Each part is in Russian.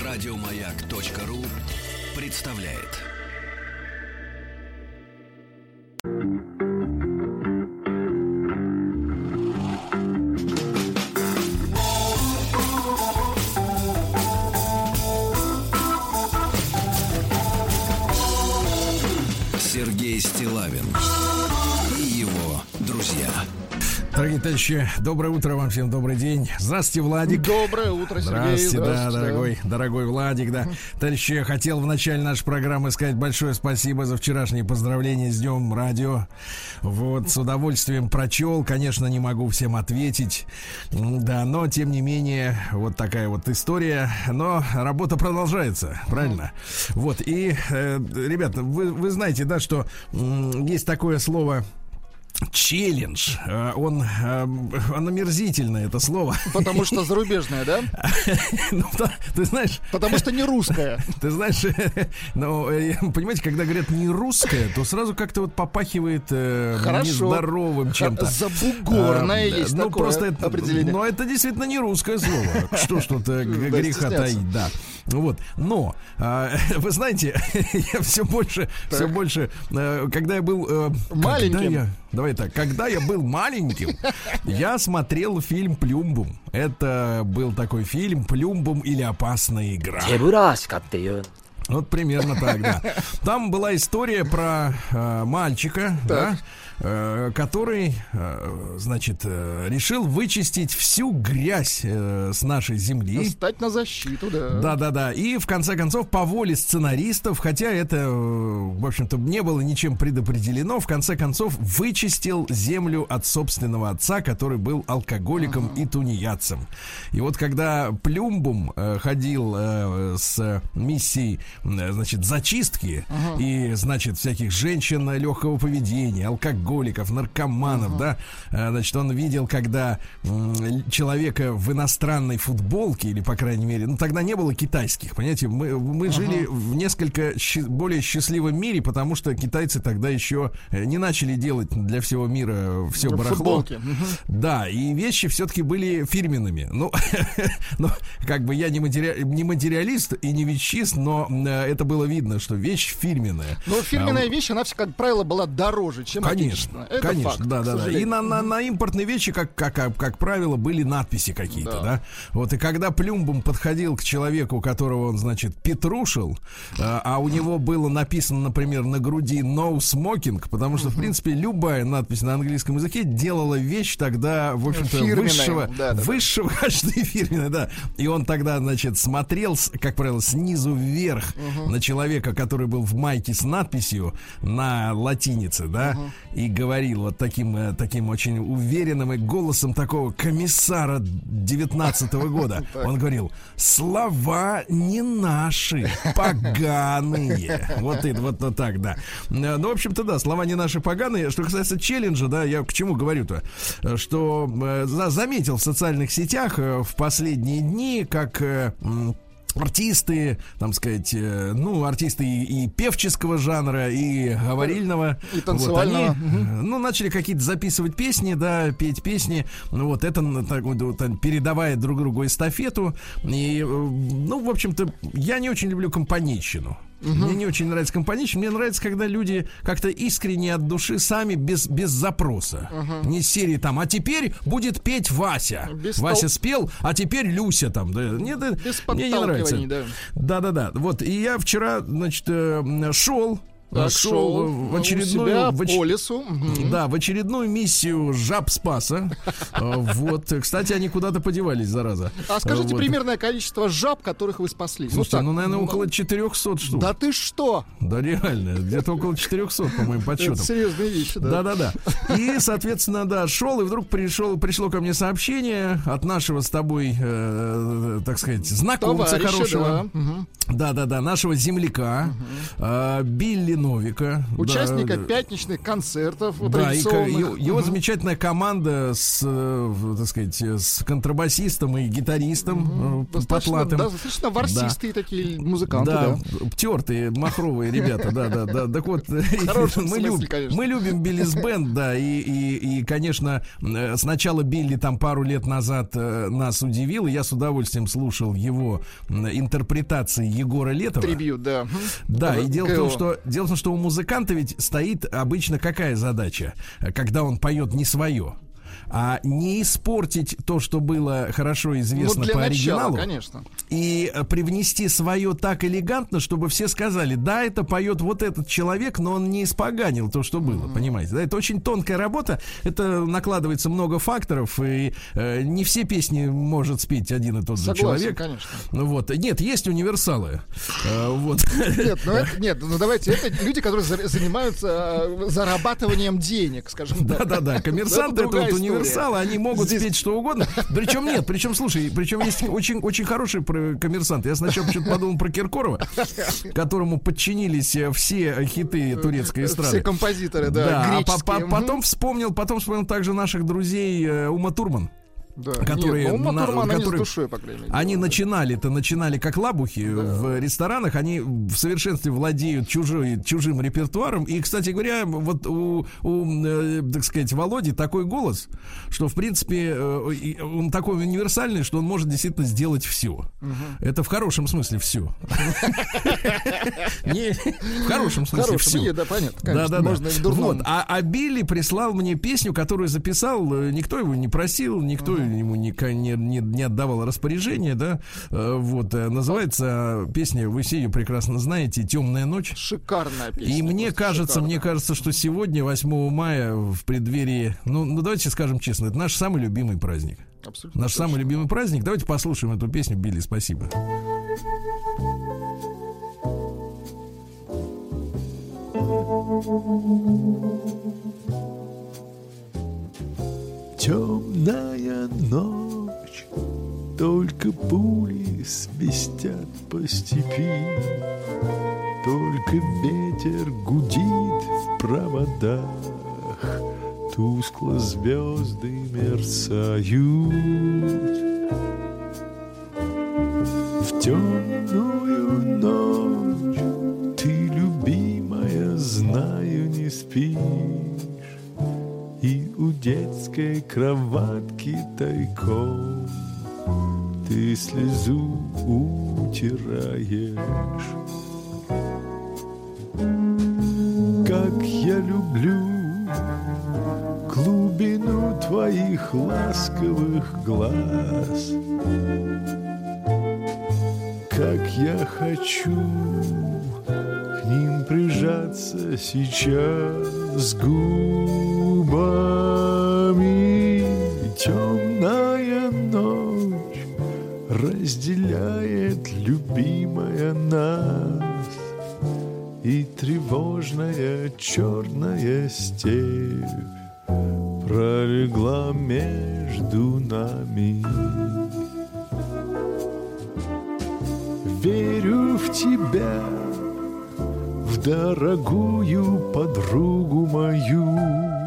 Радиомаяк.ру представляет. Сергей Стиллавин и его друзья. Дорогие товарищи, доброе утро вам всем, добрый день. Здравствуйте, Владик. Доброе утро, Сергей. Здравствуйте, да, дорогой Владик, да. Товарищи, я хотел в начале нашей программы сказать большое спасибо за вчерашние поздравления с Днем Радио. Вот, с удовольствием прочел, конечно, не могу всем ответить, да, но, тем не менее, вот такая вот история. Но работа продолжается, правильно? Вот, и, ребята, вы знаете, да, что есть такое слово... Челлендж, он омерзительное, это слово. Потому что зарубежное, да? Ну, да, ты знаешь... Потому что не русское. Ты знаешь, ну, понимаете, когда говорят не русское, то сразу как-то вот попахивает нездоровым чем-то. Забугорное есть такое просто определение. Но это действительно не русское слово. Что ж тут греха таить, да. Вот, но, вы знаете, я все больше, когда я был... Маленьким. Давай так, когда я был маленьким, я смотрел фильм «Плюмбум». Это был такой фильм «Плюмбум» или «Опасная игра». Вот примерно так, да. Там была история про мальчика, да, который, значит, решил вычистить всю грязь с нашей земли. Стать на защиту, да. Да-да-да. И, в конце концов, по воле сценаристов, хотя это, в общем-то, не было ничем предопределено, в конце концов, вычистил землю от собственного отца, который был алкоголиком и тунеядцем. И вот когда Плюмбум ходил с миссией, значит, зачистки и, значит, всяких женщин легкого поведения, алкоголиков, наркоманов, да, значит, он видел, когда человека в иностранной футболке, или, по крайней мере, ну, тогда не было китайских, понимаете, мы жили в несколько более счастливом мире, потому что китайцы тогда еще не начали делать для всего мира все барахло. Да, и вещи все-таки были фирменными. Ну, как бы я не материалист и не вещист, но это было видно, что вещь фирменная. Но фирменная вещь, она, как правило, была дороже, чем конечно, это конечно, факт, да. И на импортные вещи, как правило, были надписи какие-то, да. Вот, и когда Плюмбум подходил к человеку, которого он, значит, петрушил, а у него было написано, например, на груди «No smoking», потому что, в принципе, любая надпись на английском языке делала вещь тогда, в общем-то, высшего качества и фирменной, да. И он тогда, значит, смотрел, как правило, снизу вверх на человека, который был в майке с надписью на латинице, да, и говорил вот таким очень уверенным и голосом такого комиссара 19-го года. Он говорил: слова не наши, поганые. Вот так, да. Ну, в общем-то, да, слова не наши, поганые. Что касается челленджа, да, я к чему говорю-то? Что заметил в социальных сетях в последние дни, как... артисты, там сказать, артисты и певческого жанра, и говорильного, и танцевального. Вот, они, начали какие-то записывать песни, да, петь песни, это так, передавая друг другу эстафету. И, в общем-то, я не очень люблю компанейщину. Мне не очень нравится компанейщина. Мне нравится, когда люди как-то искренне от души сами, без запроса. Не из серии там: а теперь будет петь Вася. Вася спел, а теперь Люся там. Да. Мне не нравится. Да. Вот, и я вчера, значит, шел в очередную по лесу. Да, в очередную миссию жаб спаса. Вот, кстати, они куда-то подевались, зараза. А скажите примерное количество жаб, которых вы спасли. Слушайте, наверное, около 400 штук. Да ты что? Да, реально, где-то около 400, по моим подсчетам. Это серьезные вещи, да. Да. И, соответственно, да, шел, и вдруг пришло ко мне сообщение от нашего с тобой, так сказать, знакомца хорошего. Да, нашего земляка, Билли Новика. Участника пятничных концертов. Да, и его замечательная команда так сказать, с контрабасистом и гитаристом потлатым. Достаточно ворсистые такие музыканты. Да, тертые, махровые ребята, да. Так вот, мы любим Биллис Бенд, да, и, конечно, сначала Билли там пару лет назад нас удивил, и я с удовольствием слушал его интерпретации Егора Летова. Трибьют, да. Да, и дело в том, что у музыканта ведь стоит обычно какая задача, когда он поет не свое, а не испортить то, что было хорошо известно по оригиналу, конечно. И привнести свое так элегантно, чтобы все сказали: да, это поет вот этот человек, но он не испоганил то, что было, понимаете? Да, это очень тонкая работа, это накладывается много факторов, и не все песни может спеть один и тот же человек. Конечно. Вот. Нет, есть универсалы. Вот. Нет, давайте, это люди, которые занимаются зарабатыванием денег, скажем так. Да. Коммерсанты — это вот универсалы, они могут спеть что угодно. Причем, слушай, есть очень хороший коммерсант. Я сначала почему-то подумал про Киркорова, которому подчинились все хиты турецкой эстрады. Все композиторы, да, греческие. Потом вспомнил также наших друзей Ума Турман. Да. Которые, они начинали как лабухи в ресторанах, они в совершенстве владеют чужим репертуаром. И, кстати говоря, вот у так сказать, Володи такой голос, что в принципе он такой универсальный, что он может действительно сделать все. Это в хорошем смысле все. В хорошем смысле все. Да, понятно. Да. Вот. А Билли прислал мне песню, которую записал, никто его не просил, никто ему не отдавал распоряжения, да. Вот, называется песня, вы все ее прекрасно знаете, «Темная ночь». Шикарная песня. И мне кажется, что сегодня, 8 мая, в преддверии, ну давайте скажем честно, это наш самый любимый праздник. Абсолютно наш самый любимый праздник. Давайте послушаем эту песню. Билли, спасибо. Темная ночь, только пули свистят по степи, только ветер гудит в проводах, тускло звезды мерцают. В темную ночь ты, любимая, знаю, не спишь, и у детской кроватки тайком ты слезу утираешь. Как я люблю глубину твоих ласковых глаз, как я хочу к ним прижаться сейчас губами. Темная ночь разделяет, любимая, нас, и тревожная черная степь пролегла между нами. Верю в тебя, в дорогую подругу мою.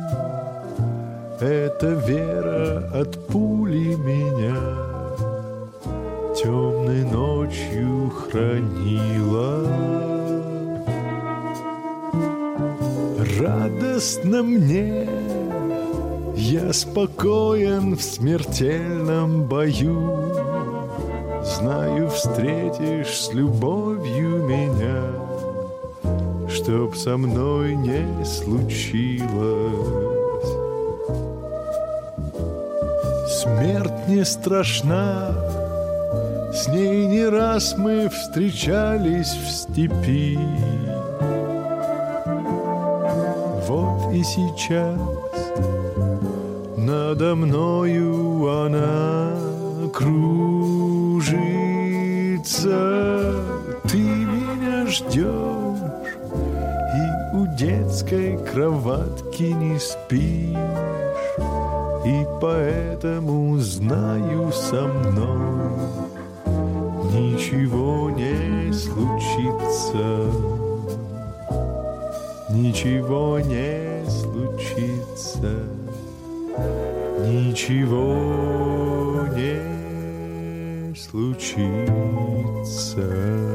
Эта вера от пули меня темной ночью хранила. Радостно мне, я спокоен в смертельном бою. Знаю, встретишь с любовью меня, чтоб со мной не случилось. Смерть не страшна, с ней не раз мы встречались в степи. Вот и сейчас надо мною она кружится. Ты меня ждешь и у детской кроватки не спишь, и поэтому знаю, со мной ничего не случится. ничего не случится, ничего не случится.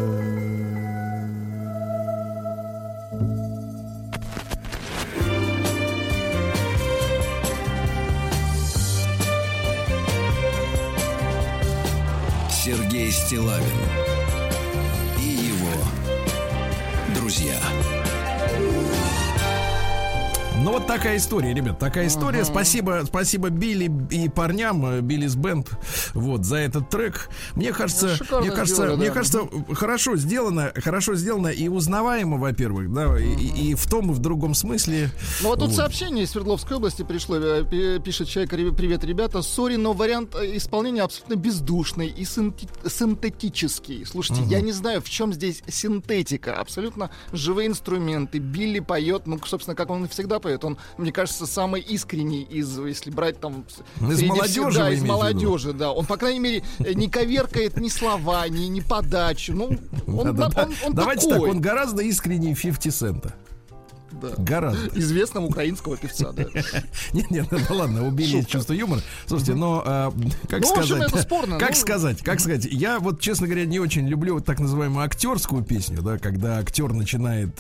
Сергей Стиллавин и его друзья. Ну вот такая история, ребят, такая история. Спасибо Билли и парням, Биллис Бенд, вот, за этот трек. Мне кажется, хорошо сделано и узнаваемо, во-первых, да, и в том, и в другом смысле. Ну вот тут сообщение из Свердловской области пришло, пишет человек: привет, ребята, сори, но вариант исполнения абсолютно бездушный и синтетический. Слушайте, я не знаю, в чем здесь синтетика, абсолютно живые инструменты, Билли поет, ну, собственно, как он и всегда поет. Он, мне кажется, самый искренний из, если брать там... Из молодежи, да, из молодежи, да. Он, по крайней мере, не коверкает ни слова, ни подачу. Ну, он давайте такой. так, он гораздо искреннее 50 Цента. Да. Гораздо. Известного украинского певца, да. Нет, ну ладно, убери чувство юмора. Слушайте, но как сказать? В общем, это спорно. Как сказать? Я вот, честно говоря, не очень люблю вот так называемую актерскую песню, да, когда актер начинает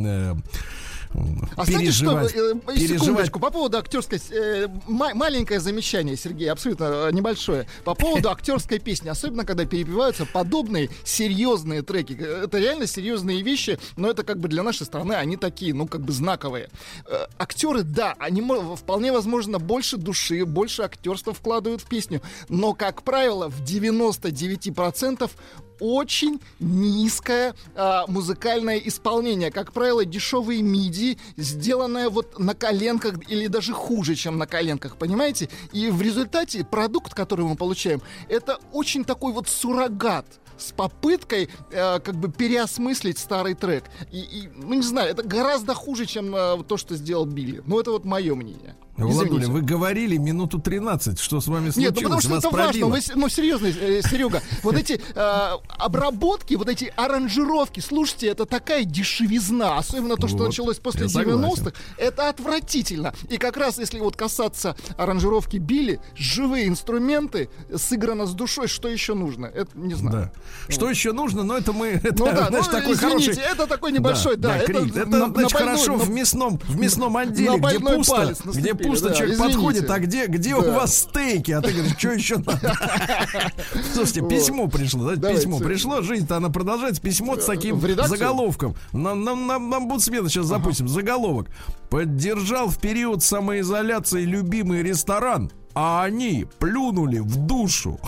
переживать. Секундочку, по поводу актерской... маленькое замечание, Сергей, абсолютно небольшое. По поводу актерской песни, особенно когда перепеваются подобные серьезные треки. Это реально серьезные вещи, но это как бы для нашей страны они такие, ну как бы знаковые. Актеры, да, они вполне возможно больше души, больше актерства вкладывают в песню, но, как правило, в 99% очень низкое музыкальное исполнение. Как правило, дешевые миди, сделанное вот на коленках или даже хуже, чем на коленках, понимаете? И в результате продукт, который мы получаем, это очень такой вот суррогат с попыткой как бы переосмыслить старый трек. Ну, не знаю, это гораздо хуже, чем то, что сделал Билли. Ну, это вот мое мнение. Владуля, вы говорили минуту 13, что с вами случилось? Нет, ну потому что это важно. Ну, серьезно, Серега, вот эти обработки, вот эти аранжировки, слушайте, это такая дешевизна, особенно то, что началось после 90-х, это отвратительно. И как раз, если вот касаться аранжировки Билли, живые инструменты, сыграно с душой, что еще нужно? Это не знаю. Да. Вот. Что еще нужно? Но это мы... Это, такой извините, хороший... это такой небольшой, крик. Это значит, хорошо в мясном отделе, где пусто, пусто, человек подходит, а где у вас стейки? А ты говоришь, что еще надо? Слушайте, письмо пришло, да? Письмо пришло, жизнь-то она продолжается. Письмо с таким заголовком. Нам будут смены сейчас запустим. Заголовок. Поддержал в период самоизоляции любимый ресторан, а они плюнули в душу.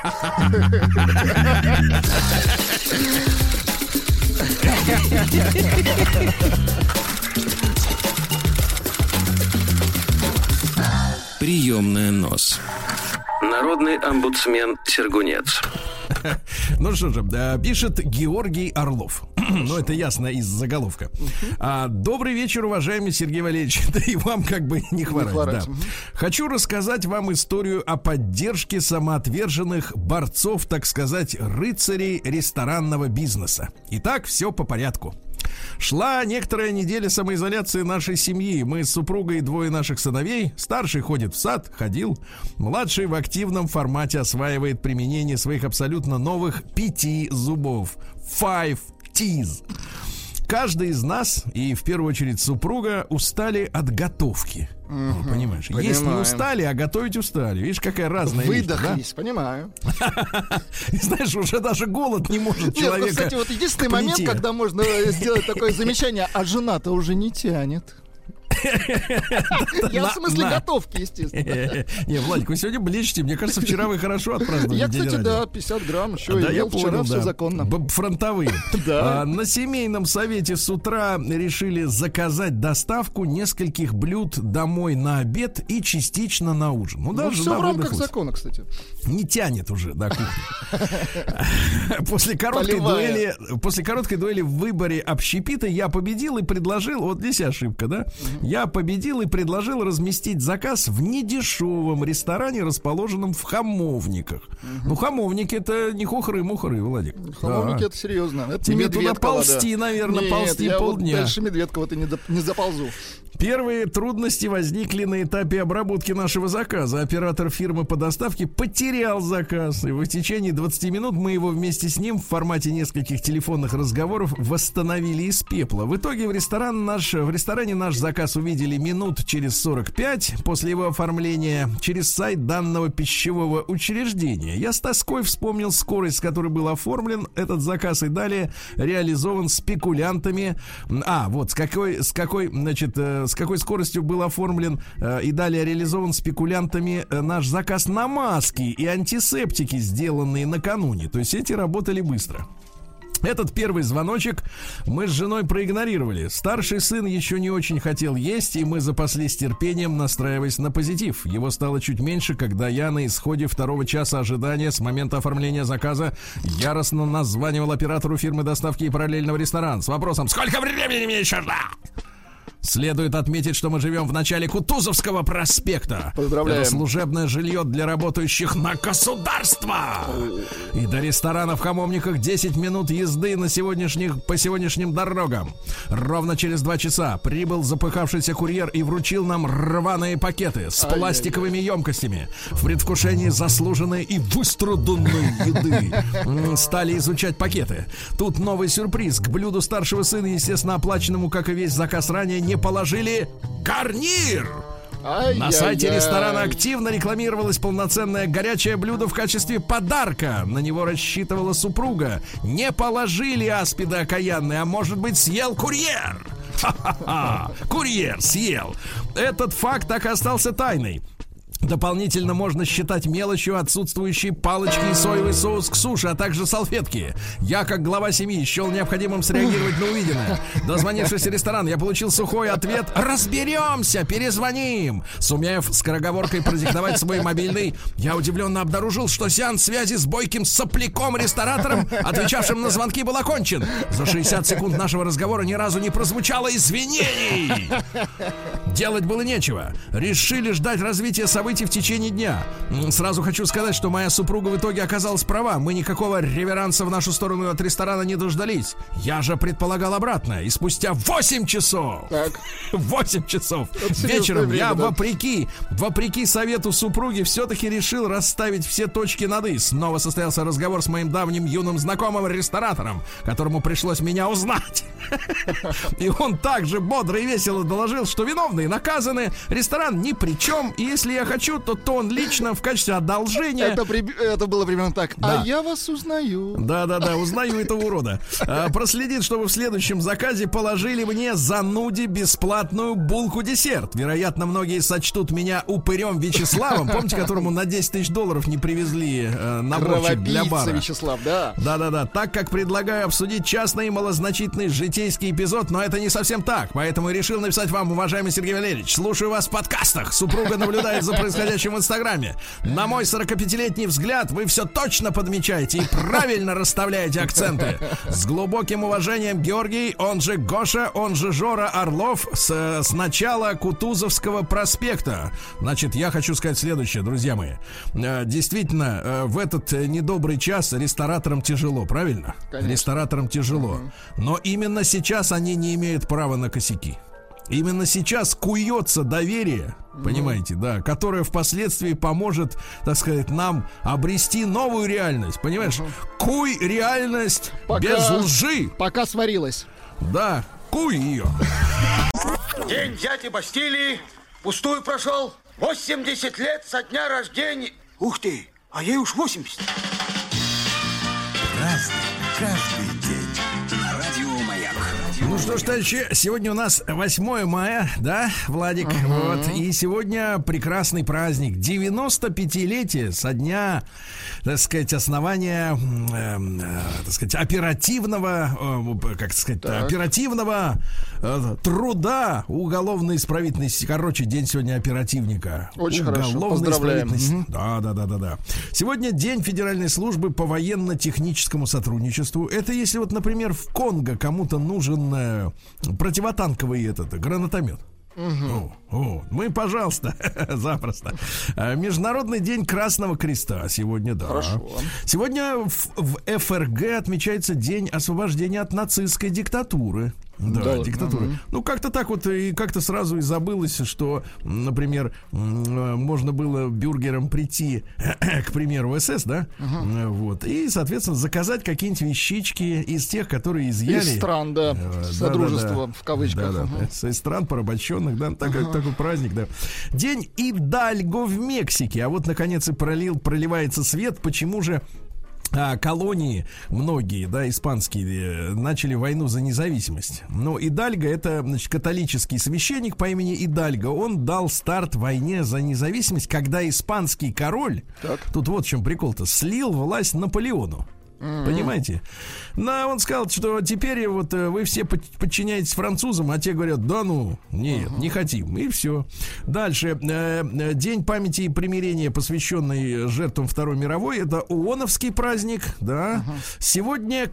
Приемная нос. Народный омбудсмен Сергунец. Ну что же, пишет Георгий Орлов. Ну, это ясно из заголовка. Добрый вечер, уважаемый Сергей Валерьевич. Да и вам как бы не хворать. Да. Хочу рассказать вам историю о поддержке самоотверженных борцов, так сказать, рыцарей ресторанного бизнеса. Итак, все по порядку. Шла некоторая неделя самоизоляции нашей семьи. Мы с супругой и двое наших сыновей. Старший ходит в сад, ходил. Младший в активном формате осваивает применение своих абсолютно новых 5 зубов. 5 teeth. Каждый из нас, и в первую очередь супруга, устали от готовки. Понимаешь? Понимаем. Есть не устали, а готовить устали. Видишь, какая разная вещь. Выдохлись, да? Понимаю. Знаешь, уже даже голод не может человека. Нет, кстати, вот единственный момент, когда можно сделать такое замечание, а жена-то уже не тянет. Я в смысле готовки, естественно. Не, Владик, вы сегодня блещете. Мне кажется, вчера вы хорошо отпраздновали. Я, кстати, да, 50 грамм. Еще ел вчера, все законно. Фронтовые. На семейном совете с утра решили заказать доставку нескольких блюд домой на обед и частично на ужин. Ну, все в рамках закона, кстати. Не тянет уже до кухни. После короткой дуэли в выборе общепита я победил и предложил, вот здесь ошибка, да? я победил и предложил разместить заказ в недешевом ресторане, расположенном в Хамовниках. Ну, Хамовники — это не хухры-мухры, Владик. Хамовники — это серьезно. Это тебе туда ползти, наверное, ползти полдня. Вот дальше Медведкова-то не заползу. Первые трудности возникли на этапе обработки нашего заказа. Оператор фирмы по доставке потерял заказ, и в течение 20 минут мы его вместе с ним в формате нескольких телефонных разговоров восстановили из пепла. В итоге в ресторане наш заказ увидели минут через 45 после его оформления через сайт данного пищевого учреждения. Я с тоской вспомнил скорость, с которой был оформлен этот заказ и далее реализован спекулянтами. Вот с какой скоростью был оформлен и далее реализован спекулянтами наш заказ на маски и антисептики, сделанные накануне. То есть эти работали быстро. Этот первый звоночек мы с женой проигнорировали. Старший сын еще не очень хотел есть, и мы запаслись терпением, настраиваясь на позитив. Его стало чуть меньше, когда я на исходе второго часа ожидания с момента оформления заказа яростно названивал оператору фирмы доставки и параллельного ресторана с вопросом: «Сколько времени мне еще ждать?» Следует отметить, что мы живем в начале Кутузовского проспекта. Поздравляем. Это служебное жилье для работающих на государство. И до ресторана в Хамовниках 10 минут езды по сегодняшним дорогам. Ровно через 2 часа прибыл запыхавшийся курьер и вручил нам рваные пакеты с пластиковыми емкостями. В предвкушении заслуженной и выстраданной еды стали изучать пакеты. Тут новый сюрприз. К блюду старшего сына, естественно, оплаченному, как и весь заказ ранее, не положили гарнир. На сайте ресторана активно рекламировалось полноценное горячее блюдо в качестве подарка. На него рассчитывала супруга. Не положили аспида окаянный, а может быть, съел курьер. Ха-ха-ха. Курьер съел. Этот факт так и остался тайной. Дополнительно можно считать мелочью отсутствующие палочки и соевый соус к суше, а также салфетки. Я, как глава семьи, счел необходимым среагировать на увиденное. Дозвонившись в ресторан, я получил сухой ответ: «Разберемся, перезвоним». Сумев скороговоркой продиктовать свой мобильный, я удивленно обнаружил, что сеанс связи с бойким сопляком-ресторатором, отвечавшим на звонки, был окончен. За 60 секунд нашего разговора ни разу не прозвучало извинений. Делать было нечего. Решили ждать развития событий в течение дня. Сразу хочу сказать, что моя супруга в итоге оказалась права. Мы никакого реверанса в нашу сторону от ресторана не дождались. Я же предполагал обратное. И спустя 8 часов 8 часов вечером я, вопреки совету супруги, все-таки решил расставить все точки над «и». Снова состоялся разговор с моим давним юным знакомым ресторатором, которому пришлось меня узнать. И он также бодро и весело доложил, что виновные наказаны, ресторан ни при чем, и если я хочу, то он лично в качестве одолжения... Это было примерно так. Да. А я вас узнаю. Да, узнаю этого урода. Проследит, чтобы в следующем заказе положили мне зануде бесплатную булку-десерт. Вероятно, многие сочтут меня упырем Вячеславом, помните, которому на $10 тысяч не привезли наборчик для бара. Вячеслав, да. Да. Так как предлагаю обсудить частный и малозначительный житейский эпизод, но это не совсем так. Поэтому я решил написать вам: уважаемый Сергей Валерьевич, слушаю вас в подкастах. Супруга наблюдает за происходящим в Инстаграме. На мой 45-летний взгляд, вы все точно подмечаете и правильно расставляете акценты. С глубоким уважением, Георгий, он же Гоша, он же Жора Орлов, с начала Кутузовского проспекта. Значит, я хочу сказать следующее, друзья мои. Действительно, в этот недобрый час рестораторам тяжело, правильно? Конечно. Рестораторам тяжело. Но именно сейчас они не имеют права на косяки. Именно сейчас куется доверие, понимаете, да, которое впоследствии поможет, так сказать, нам обрести новую реальность, понимаешь? Куй реальность без лжи. Пока сварилась. Да, куй ее. День дяди Бастилии пустую прошел. 80 лет со дня рождения. Ух ты, а ей уж 80. Разный каждый день. На радио Маяк. Ну что ж, товарищи, сегодня у нас 8 мая, да, Владик? Вот. И сегодня прекрасный праздник. 95-летие со дня, так сказать, основания, так сказать, оперативного, как сказать, оперативного труда уголовно-исправительной. Короче, день сегодня оперативника. Очень хорошо, поздравляем. Да. Сегодня день Федеральной службы по военно-техническому сотрудничеству. Это если вот, например, в Конго кому-то нужен противотанковый гранатомет. Мы, пожалуйста, запросто. Международный день Красного Креста сегодня, да. Хорошо. Сегодня в ФРГ отмечается День освобождения от нацистской диктатуры. Да, диктатуры. Ну, как-то так вот, и как-то сразу и забылось, что, например, можно было бюргерам прийти, к примеру, в СС, да? Вот. И, соответственно, заказать какие-нибудь вещички из тех, которые изъяли. Из стран, да. Содружества, в кавычках. Из стран порабощенных, да. Такой праздник, да. День Идальго в Мексике. А вот, наконец, и проливается свет. Почему же колонии, многие, да, испанские, начали войну за независимость. Но Идальго — это, значит, католический священник по имени Идальго. Он дал старт войне за независимость, когда испанский король, тут вот в чем прикол-то, слил власть Наполеону. Понимаете? Но он сказал, что теперь вот вы все подчиняетесь французам, а те говорят, да ну, нет, не хотим. И все. Дальше. День памяти и примирения, посвященный жертвам Второй мировой. Это ООНовский праздник, да. Сегодня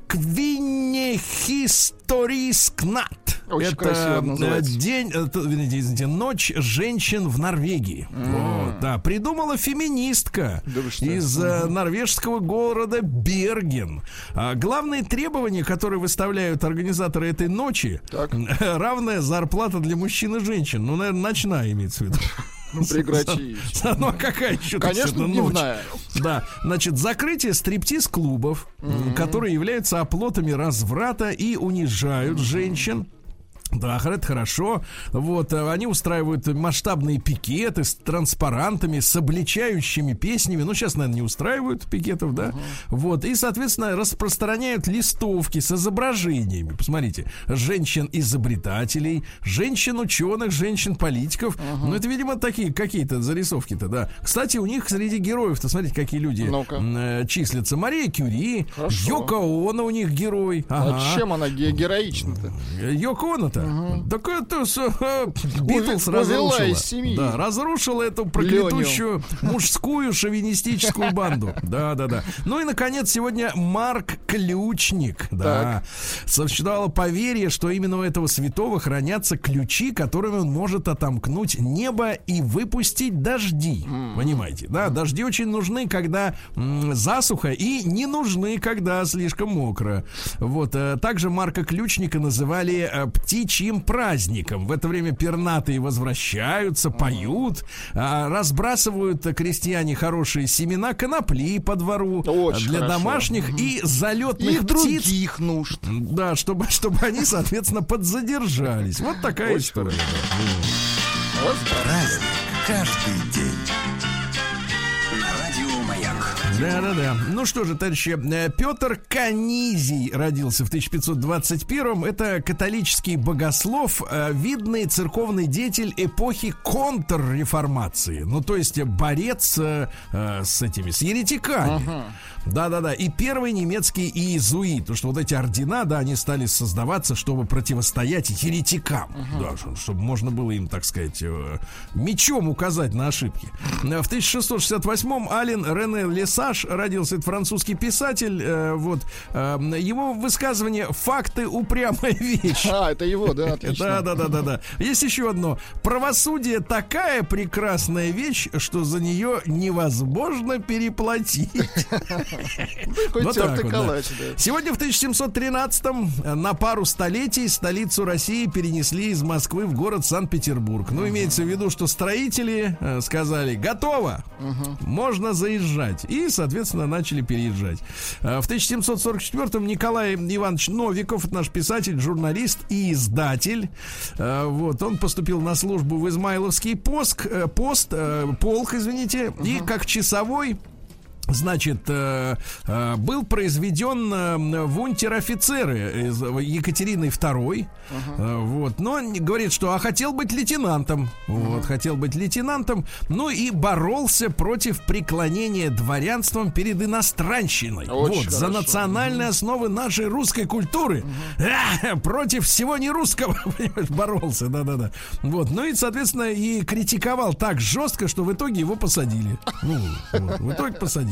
Квиннехисторискнат. Очень это красиво называется. День, извините, ночь женщин в Норвегии. Вот, да. Придумала феминистка из норвежского города Берген. Главные требования, которые выставляют организаторы этой ночи, равная зарплата для мужчин и женщин. Ну, наверное, ночная имеется в виду. Ну, прекрати. Ну, а какая еще? Конечно, дневная. Да, значит, закрытие стриптиз-клубов, которые являются оплотами разврата и унижают женщин. Да, это хорошо. Вот, они устраивают масштабные пикеты с транспарантами, с обличающими песнями. Ну, сейчас, наверное, не устраивают пикетов, да? Вот, и, соответственно, распространяют листовки с изображениями. Посмотрите, женщин-изобретателей, женщин-ученых, женщин-политиков. Ну, это, видимо, такие какие-то зарисовки-то, да. Кстати, у них среди героев-то, смотрите, какие люди числятся. Мария Кюри, Йоко Оно у них герой. А чем она героична-то? Йоко Оно-то? Так это Битлз разрушила. Да, разрушила эту проклятущую мужскую шовинистическую банду. Да. Ну и, наконец, сегодня Марк Ключник. Да. Существовало поверье, что именно у этого святого хранятся ключи, которыми он может отомкнуть небо и выпустить дожди. Понимаете? Да, дожди очень нужны, когда засуха, и не нужны, когда слишком мокро. Вот. Также Марка Ключника называли птичьим праздником. В это время пернатые возвращаются, поют, разбрасывают крестьяне хорошие семена конопли по двору. Очень для хорошо. Домашних и залетных птиц. Других нужд. Да, чтобы они, соответственно, подзадержались. Вот такая история. Праздник каждый день. Да. Ну что же, товарищи, Петр Канизий родился в 1521-м. Это католический богослов, видный церковный деятель эпохи контрреформации. Ну, то есть борец с еретиками. Да. И первый немецкий иезуит. Потому что вот эти ордена, да, они стали создаваться, чтобы противостоять еретикам. Да, чтобы можно было им, так сказать, мечом указать на ошибки. В 1668-м Ален Рене Лесаж родился, это французский писатель. Вот. Его высказывание «факты — упрямая вещь». Это его, да, отлично. Да. Есть еще одно. «Правосудие — такая прекрасная вещь, что за нее невозможно переплатить». Вот так вот, да. Сегодня в 1713-м на пару столетий столицу России перенесли из Москвы в город Санкт-Петербург. Ну, имеется в виду, что строители сказали: готово, можно заезжать. И, соответственно, начали переезжать. В 1744-м Николай Иванович Новиков, это наш писатель, журналист и издатель. Вот, он поступил на службу в Измайловский полк, и как часовой, значит, был произведен в унтер-офицеры из Екатерины II. Вот. Но он говорит, что хотел быть лейтенантом. Вот, хотел быть лейтенантом. Ну и боролся против преклонения дворянством перед иностранщиной. Вот, за национальные основы нашей русской культуры. Против всего нерусского, понимаешь, боролся. Да. Вот. Ну и, соответственно, и критиковал так жестко, что в итоге его посадили. Ну, вот, в итоге посадили.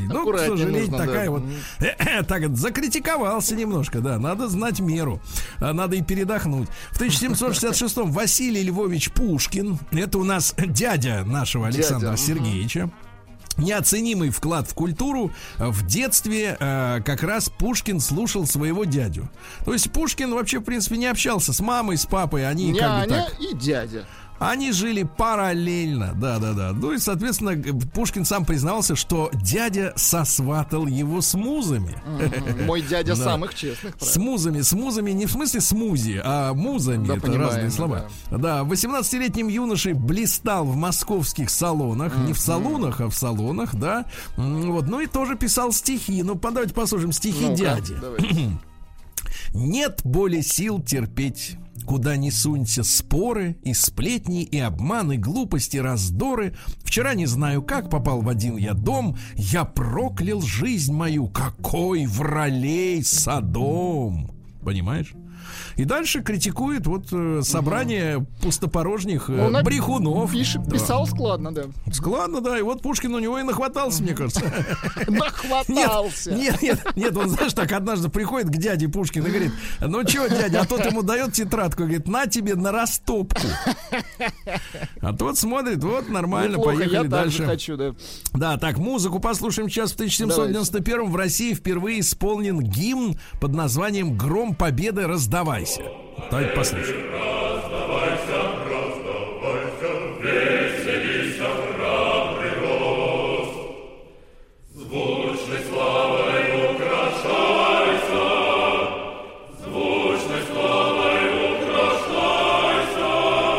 Ну, к сожалению, такая вот... Так, закритиковался немножко, да. Надо знать меру. Надо и передохнуть. В 1766-м Василий Львович Пушкин. Это у нас дядя нашего Александра Сергеевича. Неоценимый вклад в культуру. В детстве как раз Пушкин слушал своего дядю. То есть Пушкин вообще, в принципе, не общался с мамой, с папой. Они как бы так... и дядя. Они жили параллельно, да. Ну и, соответственно, Пушкин сам признался, что дядя сосватал его с музами. Мой дядя самых честных. С музами, не в смысле смузи, а музами. Это разные слова. Да, 18-летним юношей блистал в московских салонах. Не в салонах, а в салонах, да. Вот, ну и тоже писал стихи. Ну, давайте послушаем стихи дяди. Нет более сил терпеть. Куда ни сунься споры, и сплетни, и обманы, глупости, раздоры. Вчера не знаю, как попал в один я дом. Я проклял жизнь мою, какой вралей Содом. Понимаешь? И дальше критикует вот собрание пустопорожних брехунов. Писал складно, да. Складно, да. И вот Пушкин у него и нахватался, мне кажется. Нахватался. Нет, он, знаешь, так однажды приходит к дяде Пушкин и говорит: ну чё, дядя, а тот ему дает тетрадку и говорит: на тебе на растопку. А тот смотрит, вот нормально, поехали дальше. Я хочу, да. Да, так, музыку послушаем сейчас. В 1791 в России впервые исполнен гимн под названием «Гром победы, раздавайся». Давайте послушаем. Раздавайся, раздавайся, веселися, храбрый рост. Звучной славой украшайся, звучной славой украшайся.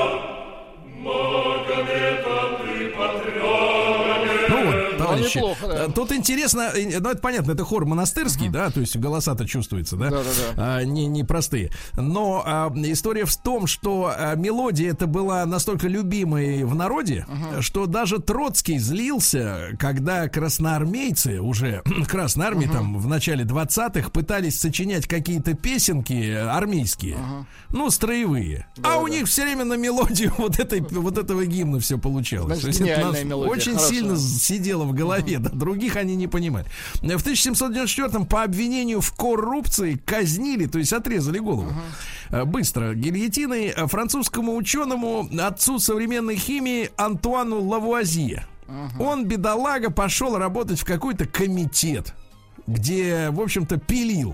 Магомета ты потрёганный. Ну вот, товарищи, неплохо, да. Тут интересно, ну это понятно, это хор монастырский, да, то есть голоса-то чувствуются, да, не простые. Но история в том, что мелодия эта была настолько любимой в народе, что даже Троцкий злился, когда красноармейцы, уже Красной армии там в начале 20-х пытались сочинять какие-то песенки армейские, ну, строевые. Да, у них все время на мелодию вот этого гимна все получалось. Значит, то есть это очень сильно сидело в голове, да, других они не понимали. В 1794-м по обвинению в коррупции казнили, то есть отрезали голову быстро гильотиной французскому ученому, отцу современной химии Антуану Лавуазье. Он, бедолага, пошел работать в какой-то комитет, где, в общем-то, пилил.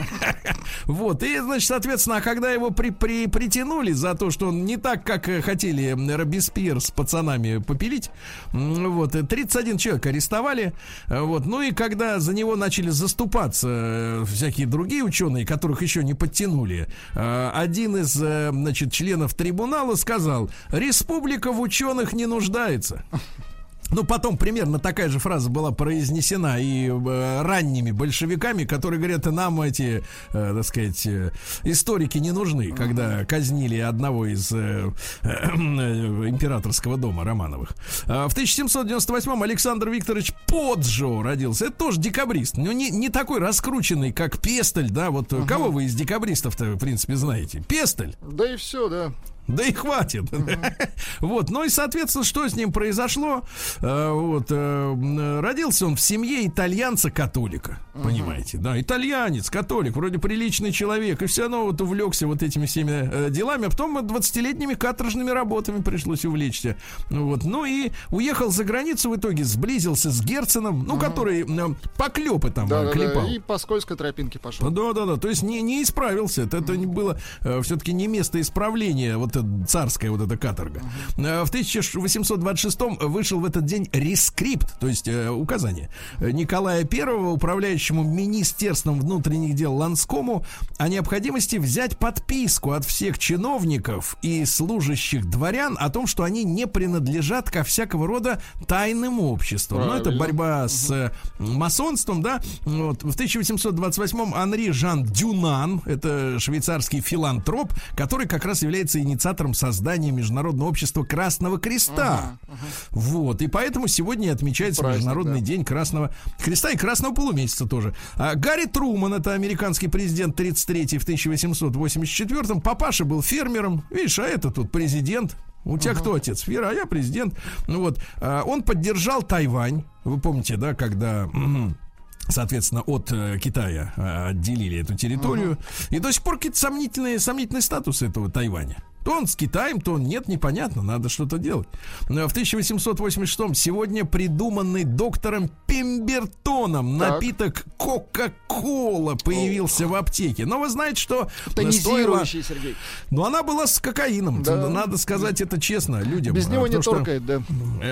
Вот, и, значит, соответственно, когда его притянули за то, что он не так, как хотели Робеспьер с пацанами попилить, вот, 31 человек арестовали, вот, ну и когда за него начали заступаться всякие другие ученые, которых еще не подтянули, один из, значит, членов трибунала сказал: республика в ученых не нуждается. Ну, потом примерно такая же фраза была произнесена и ранними большевиками, которые говорят: нам эти, так сказать, историки не нужны, когда казнили одного из императорского дома Романовых. В 1798-м Александр Викторович Поджо родился. Это тоже декабрист, но не такой раскрученный, как Пестель, да, вот кого вы из декабристов-то, в принципе, знаете? Пестель. Да и все, да. Да и хватит. Вот, ну и, соответственно, что с ним произошло? Вот, родился он в семье итальянца-католика. Понимаете, да, итальянец, католик, вроде приличный человек, и все равно вот увлекся вот этими всеми делами, а потом 20-летними каторжными работами пришлось увлечься. Вот, ну и уехал за границу, в итоге сблизился с Герценом, ну, который поклепы там клепал. И по скользкой тропинке пошел. Да, то есть не исправился. Это не было все-таки не место исправления, вот царская вот эта каторга. В 1826-м вышел в этот день рескрипт, то есть указание Николая I, управляющему Министерством внутренних дел Ланскому, о необходимости взять подписку от всех чиновников и служащих дворян о том, что они не принадлежат ко всякого рода тайным обществам. Ну, это борьба с масонством, да. Вот. В 1828-м Анри Жан Дюнан, это швейцарский филантроп, который как раз является инициатором создания Международного общества Красного Креста. Вот. И поэтому сегодня отмечается Международный день Красного Креста и Красного полумесяца тоже. Гарри Труман, это американский президент 33-й в 1884-м. Папаша был фермером. Видишь, а это тут президент. У тебя кто отец? Вера, а я президент. Ну вот, он поддержал Тайвань. Вы помните, да, когда... Соответственно, от Китая отделили эту территорию. И до сих пор какие-то сомнительные статусы этого Тайваня. То он с Китаем, то он нет, непонятно, надо что-то делать. В 1886-м сегодня придуманный доктором Пембертоном напиток Кока-Кола появился в аптеке. Но вы знаете, что тонизирующий, Сергей. Но она была с кокаином. Да. Надо сказать это честно людям. Без него не торкает, да.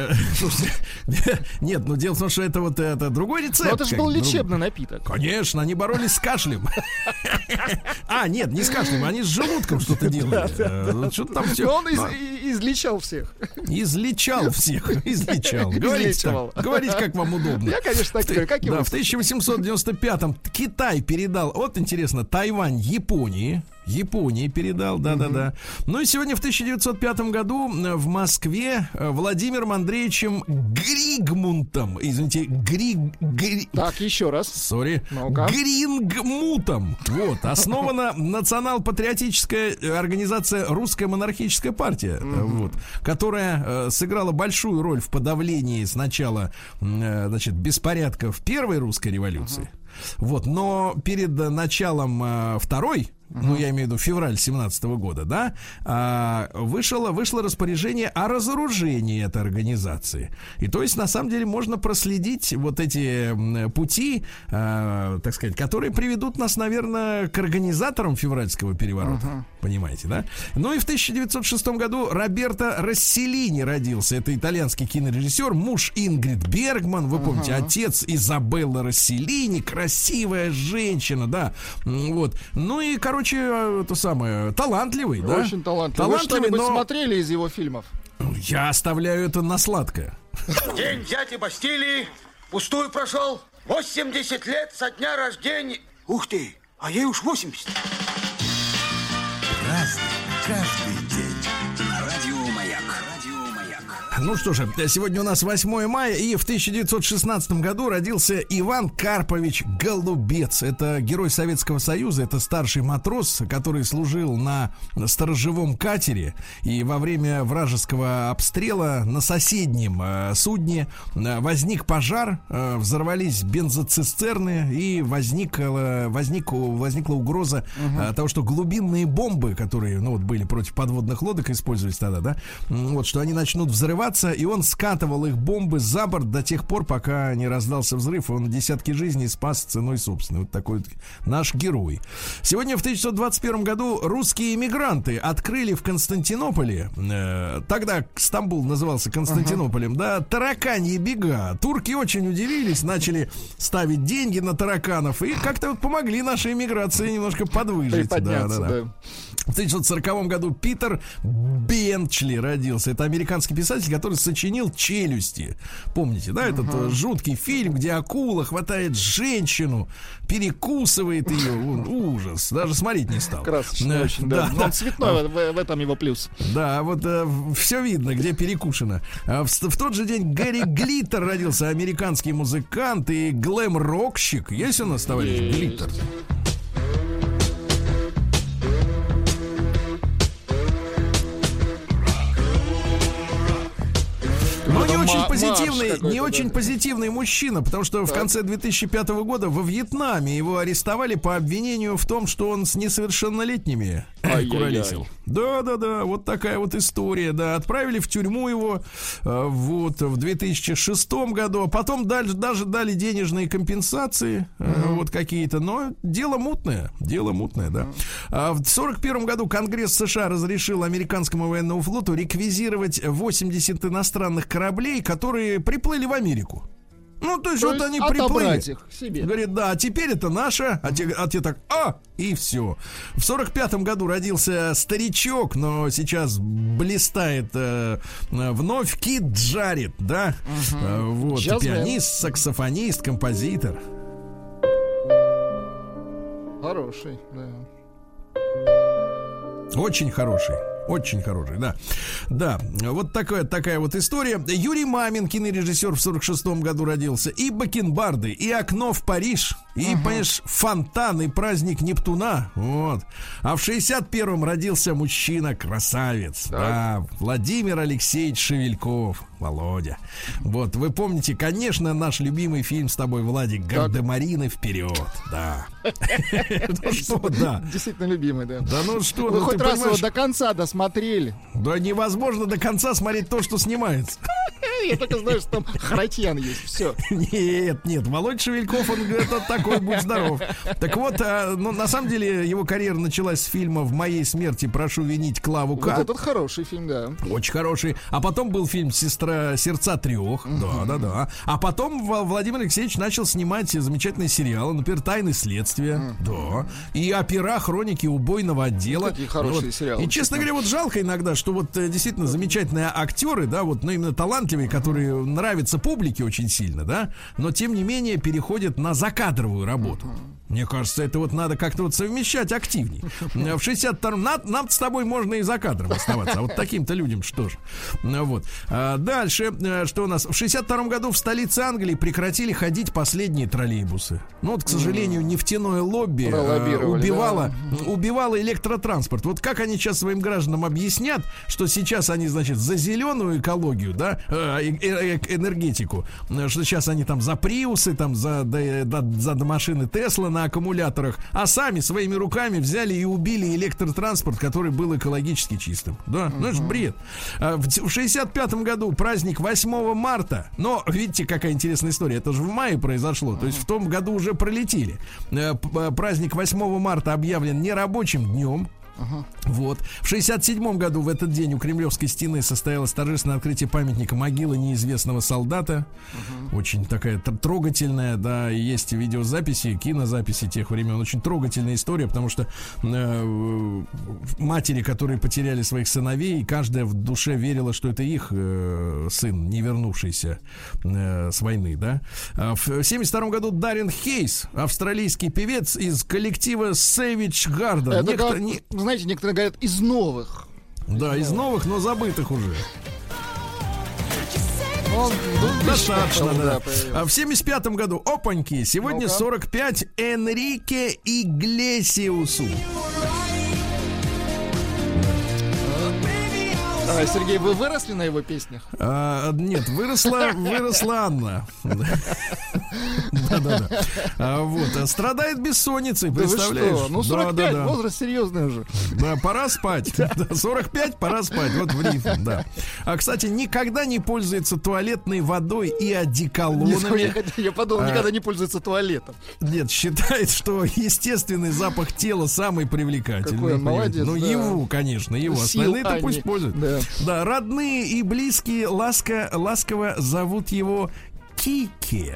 Нет, но дело в том, что это другой рецепт. Но это же был лечебный напиток. Конечно, они боролись с кашлем. Нет, не с кашлем, они с желудком что-то делали. Что-то там все. Но он излечал всех. Излечал. Говорите, как вам удобно. Я, конечно, так говорю. Как его? Да, в 1895-м Китай передал, вот интересно, Тайвань Японии передал, да. Ну и сегодня в 1905 году в Москве Владимиром Андреевичем Григмунтом, извините, Так, еще раз. Грингмутом. Вот, основана национал-патриотическая организация «Русская монархическая партия», вот, которая сыграла большую роль в подавлении сначала, значит, беспорядков первой русской революции. Вот, но перед началом второй, ну, я имею в виду февраль 17-го года, да, вышло распоряжение о разоружении этой организации. И то есть, на самом деле, можно проследить вот эти пути, так сказать, которые приведут нас, наверное, к организаторам февральского переворота. Понимаете, да? Ну и в 1906 году Роберто Росселлини родился. Это итальянский кинорежиссер, муж Ингрид Бергман, вы помните, отец Изабелла Росселлини, красивая женщина, да. Вот. Ну и, короче, это самое, талантливый, да? Очень талантливый. Вы что-нибудь смотрели из его фильмов? Я оставляю это на сладкое. День дяди Бастилии пустую прошел. 80 лет со дня рождения. Ух ты, а ей уж 80. Разный, каждый день. Радио Маяк. Ну что же, сегодня у нас 8 мая, и в 1916 году родился Иван Карпович Голубец. Это герой Советского Союза, это старший матрос, который служил на сторожевом катере, и во время вражеского обстрела на соседнем судне возник пожар, взорвались бензоцистерны, и возникла угроза того, что глубинные бомбы, которые, ну, вот были против подводных лодок, использовались тогда, да, вот, что они начнут взрываться, и он скатывал их бомбы за борт до тех пор, пока не раздался взрыв. Он десятки жизней спас ценой собственной. Вот такой вот наш герой. Сегодня в 1921 году русские эмигранты открыли в Константинополе, тогда Стамбул назывался Константинополем, да, тараканьи бега. Турки очень удивились, начали ставить деньги на тараканов и как-то вот помогли нашей эмиграции немножко подвыжить. Да. В 1940 году Питер Бенчли родился. Это американский писатель, который сочинил «Челюсти». Помните, да, этот жуткий фильм, где акула хватает женщину, перекусывает ее. Ужас. Даже смотреть не стал. Красочный очень, да. Он цветной, в этом его плюс. Да, вот все видно, где перекушено. В тот же день Гэри Глиттер родился, американский музыкант и глэм-рокщик. Есть у нас товарищ Глиттер? Но не очень позитивный мужчина, потому что в конце 2005 года во Вьетнаме его арестовали по обвинению в том, что он с несовершеннолетними куролесил. Да, вот такая вот история, да. Отправили в тюрьму его вот в 2006 году, а потом даже дали денежные компенсации, вот какие-то, но дело мутное, да. В 1941 году Конгресс США разрешил американскому военному флоту реквизировать 80 иностранных кораблей, которые приплыли в Америку. Ну, то есть вот они приплыли. Их себе. Говорит, да, теперь это наше. А те так, и все. В 1945 году родился старичок, но сейчас блистает вновь Кид Джаред, да? Вот, пианист, саксофонист, композитор. Хороший, да. Очень хороший. Очень хороший, да. Да, вот такая вот история. Юрий Мамин, кинорежиссер, в 1946 году родился. И Бакенбарды, и «Окно в Париж». И, понимаешь, фонтан и праздник Нептуна. Вот. А в 61-м родился мужчина-красавец. Да, Владимир Алексеевич Шевельков. Володя. Вот, вы помните, конечно, наш любимый фильм с тобой, Владик, «Гардемарины вперед». Да. Ну что, да. Действительно любимый, да. Да ну что, вы хоть раз его до конца досмотрели? Да невозможно до конца смотреть то, что снимается. Я только знаю, что там Харатьян есть, все. Нет, Володя Шевельков, он это такой, будь здоров. Так вот, ну, на самом деле, его карьера началась с фильма «В моей смерти прошу винить Клаву К». Вот этот хороший фильм, да. Очень хороший. А потом был фильм «Сердца трех». Да. А потом Владимир Алексеевич начал снимать замечательные сериалы, например, «Тайны следствия». Да. И «Опера. Хроники убойного отдела». Какие хорошие сериалы. И, честно говоря, вот жалко иногда, что вот действительно замечательные актеры, да, вот, ну, именно талантливые, которые нравятся публике очень сильно, да, но тем не менее переходят на закадровую работу. Мне кажется, это вот надо как-то вот совмещать активней. В 62-м нам с тобой можно и за кадром оставаться, а вот таким-то людям что ж. Вот. Дальше, что у нас? В 62-м году в столице Англии прекратили ходить последние троллейбусы. Ну вот, к сожалению, нефтяное лобби убивало электротранспорт. Вот как они сейчас своим гражданам объяснят, что сейчас они, значит, за зеленую экологию, да, энергетику, что сейчас они там за приусы, там за машины Тесла на аккумуляторах, а сами своими руками взяли и убили электротранспорт, который был экологически чистым. Да, ну это же бред. В 65-м году праздник 8 марта, но видите, какая интересная история, это же в мае произошло, то есть в том году уже пролетели. Праздник 8 марта объявлен нерабочим днем. Вот. В 67-м году в этот день у Кремлевской стены состоялось торжественное открытие памятника могилы неизвестного солдата. Очень такая трогательная, да, есть видеозаписи, кинозаписи тех времен. Очень трогательная история, потому что матери, которые потеряли своих сыновей, каждая в душе верила, что это их сын, не вернувшийся с войны, да. В 72-м году Даррен Хейс, австралийский певец из коллектива Savage Garden. Знаете, некоторые говорят, из новых. Да, из новых, но забытых уже. Достаточно, да. В 75-м году, опаньки, сегодня 45 Энрике Иглесиусу. Сергей, вы выросли на его песнях? Нет, выросла Анна. Да. Вот. Страдает бессонницей, представляешь? Да, ну 45, возраст серьезный уже. Да, пора спать. 45, пора спать. Вот в рифм, да. Кстати, никогда не пользуется туалетной водой и одеколонами. Я подумал, никогда не пользуется туалетом. Нет, считает, что естественный запах тела самый привлекательный. Какой он молодец. Ну, его, конечно, его. Остальные-то пусть пользуют. Да, родные и близкие ласково зовут его Кики.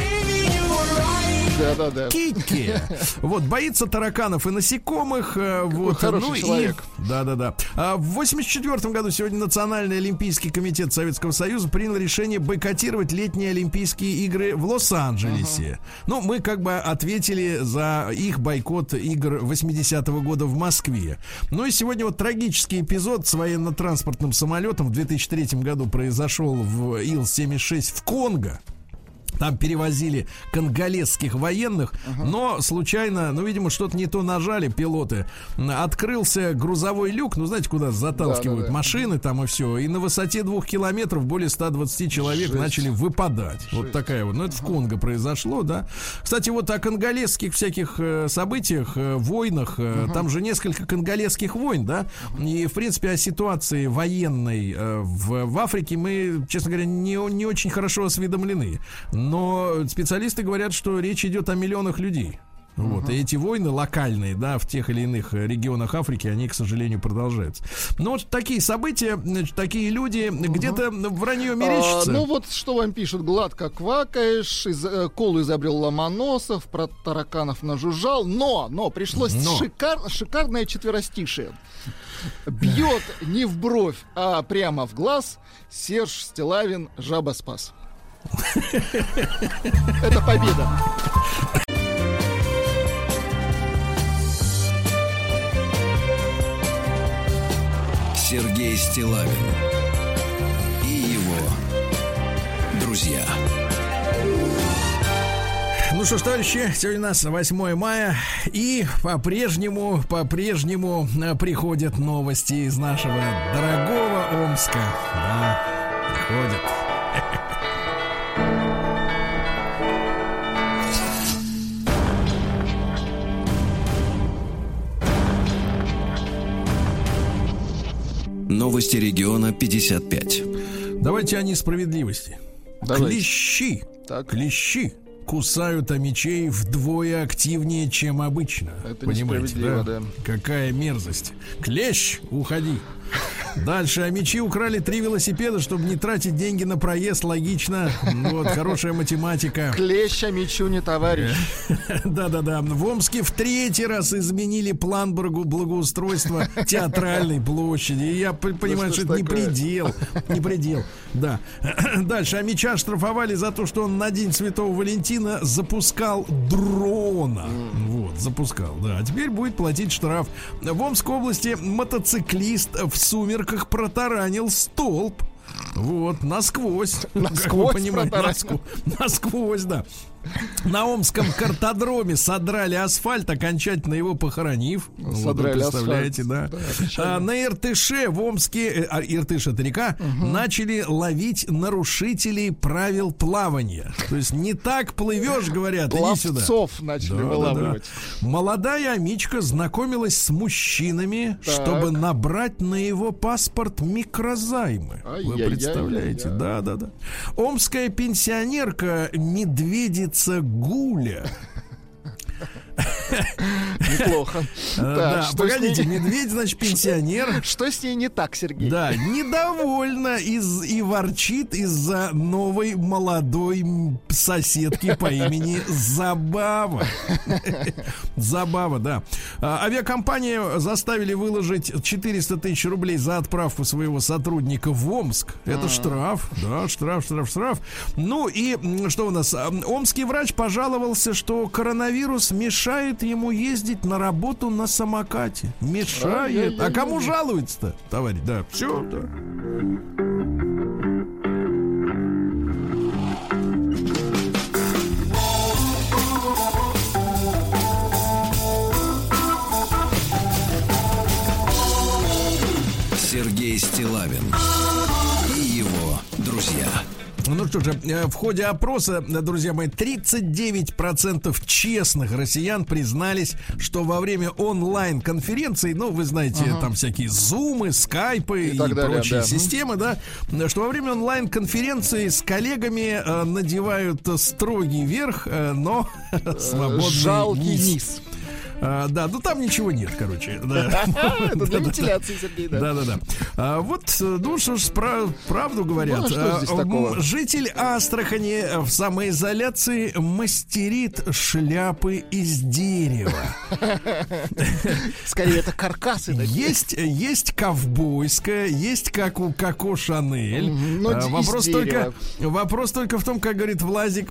Да. Кики. Вот, боится тараканов и насекомых. Вот, хороший человек. Да. В 84-м году сегодня Национальный олимпийский комитет Советского Союза принял решение бойкотировать летние Олимпийские игры в Лос-Анджелесе. Ну, мы как бы ответили за их бойкот игр 80-го года в Москве. Ну и сегодня вот трагический эпизод с военно-транспортным самолетом в 2003 году произошел в Ил-76 в Конго. Там перевозили конголезских военных, но случайно, ну, видимо, что-то не то нажали пилоты. Открылся грузовой люк, ну, знаете, куда заталкивают машины там и все. И на высоте 2 километров более 120 человек начали выпадать. Вот такая вот. Ну, это в Конго произошло, да. Кстати, вот о конголезских всяких событиях, войнах. Там же несколько конголезских войн, да. И, в принципе, о ситуации военной в Африке мы, честно говоря, не очень хорошо осведомлены. Но специалисты говорят, что речь идет о миллионах людей. Вот, и эти войны локальные, да, в тех или иных регионах Африки, они, к сожалению, продолжаются. Но вот такие события, значит, такие люди, где-то вранье мерещится. Ну вот, что вам пишут: гладко квакаешь, колу изобрел Ломоносов, про тараканов нажужжал, но пришлось шикарное четверостишее. Бьет не в бровь, а прямо в глаз. Серж Стилавин жаба спас. Это победа. Сергей Стилавин и его друзья. Ну что ж, товарищи, сегодня у нас 8 мая, и по-прежнему приходят новости из нашего дорогого Омска. Да, приходят. Новости региона 55. Давайте о несправедливости. Давайте. Клещи. Так. Клещи кусают амичей вдвое активнее, чем обычно. Это понимаете, несправедливо, да. Какая мерзость. Клещ, уходи. Дальше. Амичи украли 3 велосипеда, чтобы не тратить деньги на проезд. Логично. Вот, хорошая математика. Клещ амичу не товарищ. Да-да-да. В Омске в 3-й раз изменили план благоустройства театральной площади. И я понимаю, что это не предел. Не предел. Да. Дальше. Амича оштрафовали за то, что он на День Святого Валентина запускал дрона. Вот, запускал, да. А теперь будет платить штраф. В Омской области мотоциклист в сумерках протаранил столб. Вот, насквозь. Насквозь понимаете, насквозь, да. На Омском картодроме содрали асфальт, окончательно его похоронив. Содрали вот, представляете, асфальт. Да. На Иртыше в Омске, Иртыш это река, начали ловить нарушителей правил плавания. То есть не так плывешь, говорят, иди сюда. Пловцов начали вылавливать. Да. Молодая амичка знакомилась с мужчинами, Так. чтобы набрать на его паспорт микрозаймы. Вы Ай-яй-яй-яй-яй. представляете? Да. Омская пенсионерка медведица Гуля. Неплохо. Да, Так, погодите, медведь, значит, пенсионер. Что с ней не так, Сергей? Да, недовольна и ворчит из-за новой молодой соседки по имени Забава. Забава, да. Авиакомпанию заставили выложить 400 тысяч рублей за отправку своего сотрудника в Омск. Это штраф. Да, штраф. Ну и что у нас? Омский врач пожаловался, что коронавирус мешает ему ездить на работу на самокате. Мешает. А кому жалуется-то, товарищ? Да, все, да. Сергей Стиллавин и его друзья. Ну что же, в ходе опроса, друзья мои, 39% честных россиян признались, что во время онлайн-конференций, ну, вы знаете, там всякие зумы, скайпы и прочие системы, да, что во время онлайн-конференции с коллегами надевают строгий верх, но свободный жалкий низ. Да, ну там ничего нет, короче. Это для вентиляции, Сергей, да. Да. Вот, ну что ж, правду говорят. Ну, что здесь такого? Житель Астрахани в самоизоляции мастерит шляпы из дерева. Скорее, это каркасы такие. Есть ковбойская, есть как у Коко Шанель. Вопрос только в том, как говорит Владик,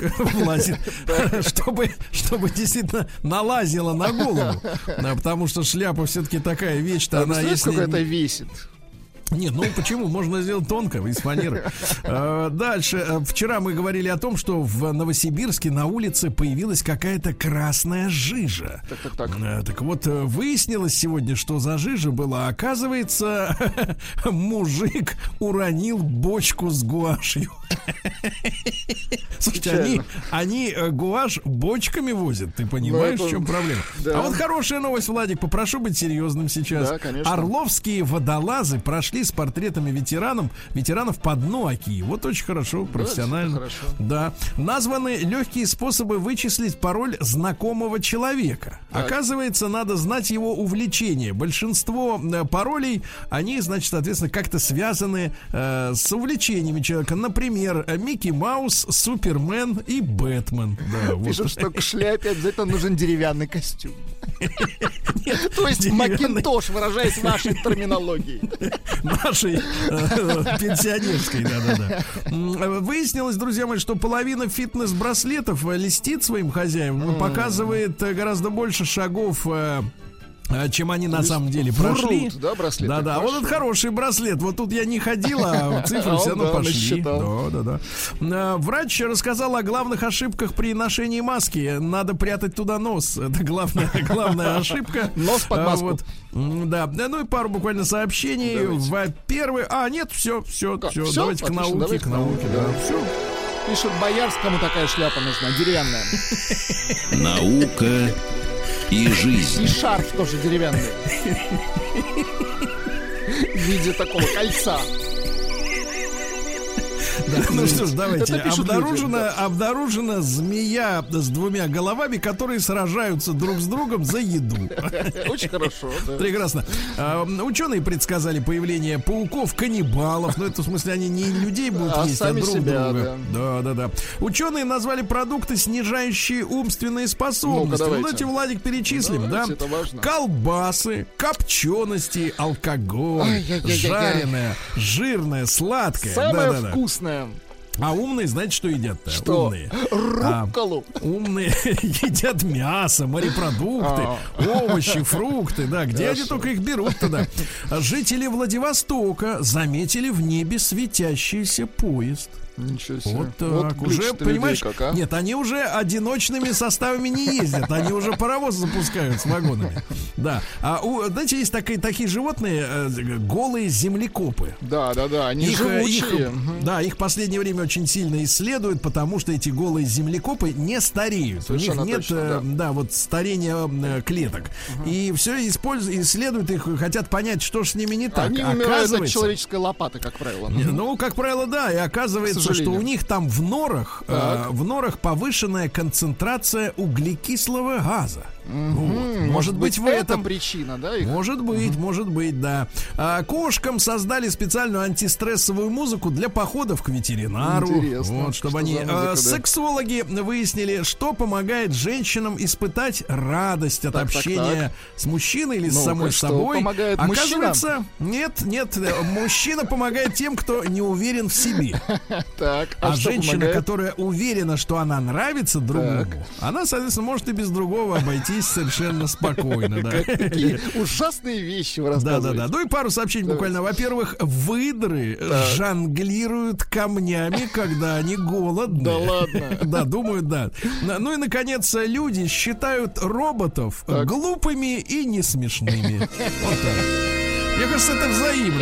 чтобы действительно налазило на голову, потому что шляпа все-таки такая вещь-то, она если... если... сколько это весит? Нет, ну почему? Можно сделать тонко, из фанеры. Дальше. Вчера мы говорили о том, что в Новосибирске на улице появилась какая-то красная жижа. Так вот, выяснилось сегодня, что за жижа была. Оказывается, мужик уронил бочку с гуашью. Слушайте, они гуашь бочками возят. Ты понимаешь, в чем проблема? А вот хорошая новость, Владик, попрошу быть серьезным сейчас. Да, конечно. Орловские водолазы прошли с портретами ветеранов по дну Оки. Вот очень хорошо, профессионально. Хорошо. Да. Названы легкие способы вычислить пароль знакомого человека. Так. Оказывается, надо знать его увлечение. Большинство паролей, они, значит, соответственно, как-то связаны с увлечениями человека. Например, Микки Маус, Супермен и Бэтмен. Да, пишут, что к шляпе обязательно нужен деревянный костюм. То есть Макинтош, выражаясь вашей терминологией. Нашей пенсионерской, да. Выяснилось, друзья мои, что половина фитнес-браслетов льстит своим хозяевам, показывает гораздо больше шагов чем они на самом деле прошли. Да, браслет. Да. Вот это хороший браслет. Вот тут я не ходил, а цифры все равно пошли. Да. Врач рассказал о главных ошибках при ношении маски. Надо прятать туда нос. Это главная ошибка. Нос под маску. Да. Ну и пару буквально сообщений. Во-первых, нет, все. Давайте к науке. Да. Все. Пишет, Боярскому такая шляпа нужна, деревянная. Наука и жизнь. И шарф тоже деревянный. В виде такого кольца. Да, ну что ж, давайте. Обнаружена змея с двумя головами, которые сражаются друг с другом за еду. Очень хорошо. Да. Прекрасно. Ученые предсказали появление пауков-каннибалов. Ну, это в смысле, они не людей будут есть, а друг друга. Да. Ученые назвали продукты, снижающие умственные способности. Ну, давайте, Владик, перечислим. Да? Это важно. Колбасы, копчености, алкоголь, жареное, жирное, сладкое. Самое вкусное. А умные, знаете, что едят-то? Что? Умные. Рукколу. Умные едят мясо, морепродукты, овощи, фрукты. Да, где они только их берут-то, да. Жители Владивостока заметили в небе светящийся поезд. Ничего себе. Вот так. Уже, понимаешь, как, нет, они уже одиночными составами не ездят. Они уже паровозы запускают с вагонами. Да. Знаете, есть такие животные, голые землекопы. Да. Они живучие. Да, их в последнее время очень сильно исследуют, потому что эти голые землекопы не стареют. Совершенно у них нет точно, вот старения клеток. И все исследуют их, хотят понять, что ж с ними не так. Они умирают от человеческой лопаты, как правило. Ну, как правило, да. И оказывается, что у них там в норах повышенная концентрация углекислого газа. Может быть, в этом причина, да? Может быть, да. Кошкам создали специальную антистрессовую музыку для походов к ветеринару. Интересно. Чтобы они. Сексологи выяснили, что помогает женщинам испытать радость от общения с мужчиной или с самой собой. Помогает Оказывается, нет, мужчина помогает тем, кто не уверен в себе. А женщина, которая уверена, что она нравится другому, она, соответственно, может и без другого обойтись совершенно спокойно. Да. Какие ужасные вещи вы рассказываете. Да. Ну и пару сообщений буквально. Во-первых, выдры жонглируют камнями, когда они голодны. Да ладно. Да, думают, да. Ну и, наконец, люди считают роботов глупыми и не смешными. Вот так. Мне кажется, это взаимно.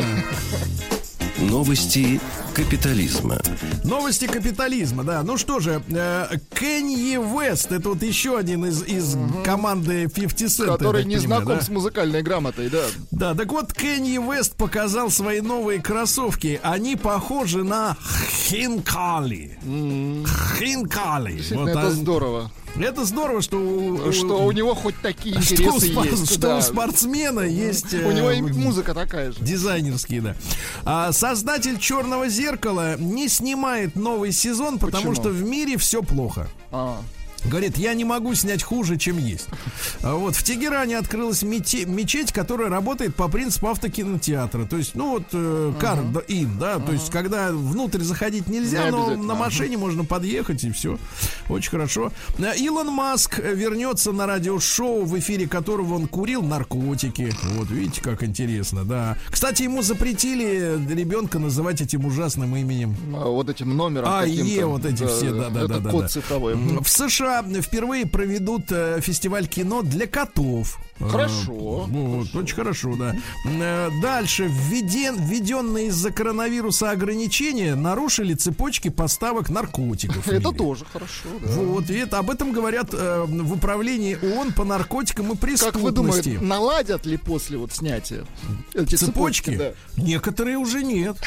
Новости капитализма. Новости капитализма, да. Ну что же, Кенни Уэст, это вот еще один из команды 50 Cent. Который не знаком с музыкальной грамотой, да. Да, так вот, Кенни Уэст показал свои новые кроссовки. Они похожи на Хинкали. Хинкали. Вот, это здорово. Это здорово, что у него хоть такие интересы есть. Что у спортсмена есть... У него и музыка такая же. Дизайнерские, да. Создатель «Черного зеркала» не снимает новый сезон, потому что в мире все плохо. Говорит, я не могу снять хуже, чем есть. Вот в Тегеране открылась мечеть, которая работает по принципу автокинотеатра. То есть, car-in, да. То есть, когда внутрь заходить нельзя, но на машине можно подъехать, и все. Очень хорошо. Илон Маск вернется на радиошоу, в эфире которого он курил наркотики. Вот, видите, как интересно, да. Кстати, ему запретили ребенка называть этим ужасным именем. Вот этим номером каким-то. Вот эти все, да. Это код цифровой. В США впервые проведут фестиваль кино для котов. Хорошо. Очень хорошо, да. Дальше. Введенные из-за коронавируса ограничения нарушили цепочки поставок наркотиков. Это тоже хорошо, да. Вот, и об этом говорят в управлении ООН по наркотикам и преступности. Как вы думаете, наладят ли после снятия эти цепочки? Да. Некоторые уже нет.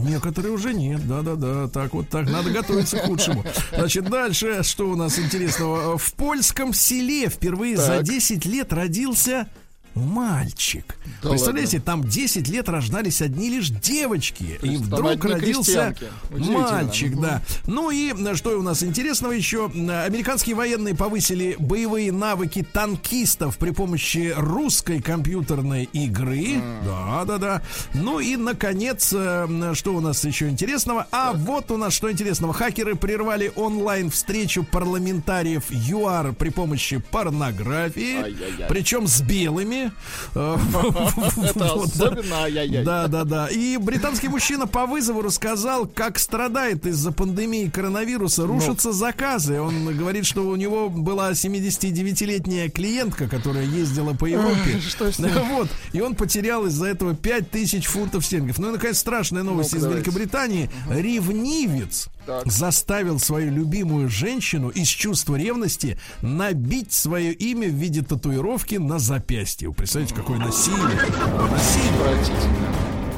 Да. Так, надо готовиться к худшему. Значит, дальше, что у нас интересного? В польском селе впервые за 10 лет родился мальчик. Да, представляете, там 10 лет рождались одни лишь девочки. И вдруг родился мальчик, да. Ну и что у нас интересного еще? Американские военные повысили боевые навыки танкистов при помощи русской компьютерной игры. Да. Ну и, наконец, что у нас еще интересного? Вот у нас что интересного. Хакеры прервали онлайн-встречу парламентариев ЮАР при помощи порнографии. Причем с белыми. Калифорния. Это особенно ай-яй-яй. Да. И британский мужчина по вызову рассказал, как страдает из-за пандемии коронавируса. Рушатся заказы. Он говорит, что у него была 79-летняя клиентка, которая ездила по Европе. Что с ним? Вот. И он потерял из-за этого 5000 фунтов стерлингов. Ну и, наконец, страшная новость из Великобритании. Ревнивец заставил свою любимую женщину из чувства ревности набить свое имя в виде татуировки на запястье. Вы представляете, какое насилие. Отвратительно.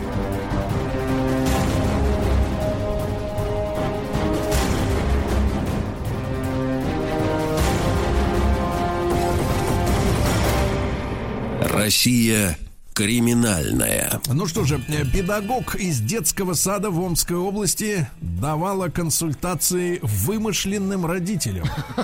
Россия криминальная. Ну что же, педагог из детского сада в Омской области давала консультации вымышленным родителям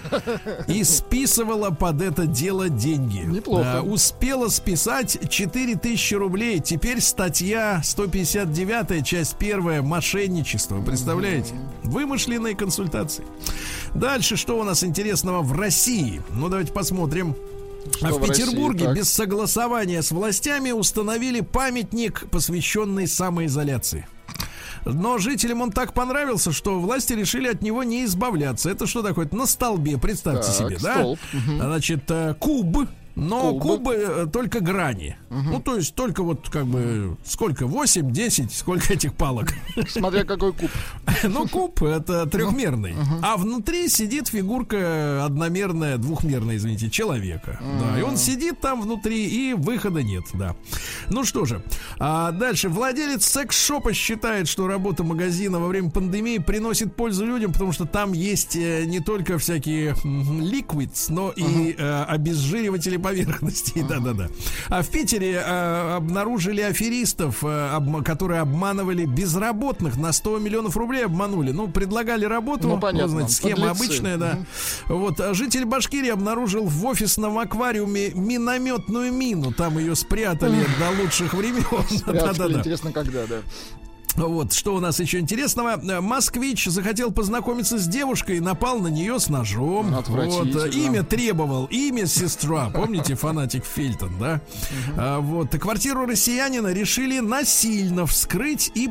и списывала под это дело деньги. Неплохо. Успела списать 4000 рублей. Теперь статья 159, часть 1, мошенничество. Представляете? Вымышленные консультации. Дальше, что у нас интересного в России? Ну, давайте посмотрим. Что в Петербурге России, без согласования с властями установили памятник, посвященный самоизоляции. Но жителям он так понравился, что власти решили от него не избавляться. Это что такое? На столбе, представьте себе, столб. Да? Значит, куб. Но кубы только грани. Ну, то есть только вот как бы сколько? 8, 10, сколько этих палок? Смотря какой куб. Ну, куб это трехмерный. А внутри сидит фигурка одномерная, двухмерная, извините, человека. Да, и он сидит там внутри, и выхода нет, да. Ну что же, дальше. Владелец секс-шопа считает, что работа магазина во время пандемии приносит пользу людям, потому что там есть не только всякие ликвидс, но и обезжириватели поверхностей. Да-да-да. А в Питере обнаружили аферистов, которые обманывали безработных. На 100 миллионов рублей обманули. Ну, предлагали работу. Ну, понятно. Знаете, схема Подлецы. обычная, да. Вот. Житель Башкирии обнаружил в офисном аквариуме минометную мину. Там ее спрятали до лучших времен. Да-да-да. Интересно, когда, да. Вот, что у нас еще интересного. Москвич захотел познакомиться с девушкой, напал на нее с ножом. Вот, имя требовал, имя сестра. Помните, фанатик Фельтон, да? Вот, квартиру россиянина решили насильно вскрыть и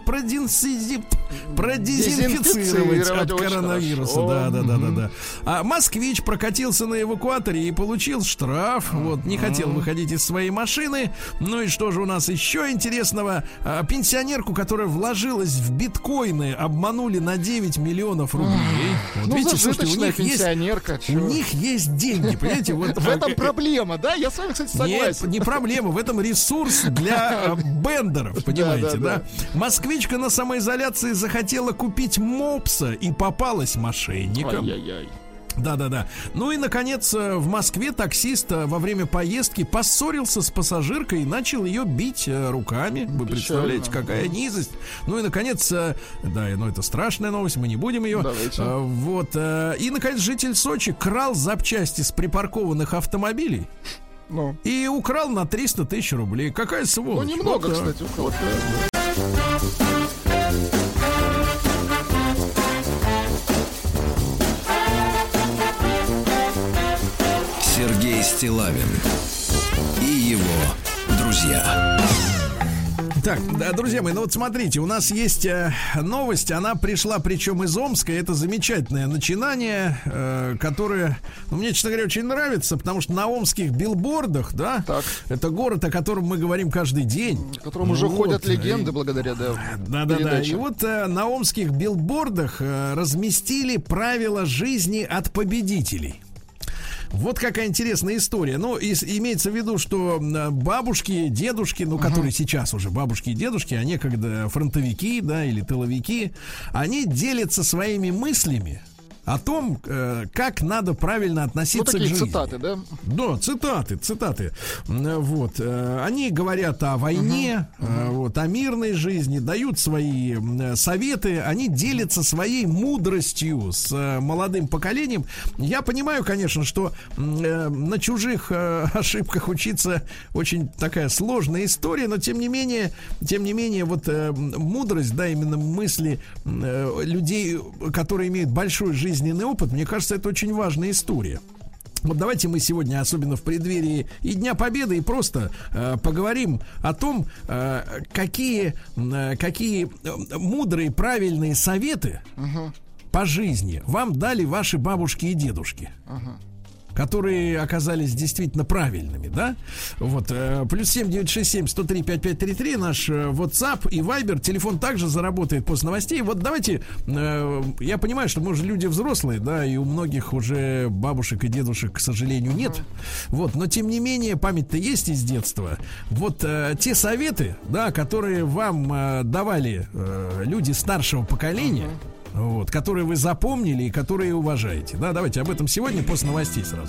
продезинфицировать от коронавируса. Да. А москвич прокатился на эвакуаторе и получил штраф. Вот, не хотел выходить из своей машины. Ну и что же у нас еще интересного? Пенсионерку, которая вложилась в биткоины, обманули на 9 миллионов рублей. Вот, ну, видите, слушайте, у них есть деньги, понимаете? Вот, в этом проблема, да? Я с вами, кстати, согласен. Нет, не проблема, в этом ресурс для бендеров, понимаете, да? Москвичка на самоизоляции захотела купить мопса и попалась мошенникам. Ай-яй-яй. Да. Ну и, наконец, в Москве таксист во время поездки поссорился с пассажиркой и начал ее бить руками. Вы представляете, какая низость. Ну и, наконец, ну это страшная новость, мы не будем ее. Вот. И, наконец, житель Сочи крал запчасти с припаркованных автомобилей. И украл на 300 тысяч рублей. Какая сволочь. Ну, немного, вот, кстати, украл. Сергей Стиллавин и его друзья. Так, да, друзья мои, ну вот смотрите, у нас есть новость, она пришла причем из Омска, это замечательное начинание, которое, мне, честно говоря, очень нравится, потому что на омских билбордах, да, это город, о котором мы говорим каждый день. О котором уже ходят легенды благодаря, Да. И вот на омских билбордах разместили правила жизни от победителей. Вот какая интересная история. Ну, имеется в виду, что бабушки, дедушки, ну, которые сейчас уже бабушки и дедушки, а некогда фронтовики, да, или тыловики, они делятся своими мыслями о том, как надо правильно относиться к жизни. Цитаты, да? Да, цитаты. Вот. Они говорят о войне, вот, о мирной жизни, дают свои советы, они делятся своей мудростью с молодым поколением. Я понимаю, конечно, что на чужих ошибках учиться очень такая сложная история, но тем не менее, вот мудрость, да, именно мысли людей, которые имеют большой жизненный опыт, мне кажется, это очень важная история. Вот давайте мы сегодня, особенно в преддверии и Дня Победы, и просто поговорим о том, какие мудрые, правильные советы по жизни вам дали ваши бабушки и дедушки. Которые оказались действительно правильными, да? Вот, плюс 7967 103 5533 наш WhatsApp и Viber. Телефон также заработает после новостей. Вот давайте, я понимаю, что мы уже люди взрослые, да, и у многих уже бабушек и дедушек, к сожалению, нет. Вот, но тем не менее, память-то есть из детства. Вот те советы, да, которые вам давали люди старшего поколения, вот, которые вы запомнили и которые уважаете. Да, давайте об этом сегодня после новостей сразу.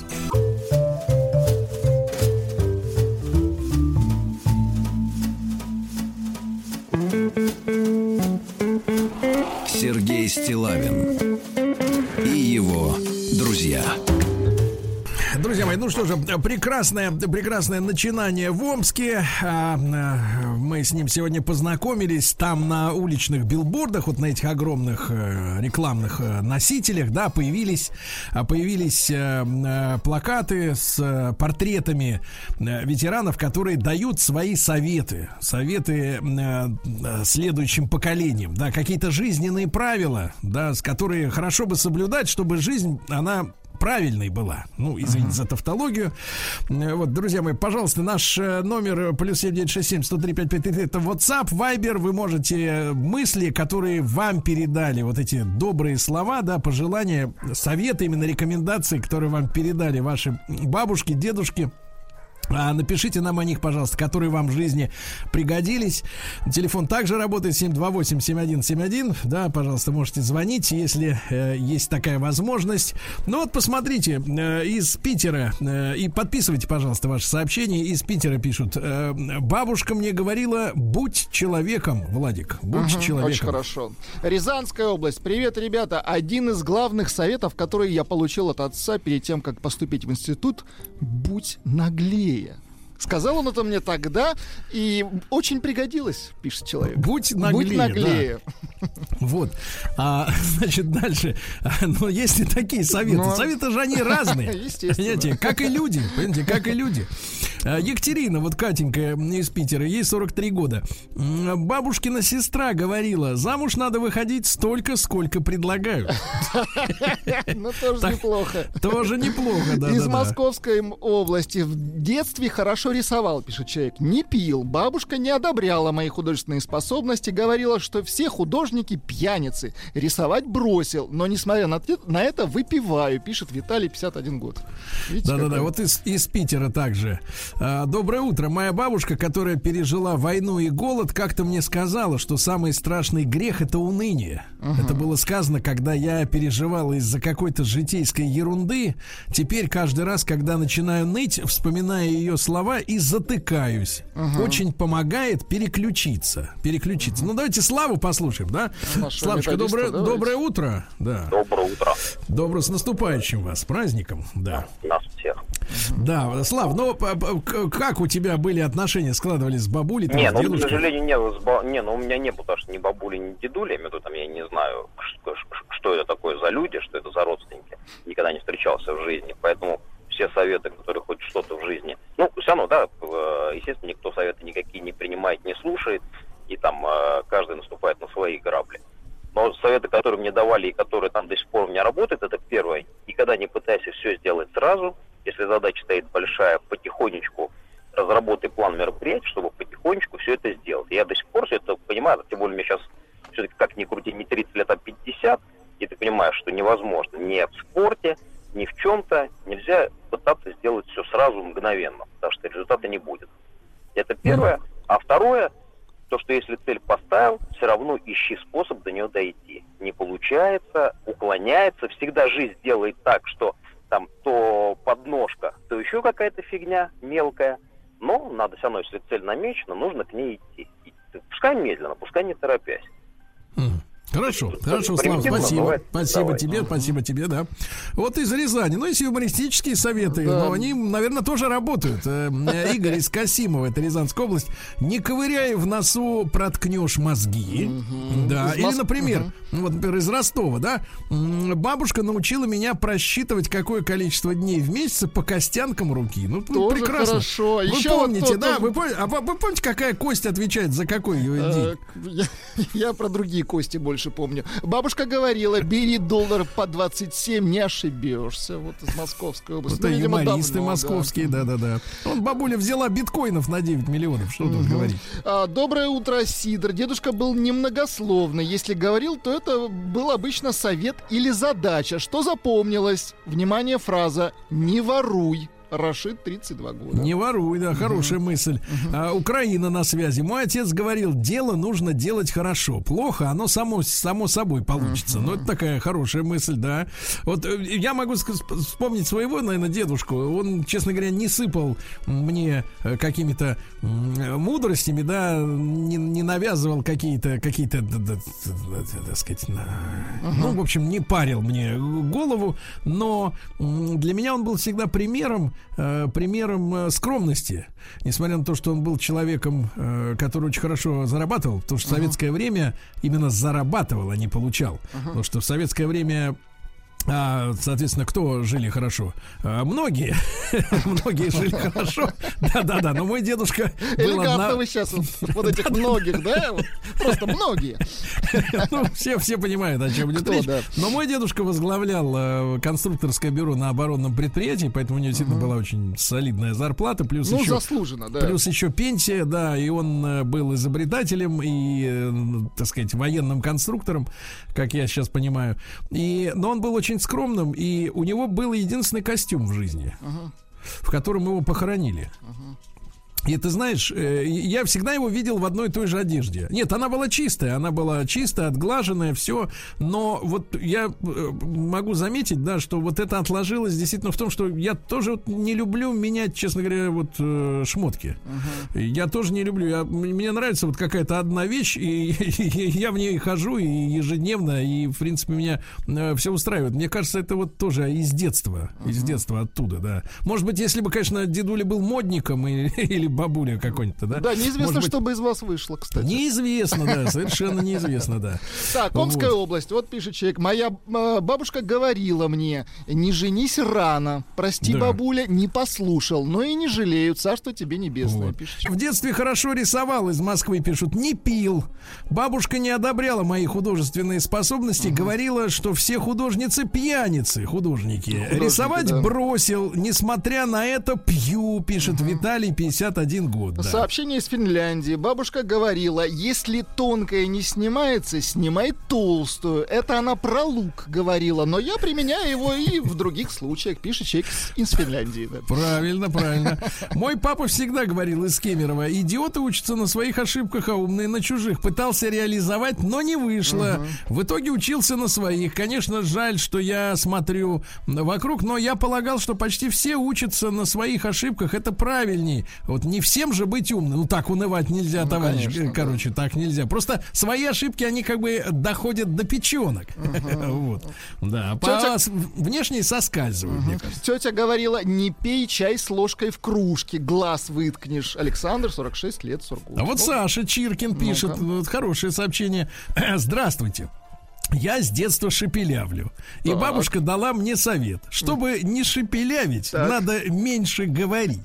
Сергей Стиллавин и его друзья. Друзья мои, ну что же, прекрасное начинание в Омске. Мы с ним сегодня познакомились. Там на уличных билбордах, вот на этих огромных рекламных носителях, да, появились плакаты с портретами ветеранов, которые дают свои советы следующим поколениям, да, какие-то жизненные правила, да, которые хорошо бы соблюдать, чтобы жизнь, она правильной была. Ну, извините за тавтологию. Вот, друзья мои, пожалуйста, наш номер плюс 7967 103 5533 это WhatsApp, Viber. Вы можете мысли, которые вам передали, вот эти добрые слова, да, пожелания, советы, именно рекомендации, которые вам передали ваши бабушки, дедушки. Напишите нам о них, пожалуйста, которые вам в жизни пригодились. Телефон также работает 728-7171. Да, пожалуйста, можете звонить, если есть такая возможность. Ну вот, посмотрите, из Питера, и подписывайте, пожалуйста, ваши сообщения. Из Питера пишут: бабушка мне говорила, будь человеком, Владик, будь человеком. Очень хорошо. Рязанская область. Привет, ребята. Один из главных советов, которые я получил от отца перед тем, как поступить в институт: будь наглее. Сказал он это мне тогда, и очень пригодилось, пишет человек. Будь наглее. Да. Вот. Значит, дальше. Но есть и такие советы. Советы же они разные. Естественно. Понимаете, как и люди. Екатерина, вот Катенька из Питера, ей 43 года. Бабушкина сестра говорила: замуж надо выходить столько, сколько предлагают. Ну, тоже неплохо. Тоже неплохо, да. Из Московской области. В детстве хорошо рисовал, пишет человек. Не пил. Бабушка не одобряла мои художественные способности. Говорила, что все художники пьяницы. Рисовать бросил. Но, несмотря на это, выпиваю, пишет Виталий, 51 год. Да-да-да, вот из Питера также. Доброе утро. Моя бабушка, которая пережила войну и голод, как-то мне сказала, что самый страшный грех — это уныние. Это было сказано, когда я переживал из-за какой-то житейской ерунды. Теперь каждый раз, когда начинаю ныть, вспоминаю ее слова и затыкаюсь. Очень помогает переключиться. Ну, давайте Славу послушаем, да? Славочка, доброе утро. Да. Доброе утро. Доброе, с наступающим вас, с праздником. Да. Нас всех. Да, Слав, ну как у тебя были отношения, складывались с бабулей? Не, ну, к сожалению, нет, у меня не было, потому что ни бабули, ни дедули, я имею в виду, там, я не знаю, что это такое за люди, что это за родственники. Никогда не встречался в жизни, поэтому все советы, которые хоть что-то в жизни, ну, все равно, да, естественно, никто советы никакие не принимает, не слушает, и там каждый наступает на свои грабли. Но советы, которые мне давали и которые там до сих пор у меня работают, это первое: никогда не пытайся все сделать сразу. Если задача стоит большая, потихонечку разработай план мероприятий, чтобы потихонечку все это сделать. Я до сих пор все это понимаю, тем более мне сейчас все-таки, как ни крути, не 30 лет, а 50, и ты понимаешь, что невозможно ни в спорте, ни в чем-то нельзя пытаться сделать все сразу, мгновенно, потому что результата не будет. Это первое. А второе, то, что если цель поставил, все равно ищи способ до нее дойти. Не получается, уклоняется, всегда жизнь делает так, что там то подножка, то еще какая-то фигня мелкая, но надо все равно, если цель намечена, нужно к ней идти. Пускай медленно, пускай не торопясь. Хорошо, Слав, спасибо тебе, да. Вот из Рязани, есть юмористические советы, но они, наверное, тоже работают. Игорь из Касимова, это Рязанская область. Не ковыряй в носу, проткнешь мозги. Да, или, например, например, из Ростова, да, бабушка научила меня просчитывать, какое количество дней в месяц по костянкам руки. Тоже прекрасно. Хорошо. Вы помните, да? Вы помните, какая кость отвечает за какой день? Я про другие кости больше помню. Бабушка говорила, бери доллар по 27, не ошибешься. Вот из Московской области. Это юмористы московские, да. Бабуля взяла биткоинов на 9 миллионов. Что тут говорить? Доброе утро, Сидор. Дедушка был немногословный. Если говорил, то это был обычно совет или задача. Что запомнилось? Внимание, фраза «не воруй». Рашид, 32 года. Не воруй, да, хорошая мысль. Украина на связи. Мой отец говорил, дело нужно делать хорошо. Плохо, оно само собой получится. Но это такая хорошая мысль, да. Вот я могу вспомнить своего, наверное, дедушку. Он, честно говоря, не сыпал мне какими-то мудростями, да, не навязывал какие-то, так сказать, в общем, не парил мне голову, но для меня он был всегда примером скромности, несмотря на то, что он был человеком, который очень хорошо зарабатывал, потому что в советское время именно зарабатывал, а не получал. Потому что в советское время соответственно, кто жили хорошо? Многие жили хорошо. Да, но мой дедушка был элегантно вы сейчас вот этих многих, да? Просто многие. Все понимают, о чем идет речь. Но мой дедушка возглавлял конструкторское бюро на оборонном предприятии, поэтому у него действительно была очень солидная зарплата, плюс еще заслуженно, да. Плюс еще пенсия, да, и он был изобретателем и, так сказать, военным конструктором, как я сейчас понимаю. Но он был очень скромным, и у него был единственный костюм в жизни, в котором его похоронили. И ты знаешь, я всегда его видел в одной и той же одежде. Нет, она была чистая, отглаженная, все. Но вот я могу заметить, да, что вот это отложилось действительно в том, что я тоже не люблю менять, честно говоря, шмотки. Я тоже не люблю. Мне нравится вот какая-то одна вещь, и я в ней хожу и ежедневно, и, в принципе, меня все устраивает. Мне кажется, это вот тоже из детства оттуда, да. Может быть, если бы, конечно, дедуля был модником или бабуля какой-нибудь, да? Да, неизвестно, что бы из вас вышло, кстати. Неизвестно, да, совершенно неизвестно, да. Так, Омская область, вот пишет человек. Моя бабушка говорила мне, не женись рано. Прости, бабуля, не послушал. Но и не жалею, царство тебе небесное, пишет человек. В детстве хорошо рисовал, из Москвы пишут, не пил. Бабушка не одобряла мои художественные способности, говорила, что все художницы пьяницы, художники. Рисовать бросил, несмотря на это пью, пишет Виталий, 51 год. Да. Сообщение из Финляндии. Бабушка говорила, если тонкая не снимается, снимай толстую. Это она про лук говорила, но я применяю его и в других случаях, пишет человек из Финляндии. Да. Правильно. Мой папа всегда говорил из Кемерово, идиоты учатся на своих ошибках, а умные на чужих. Пытался реализовать, но не вышло. В итоге учился на своих. Конечно, жаль, что я смотрю вокруг, но я полагал, что почти все учатся на своих ошибках. Это правильней. Вот не всем же быть умным. Ну так унывать нельзя, товарищ. Конечно, короче, так нельзя. Просто свои ошибки, они как бы доходят до печенок. Вот. Да. Внешне соскальзывают, мне кажется. Тетя говорила, не пей чай с ложкой в кружке, глаз выткнешь. Александр, 46 лет, 40 год. А вот Саша Чиркин пишет, вот хорошее сообщение. Здравствуйте. Я с детства шепелявлю. И бабушка дала мне совет. Чтобы не шепелявить, надо меньше говорить.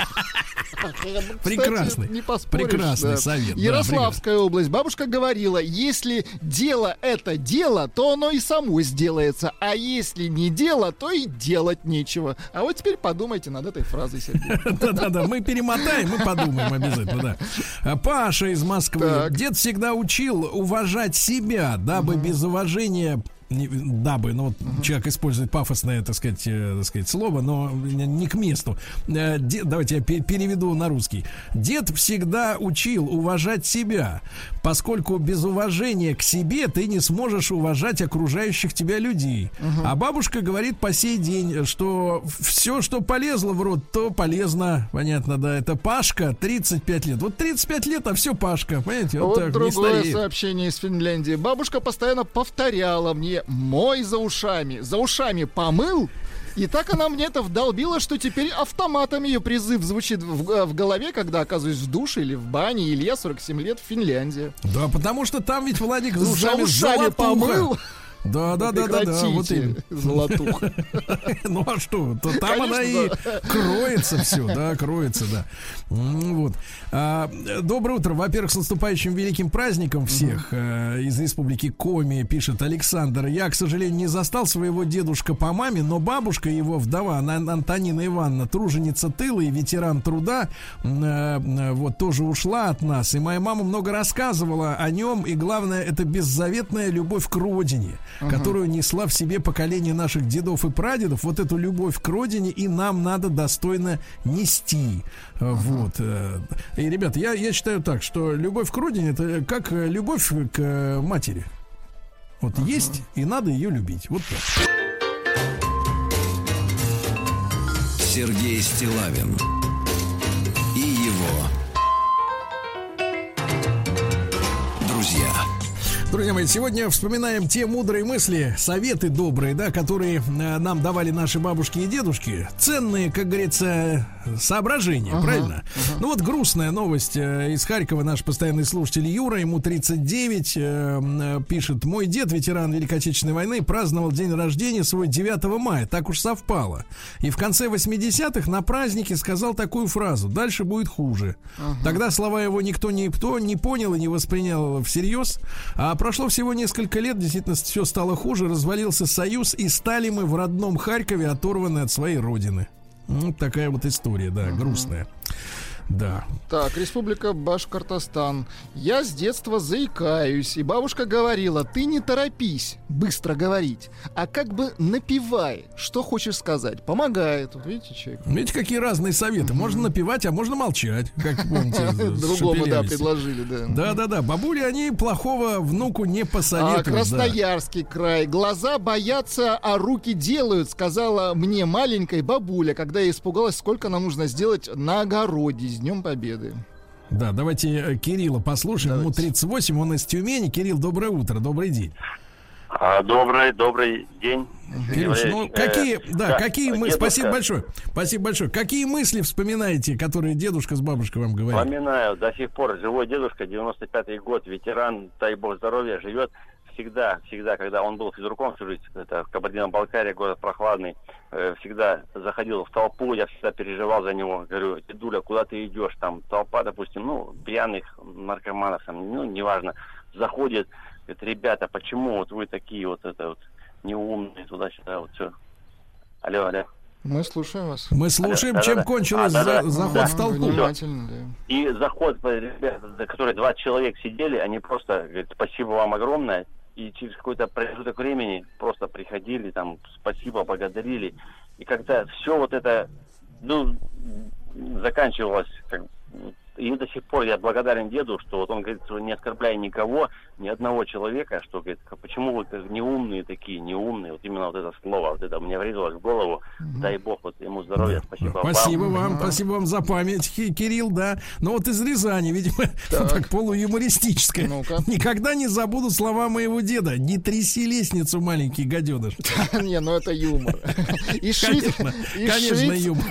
Прекрасный, не поспоришь, прекрасный совет. Ярославская область. Бабушка говорила, если дело это дело, то оно и само сделается. А если не дело, то и делать нечего. А вот теперь подумайте над этой фразой, Сергей. Да-да-да, мы перемотаем, мы подумаем обязательно, да. Паша из Москвы. Дед всегда учил уважать себя, дабы без уважения дабы, ну, человек использует пафосное, так сказать, слово, но не к месту. Давайте я переведу на русский. Дед всегда учил уважать себя, поскольку без уважения к себе ты не сможешь уважать окружающих тебя людей. А бабушка говорит по сей день, что все, что полезло в рот, то полезно. Понятно, да. Это Пашка, 35 лет. Вот 35 лет, а все Пашка. Понимаете, вот так, другое сообщение из Финляндии. Бабушка постоянно повторяла мне: мой за ушами помыл. И так она мне это вдолбила, что теперь автоматом ее призыв звучит в голове, когда оказываюсь в душе или в бане. Илья, 47 лет, в Финляндии. Да, потому что там ведь, Владик, за ушами помыл. Да, вот именно. Золотуха. Ну а что? То там она и кроется все, да, кроется, да. Вот. Доброе утро. Во-первых, с наступающим великим праздником всех. Из республики Коми пишет Александр. Я, к сожалению, не застал своего дедушка по маме, но бабушка его, вдова Антонина Ивановна, труженица тыла и ветеран труда, вот тоже ушла от нас. И моя мама много рассказывала о нем. И главное, это беззаветная любовь к родине, которую несла в себе поколение наших дедов и прадедов. Вот эту любовь к родине и нам надо достойно нести. Вот. И, ребята, я считаю так, что любовь к родине — это как любовь к матери. Вот есть, и надо ее любить. Вот так. Сергей Стиллавин и его друзья. Друзья мои, сегодня вспоминаем те мудрые мысли, советы добрые, да, которые нам давали наши бабушки и дедушки. Ценные, как говорится, соображения, правильно? Ну вот грустная новость из Харькова. Наш постоянный слушатель Юра, ему 39, пишет: мой дед, ветеран Великой Отечественной войны, праздновал день рождения свой 9 мая. Так уж совпало. И в конце 80-х на празднике сказал такую фразу: дальше будет хуже. Тогда слова его никто не понял и не воспринял всерьез. А прошло всего несколько лет, действительно, все стало хуже, развалился Союз, и стали мы в родном Харькове оторваны от своей родины. Вот такая вот история, да, грустная. Да. Так, Республика Башкортостан. Я с детства заикаюсь, и бабушка говорила: ты не торопись быстро говорить, а как бы напевай, что хочешь сказать. Помогает. Вот видите, человек. Видите, какие разные советы. Можно напевать, а можно молчать. Как помните, другому, да, предложили, да. Да. Бабули, они плохого внуку не посоветуют. Красноярский край. Глаза боятся, а руки делают, сказала мне маленькая бабуля, когда я испугалась, сколько нам нужно сделать на огороде. С Днем Победы. Да, давайте Кирилла послушаем. Ему 38, он из Тюмени. Кирилл, доброе утро, добрый день. Добрый день. Кирюш, ну какие мысли? Спасибо большое. Какие мысли вспоминаете, которые дедушка с бабушкой вам говорили? Вспоминаю, до сих пор живой дедушка, 95-й год, ветеран, дай бог здоровья, живет. Всегда, когда он был физруком всю жизнь, это в Кабардино-Балкарии, город прохладный, всегда заходил в толпу, я всегда переживал за него. Говорю: дедуля, куда ты идешь? Там толпа, допустим, пьяных наркоманов, неважно, заходит, говорит: ребята, почему вот вы такие вот неумные, туда-сюда, вот все. Алло. Мы слушаем вас. Мы слушаем, чем кончилось заход в толпу. Внимательно, да. И заход, ребята, за которые 20 человек сидели, они просто говорят: спасибо вам огромное. И через какой-то промежуток времени просто приходили, там, спасибо, благодарили. И когда все вот это, заканчивалось, и до сих пор я благодарен деду, что вот он говорит, что не оскорбляя никого, ни одного человека, что говорит: почему вы неумные такие, неумные, вот именно вот это слово, вот это мне врезалось в голову. Дай бог вот ему здоровья, спасибо вам. Спасибо вам за память, Кирилл, да. Но вот из Рязани, видимо, так полуюмористическое. Никогда не забуду слова моего деда: не тряси лестницу, маленький гаденыш. Не, это юмор. Конечно, юмор.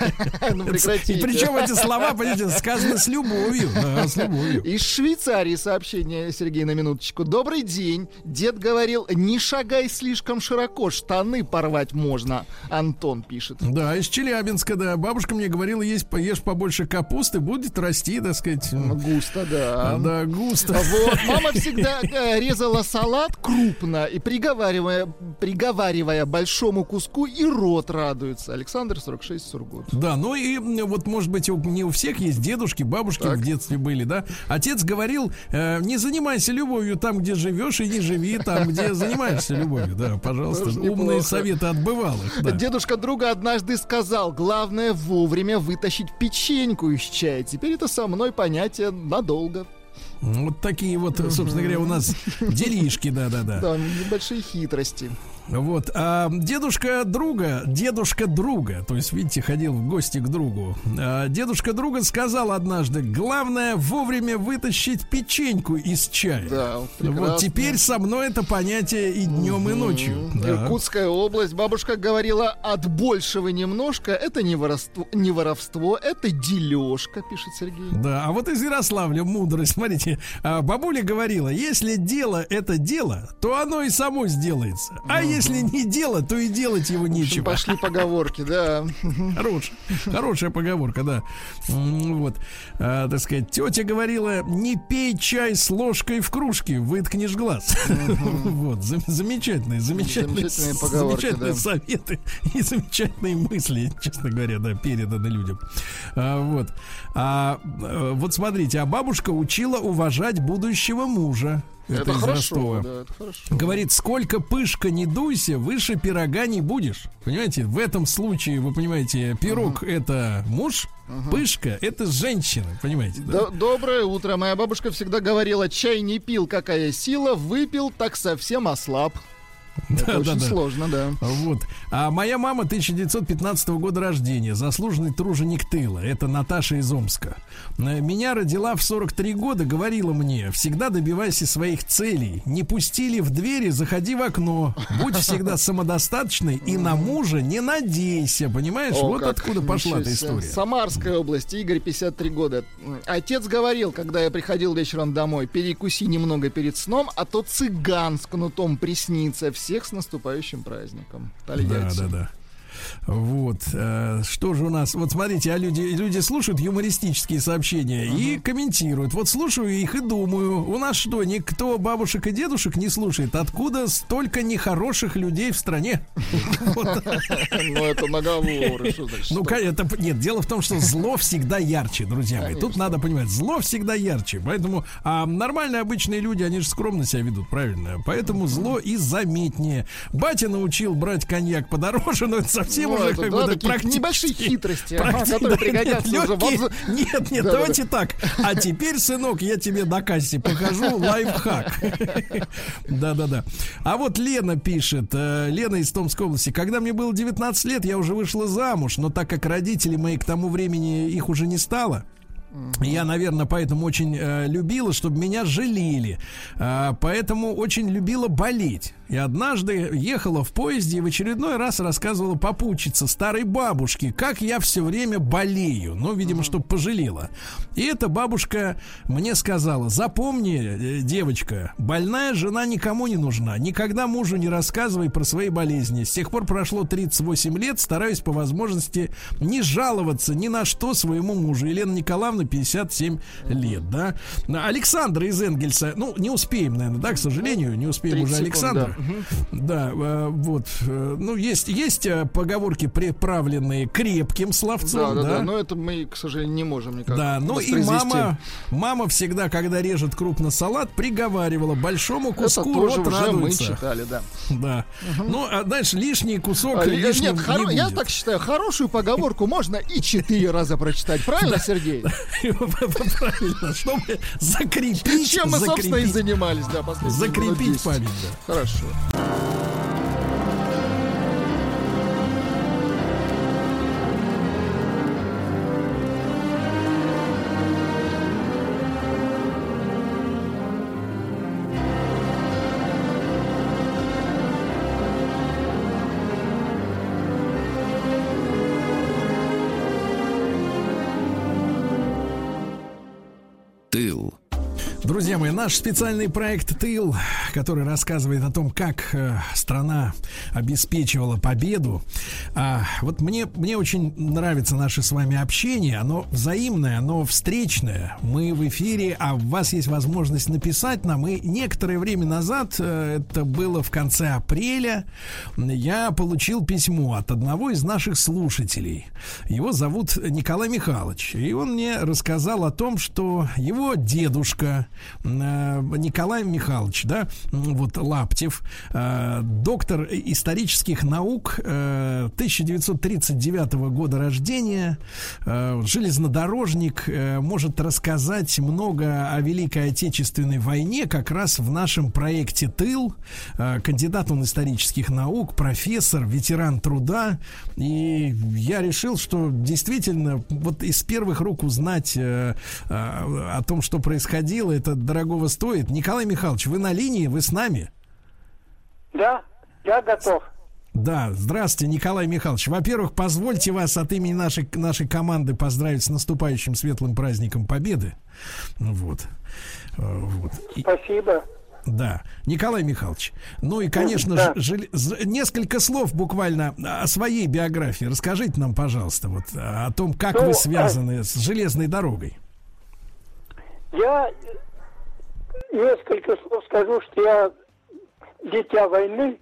И причем эти слова, понимаете, сказаны с любовью. Да, с любовью. Из Швейцарии сообщение, Сергей, на минуточку. Добрый день. Дед говорил: не шагай слишком широко, штаны порвать можно. Антон пишет. Да, из Челябинска, да. Бабушка мне говорила: ешь побольше капусты, будет расти, так сказать. Густо, да. Да, густо. Вот, мама всегда резала салат крупно и приговаривая большому куску, и рот радуется. Александр, 46, Сургут. Да, ну и вот, может быть, не у всех есть дедушки, бабушки в детстве были, да. Отец говорил, не занимайся любовью там, где живешь, и не живи там, где занимаешься любовью. Да, пожалуйста, умные советы от бывалых. Да. Дедушка друга однажды сказал: главное вовремя вытащить печеньку из чая. Теперь это со мной понятие надолго. Вот такие вот, собственно говоря, у нас делишки, да-да-да. Да, небольшие хитрости. Вот, а дедушка друга, то есть, видите, ходил в гости к другу. Дедушка друга сказал однажды: главное вовремя вытащить печеньку из чая. Да, вот теперь со мной это понятие и днем, и ночью. Да. Иркутская область. Бабушка говорила: от большего немножко, это не воровство, это дележка, пишет Сергей. Да, а вот из Ярославля мудрость, смотрите, бабуля говорила: если дело это дело, то оно и само сделается. А если не дело, то и делать его нечего. Пошли поговорки, да. Хорошая поговорка, да. Вот, так сказать, тетя говорила: не пей чай с ложкой в кружке, выткнешь глаз. Вот, замечательные поговорки, замечательные советы и замечательные мысли, честно говоря, да, переданы людям. Вот. Вот смотрите, а бабушка учила уважать будущего мужа. Это хорошо, да, это хорошо. Говорит: сколько пышка не дуйся, выше пирога не будешь. Понимаете, в этом случае, вы понимаете, пирог это муж, пышка это женщина, понимаете, да? Доброе утро. Моя бабушка всегда говорила: чай не пил, какая сила, выпил, так совсем ослаб. Это очень сложно, да. Вот. А моя мама 1915 года рождения, заслуженный труженик тыла. Это Наташа из Омска. Меня родила в 43 года, говорила мне: всегда добивайся своих целей. Не пустили в двери, заходи в окно. Будь всегда самодостаточной и на мужа не надейся. Понимаешь? Вот откуда пошла эта история. Самарская область. Игорь, 53 года. Отец говорил, когда я приходил вечером домой: перекуси немного перед сном, а то цыган с кнутом приснится. Всех с наступающим праздником. Тольятти. Да. Вот, что же у нас? Вот смотрите, люди слушают юмористические сообщения и комментируют. Вот слушаю их и думаю: у нас что, никто бабушек и дедушек не слушает? Откуда столько нехороших людей в стране? Ну, это наговоры. Ну, это нет, дело в том, что зло всегда ярче, друзья мои. Тут надо понимать, зло всегда ярче. Поэтому нормальные обычные люди, они же скромно себя ведут, правильно? Поэтому зло и заметнее. Батя научил брать коньяк подороже, но это совсем уже как бы практически небольшие хитрости, которые пригодятся уже. Нет, давайте так. А теперь, сынок, я тебе на кассе покажу лайфхак. Да. А вот Лена пишет, Лена из Томской области: когда мне было 19 лет, я уже вышла замуж, но так как родители мои к тому времени, их уже не стало, я, наверное, поэтому очень любила, чтобы меня жалели. Поэтому очень любила болеть. И однажды ехала в поезде и в очередной раз рассказывала попутчице старой бабушке, как я все время болею. Ну, видимо, чтобы пожалела. И эта бабушка мне сказала: запомни, девочка, больная жена никому не нужна. Никогда мужу не рассказывай про свои болезни. С тех пор прошло 38 лет. Стараюсь по возможности не жаловаться ни на что своему мужу. Елена Николаевна, 57 лет, да. Александр из Энгельса. Ну, не успеем, наверное, да, к сожалению. Не успеем уже Александра. Да, вот. Ну, есть поговорки, приправленные крепким словцом. Да. Но это мы, к сожалению, не можем никак. Да, ну и мама всегда, когда режет крупно салат, приговаривала: большому куску рот радуется. Мы читали, да. Да. Ну, а дальше лишний кусок лишним не будет. Я так считаю, хорошую поговорку можно и 4 раза прочитать. Правильно, Сергей? Правильно, чтобы закрепить. Чем мы, собственно, и занимались, да, последние закрепить память, да. Хорошо. Тыл. Друзья мои, наш специальный проект «Тыл», который рассказывает о том, как страна обеспечивала победу. Вот мне очень нравится наше с вами общение. Оно взаимное, оно встречное. Мы в эфире, а у вас есть возможность написать нам. И некоторое время назад, это было в конце апреля, я получил письмо от одного из наших слушателей. Его зовут Николай Михайлович. И он мне рассказал о том, что его дедушка Николай Михайлович, да, вот Лаптев, доктор исторических наук, 1939 года рождения, железнодорожник, может рассказать много о Великой Отечественной войне как раз в нашем проекте «Тыл». Кандидат он исторических наук, профессор, ветеран труда. И я решил, что действительно вот из первых рук узнать о том, что происходило, это дорогого стоит. Николай Михайлович, вы на линии, вы с нами? Да, я готов. Да, здравствуйте, Николай Михайлович. Во-первых, позвольте вас от имени нашей команды поздравить с наступающим светлым праздником Победы. Вот. Спасибо. Да, Николай Михайлович. Ну и, конечно да. же, несколько слов буквально о своей биографии. Расскажите нам, пожалуйста, вот о том, как вы связаны с железной дорогой. Я несколько слов скажу, что я дитя войны,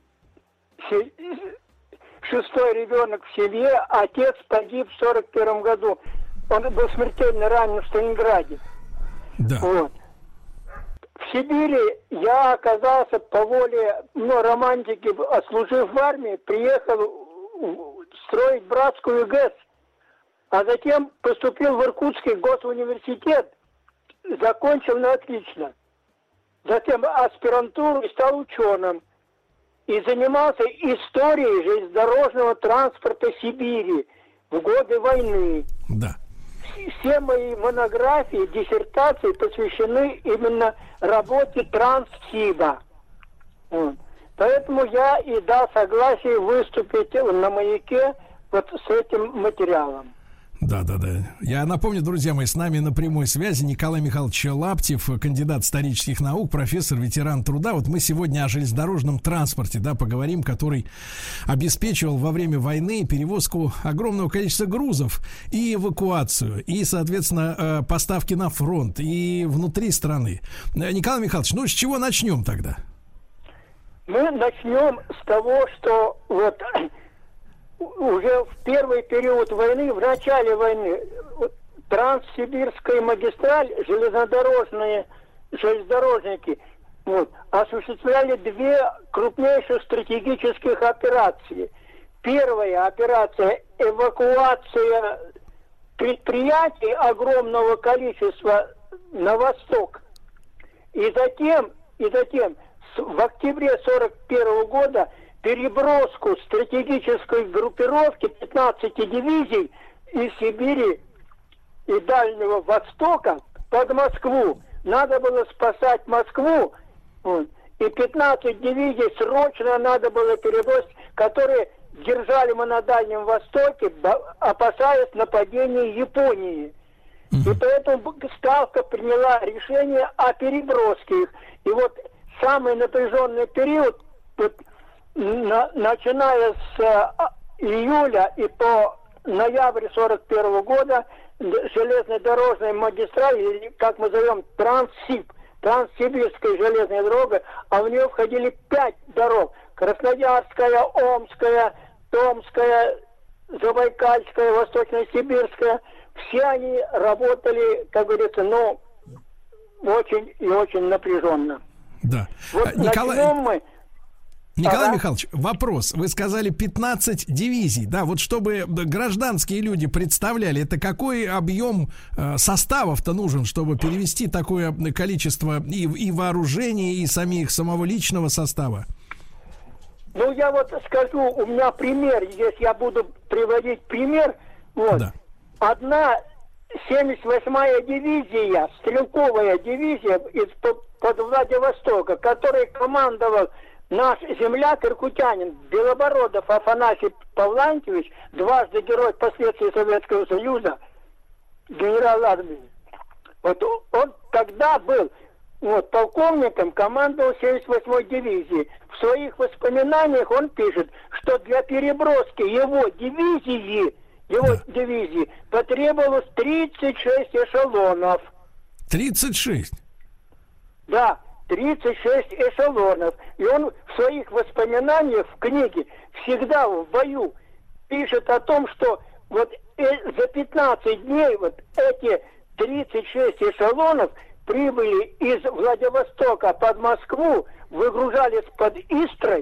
шестой ребенок в семье, отец погиб в 41 году. Он был смертельно ранен в Сталинграде. Да. Вот. В Сибири я оказался по воле романтики, отслужив в армии, приехал строить братскую ГЭС, а затем поступил в Иркутский госуниверситет, закончил на отлично. Затем аспирантуру и стал ученым. И занимался историей железнодорожного транспорта Сибири в годы войны. Да. Все мои монографии, диссертации посвящены именно работе Транссиба. Вот. Поэтому я и дал согласие выступить на «Маяке» вот с этим материалом. Да. Я напомню, друзья мои, с нами на прямой связи Николай Михайлович Лаптев, кандидат исторических наук, профессор, ветеран труда. Вот мы сегодня о железнодорожном транспорте, да, поговорим, который обеспечивал во время войны перевозку огромного количества грузов и эвакуацию, и, соответственно, поставки на фронт, и внутри страны. Николай Михайлович, ну с чего начнем тогда? Мы начнем с того, что вот уже в первый период войны, в начале войны, Транссибирская магистраль, железнодорожники осуществляли две крупнейших стратегических операции. Первая операция – эвакуация предприятий огромного количества на восток. И затем в октябре 1941 года переброску стратегической группировки 15 дивизий из Сибири и Дальнего Востока под Москву. Надо было спасать Москву, и 15 дивизий срочно надо было перебросить, которые держали мы на Дальнем Востоке, опасаясь нападения Японии. И поэтому Ставка приняла решение о переброске их. И вот самый напряженный период, начиная с июля и по ноябрь 1941 года, железнодорожная магистраль, или, как мы зовем, Транссибирская железная дорога, а в нее входили 5 дорог. Красноярская, Омская, Томская, Забайкальская, Восточно-Сибирская. Все они работали, как говорится, очень и очень напряженно. Да. Вот Николай Михайлович, вопрос. Вы сказали 15 дивизий, да, вот чтобы гражданские люди представляли, это какой объем составов-то нужен, чтобы перевести такое количество и вооружений, и самого личного состава? Ну, я вот скажу, у меня пример, здесь я буду приводить пример. Вот. Да. Одна 78-я дивизия, стрелковая дивизия под Владивостока, которой командовал наш земляк, иркутянин Белобородов Афанасий Павлантьевич, дважды герой впоследствии Советского Союза, генерал армии. Вот он тогда был полковником, командовал 78-й дивизией. В своих воспоминаниях он пишет, что для переброски его дивизии потребовалось 36 эшелонов. 36? Да, 36 эшелонов. И он в своих воспоминаниях в книге всегда в бою пишет о том, что вот за 15 дней вот эти 36 эшелонов прибыли из Владивостока под Москву, выгружались под Истрой,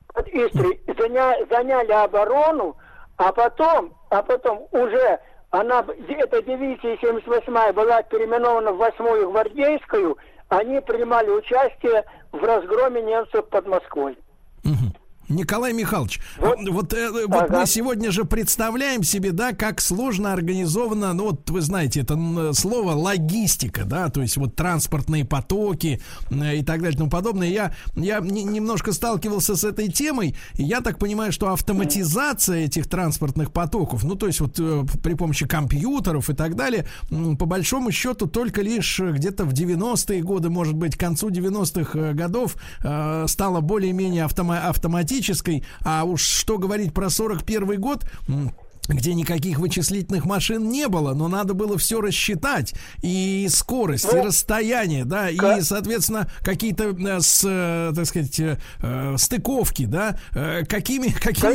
заняли оборону, а потом уже эта дивизия 78-я была переименована в 8-ю гвардейскую, они принимали участие в разгроме немцев под Москвой. Николай Михайлович, вот мы сегодня же представляем себе, да, как сложно организовано, вы знаете, это слово логистика, да, то есть вот транспортные потоки и так далее и тому подобное. Я немножко сталкивался с этой темой, и я так понимаю, что автоматизация этих транспортных потоков, то есть вот при помощи компьютеров и так далее, по большому счету только лишь где-то в 90-е годы, может быть, к концу 90-х годов стала более-менее автоматической. А уж что говорить про 41 год, где никаких вычислительных машин не было, но надо было все рассчитать, и скорость, и расстояние, да, и, соответственно, какие-то, так сказать, стыковки, да, какими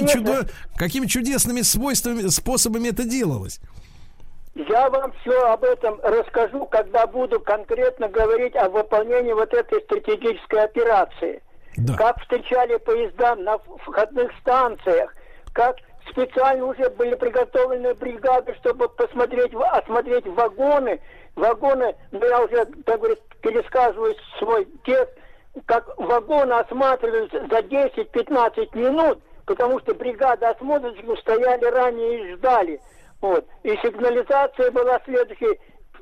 чудесными способами это делалось. Я вам все об этом расскажу, когда буду конкретно говорить о выполнении вот этой стратегической операции. Да. Как встречали поезда на входных станциях, как специально уже были приготовлены бригады, чтобы осмотреть вагоны. Я уже, так говорит, пересказываю свой текст, как вагоны осматривались за 10-15 минут, потому что бригада осмотрщиков стояли ранее и ждали. И сигнализация была следующей.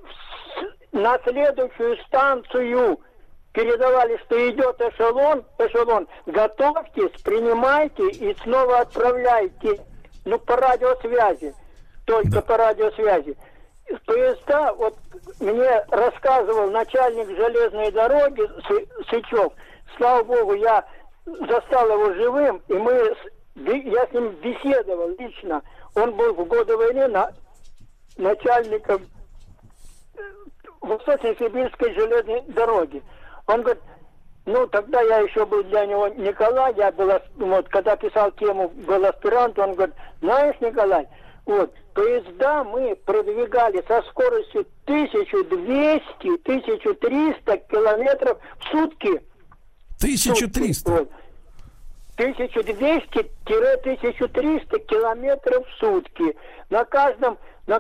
На следующую станцию передавали, что идет эшелон, готовьтесь, принимайте и снова отправляйте. По радиосвязи, только по радиосвязи. Поезда, мне рассказывал начальник железной дороги Сычев, слава богу, я застал его живым, и я с ним беседовал лично. Он был в годы войны начальником Восточно-Сибирской железной дороги. Он говорит, тогда я еще был для него Николай, я был, когда писал тему, был аспирант, он говорит, знаешь, Николай, поезда мы продвигали со скоростью 1200-1300 километров в сутки. 1300? 1200-1300 километров в сутки. На каждый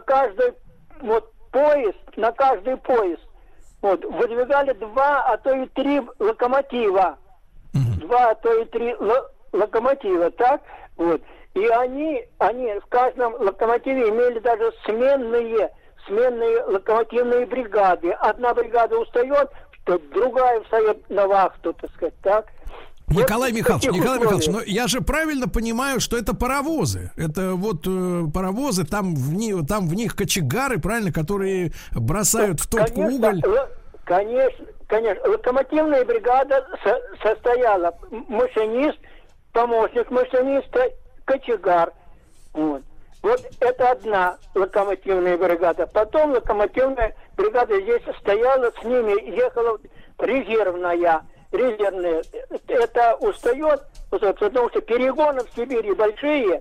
поезд выдвигали 2, а то и 3 локомотива. 2, а то и 3 локомотива, так? И они в каждом локомотиве имели даже сменные локомотивные бригады. Одна бригада устает, другая встает на вахту, так сказать, так? Николай Михайлович, но я же правильно понимаю, что это паровозы. Это паровозы, там в них кочегары, правильно, которые бросают в топку уголь. Конечно. Локомотивная бригада состояла машинист, помощник машиниста, кочегар. Вот это одна локомотивная бригада. Потом локомотивная бригада здесь стояла, с ними ехала резервная. Это устает, потому что перегоны в Сибири большие,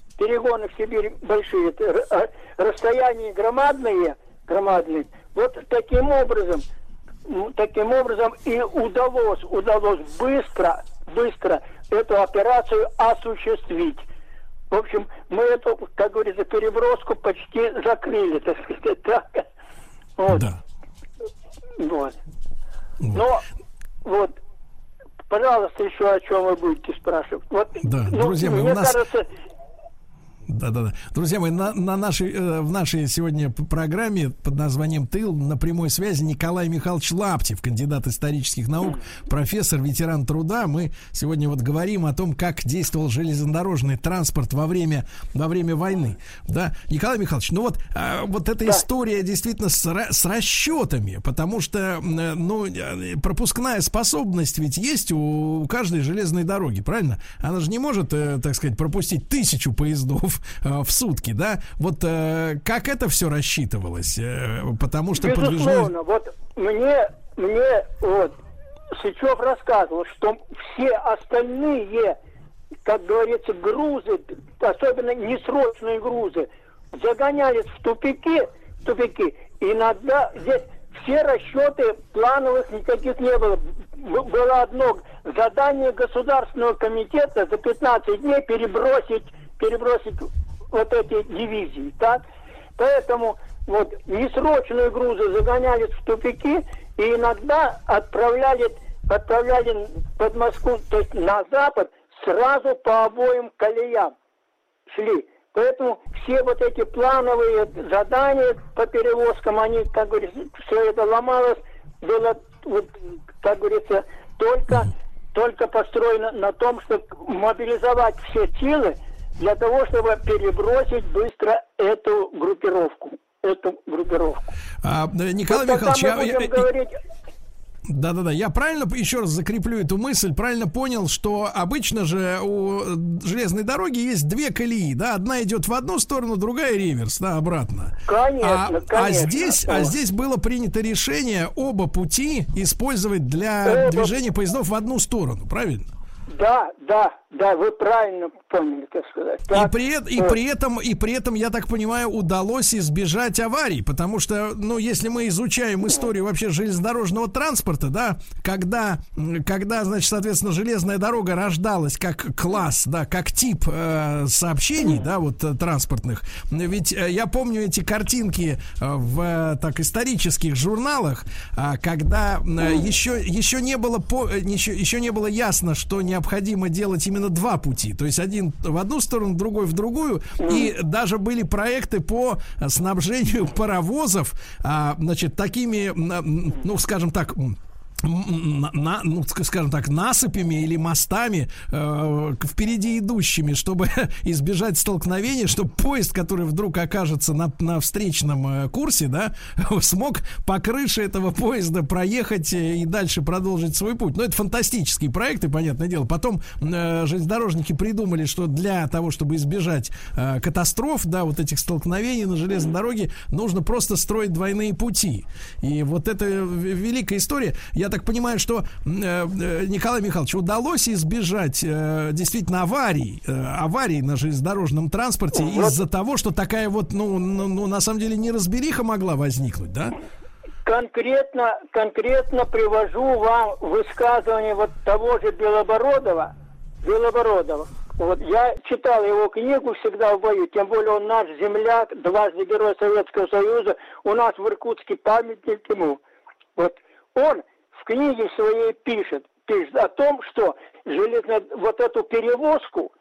расстояния громадные. Вот таким образом и удалось быстро эту операцию осуществить. В общем, мы эту, как говорится, переброску почти закрыли, так сказать, так. Да. Но пожалуйста, еще о чем вы будете спрашивать. Да, друзья мои, у нас... кажется, Да-да-да. Друзья мои, в нашей сегодня программе под названием «Тыл» на прямой связи Николай Михайлович Лаптев, кандидат исторических наук, профессор, ветеран труда. Мы сегодня вот говорим о том, как действовал железнодорожный транспорт во время войны. Да? Николай Михайлович, ну вот эта история действительно с расчетами, потому что пропускная способность ведь есть у каждой железной дороги, правильно? Она же не может, так сказать, пропустить 1000 поездов в сутки, да? Вот как это все рассчитывалось? Потому что безусловно, вот мне вот Сычев рассказывал, что все остальные, как говорится, грузы, особенно несрочные грузы, загонялись в тупики. Иногда здесь все расчеты плановых никаких не было. Было одно задание Государственного комитета за 15 дней перебросить вот эти дивизии, так? Поэтому вот несрочные грузы загонялись в тупики и иногда отправляли под Москву, то есть на запад, сразу по обоим колеям шли. Поэтому все вот эти плановые задания по перевозкам, они, как говорится, все это ломалось, было, вот, как говорится, только построено на том, чтобы мобилизовать все силы для того, чтобы перебросить быстро эту группировку. Николай Михайлович, да-да-да, я правильно еще раз закреплю эту мысль, правильно понял, что обычно же у железной дороги есть 2 колеи, да, одна идет в одну сторону, другая реверс, да, обратно. Конечно. А здесь было принято решение оба пути использовать для движения поездов в одну сторону, правильно? Да, вы правильно поняли, так сказать. Так, и при этом, я так понимаю, удалось избежать аварий, потому что, если мы изучаем историю вообще железнодорожного транспорта, да, когда, значит, соответственно, железная дорога рождалась как класс, да, как тип сообщений, да, вот транспортных, ведь я помню эти картинки в исторических журналах, когда еще не было ясно, что необходимо делать именно 2 пути, то есть один в одну сторону, другой в другую, и даже были проекты по снабжению паровозов, значит, такими, скажем так, насыпями или мостами впереди идущими, чтобы избежать столкновения, чтобы поезд, который вдруг окажется на встречном курсе, да, смог по крыше этого поезда проехать и дальше продолжить свой путь. Но это фантастические проекты, понятное дело. Потом железнодорожники придумали, что для того, чтобы избежать катастроф, да, вот этих столкновений на железной дороге, нужно просто строить двойные пути. И вот это великая история. Я так понимаю, что Николай Михайлович, удалось избежать действительно аварий на железнодорожном транспорте из-за того, что такая вот, на самом деле, неразбериха могла возникнуть, да? Конкретно привожу вам высказывание вот того же Белобородова. Вот я читал его книгу «Всегда в бою», тем более он наш земляк, дважды Герой Советского Союза, у нас в Иркутске памятник ему. Вот он в книге своей пишет о том, что вот эту переброску,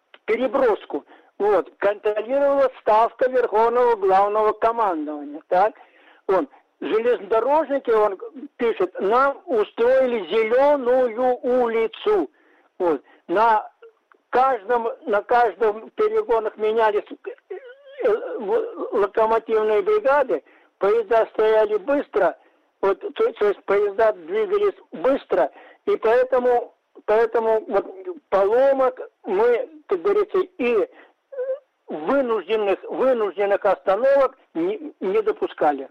вот, контролировала ставка Верховного Главного Командования, так? Железнодорожники, он пишет, нам устроили зеленую улицу, вот, на каждом перегонах менялись локомотивные бригады, поезда стояли быстро. Вот, то есть поезда двигались быстро, и поэтому вот, поломок мы, как говорится, и вынужденных остановок не допускали.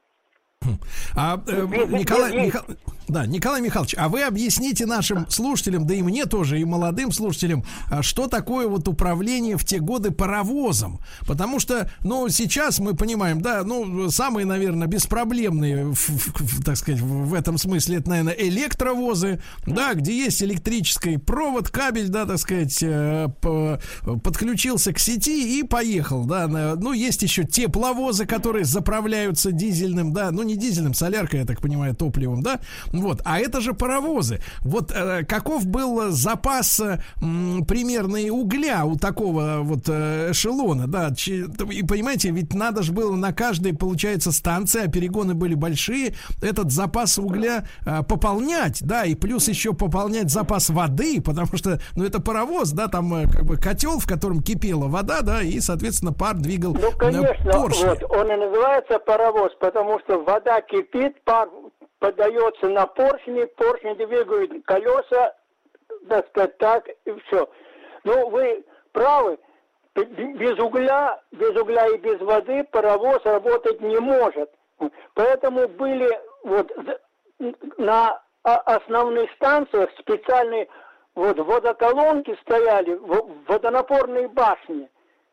Николай Михайлович, а вы объясните нашим слушателям, да и мне тоже, и молодым слушателям, что такое вот управление в те годы паровозом? Потому что, сейчас мы понимаем, да, самые, наверное, беспроблемные, так сказать, в этом смысле, это, наверное, электровозы, да, где есть электрический провод, кабель, да, так сказать, подключился к сети и поехал, да. Есть еще тепловозы, которые заправляются дизельным, да, не дизельным, соляркой, я так понимаю, топливом, да. Вот, а это же паровозы. Вот каков был запас примерный угля у такого вот эшелона, да? И понимаете, ведь надо же было на каждой, получается, станции, а перегоны были большие, этот запас угля пополнять, да, и плюс еще пополнять запас воды, потому что, ну, это паровоз, да, там как бы котел, в котором кипела вода, да, и, соответственно, пар двигал поршни. Ну, конечно, вот, он и называется паровоз, потому что вода кипит, пар подается на поршни, поршни двигают колеса, так сказать, так, и все. Ну, вы правы, без угля и без воды паровоз работать не может. Поэтому были вот на основных станциях специальные вот водоколонки стояли, водонапорные башни,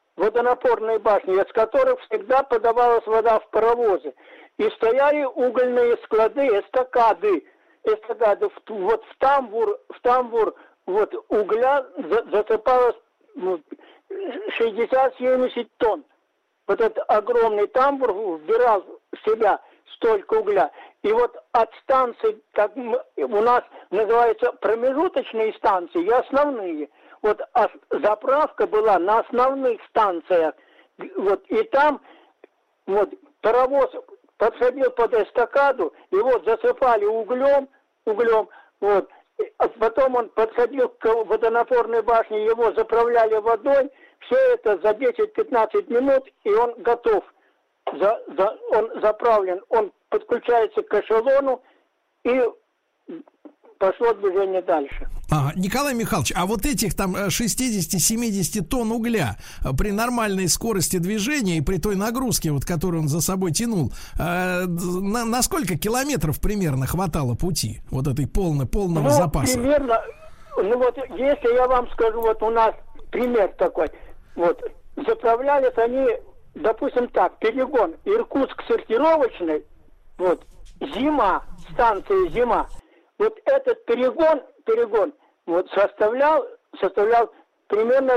из которых всегда подавалась вода в паровозы. И стояли угольные склады, эстакады, вот в тамбур вот угля засыпалось 60-70 тонн. Вот этот огромный тамбур вбирал в себя столько угля. И вот от станций, как у нас называется, промежуточные станции и основные. Вот заправка была на основных станциях. Вот, и там вот паровоз подходил под эстакаду, и вот засыпали углем, вот. А потом он подходил к водонапорной башне, его заправляли водой, все это за 10-15 минут, и он готов. Он заправлен, он подключается к эшелону, и пошло движение дальше. Николай Михайлович, а вот этих там 60-70 тонн угля при нормальной скорости движения и при той нагрузке, вот, которую он за собой тянул, на сколько километров примерно хватало пути вот этой полного запаса? Примерно, ну вот если я вам скажу, вот у нас пример такой, вот, заправлялись они, допустим так, перегон Иркутск-сортировочный, вот, станция Зима, вот этот перегон вот составлял примерно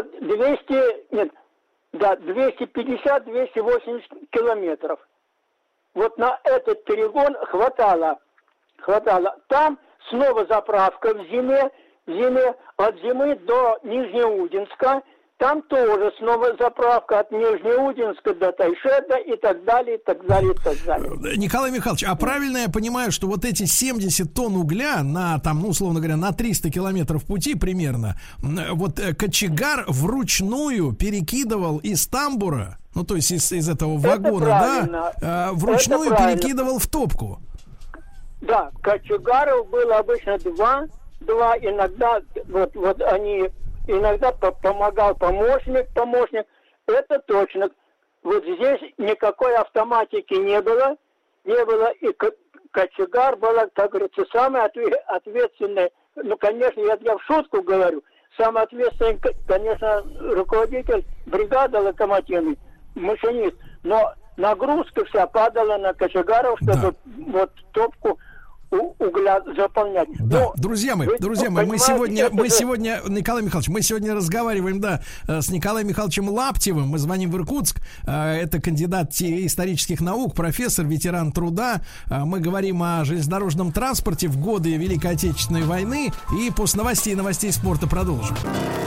250-280 километров. Вот на этот перегон хватало. Там снова заправка в зиме, от Зимы до Нижнеудинска. Там тоже снова заправка от Нижнеудинска до Тайшета и так далее, и так далее, и так далее. Николай Михайлович, а правильно я понимаю, что вот эти 70 тонн угля на, там, ну, условно говоря, на 300 километров пути примерно, вот кочегар вручную перекидывал из тамбура, ну, то есть из этого вагона, да, вручную перекидывал в топку? Да, кочегаров было обычно два, иногда, вот они... Иногда помогал помощник. Это точно. Вот здесь никакой автоматики не было. И кочегар был, как говорится, самый ответственный. Ну, конечно, я в шутку говорю. Самый ответственный, конечно, руководитель бригады локомотивной, машинист. Но нагрузка вся падала на кочегаров, чтобы вот топку угля заполнять. Да, но, друзья мои, мы сегодня, Николай Михайлович, мы сегодня разговариваем, да, с Николаем Михайловичем Лаптевым. Мы звоним в Иркутск. Это кандидат исторических наук, профессор, ветеран труда. Мы говорим о железнодорожном транспорте в годы Великой Отечественной войны. И после новостей спорта продолжим.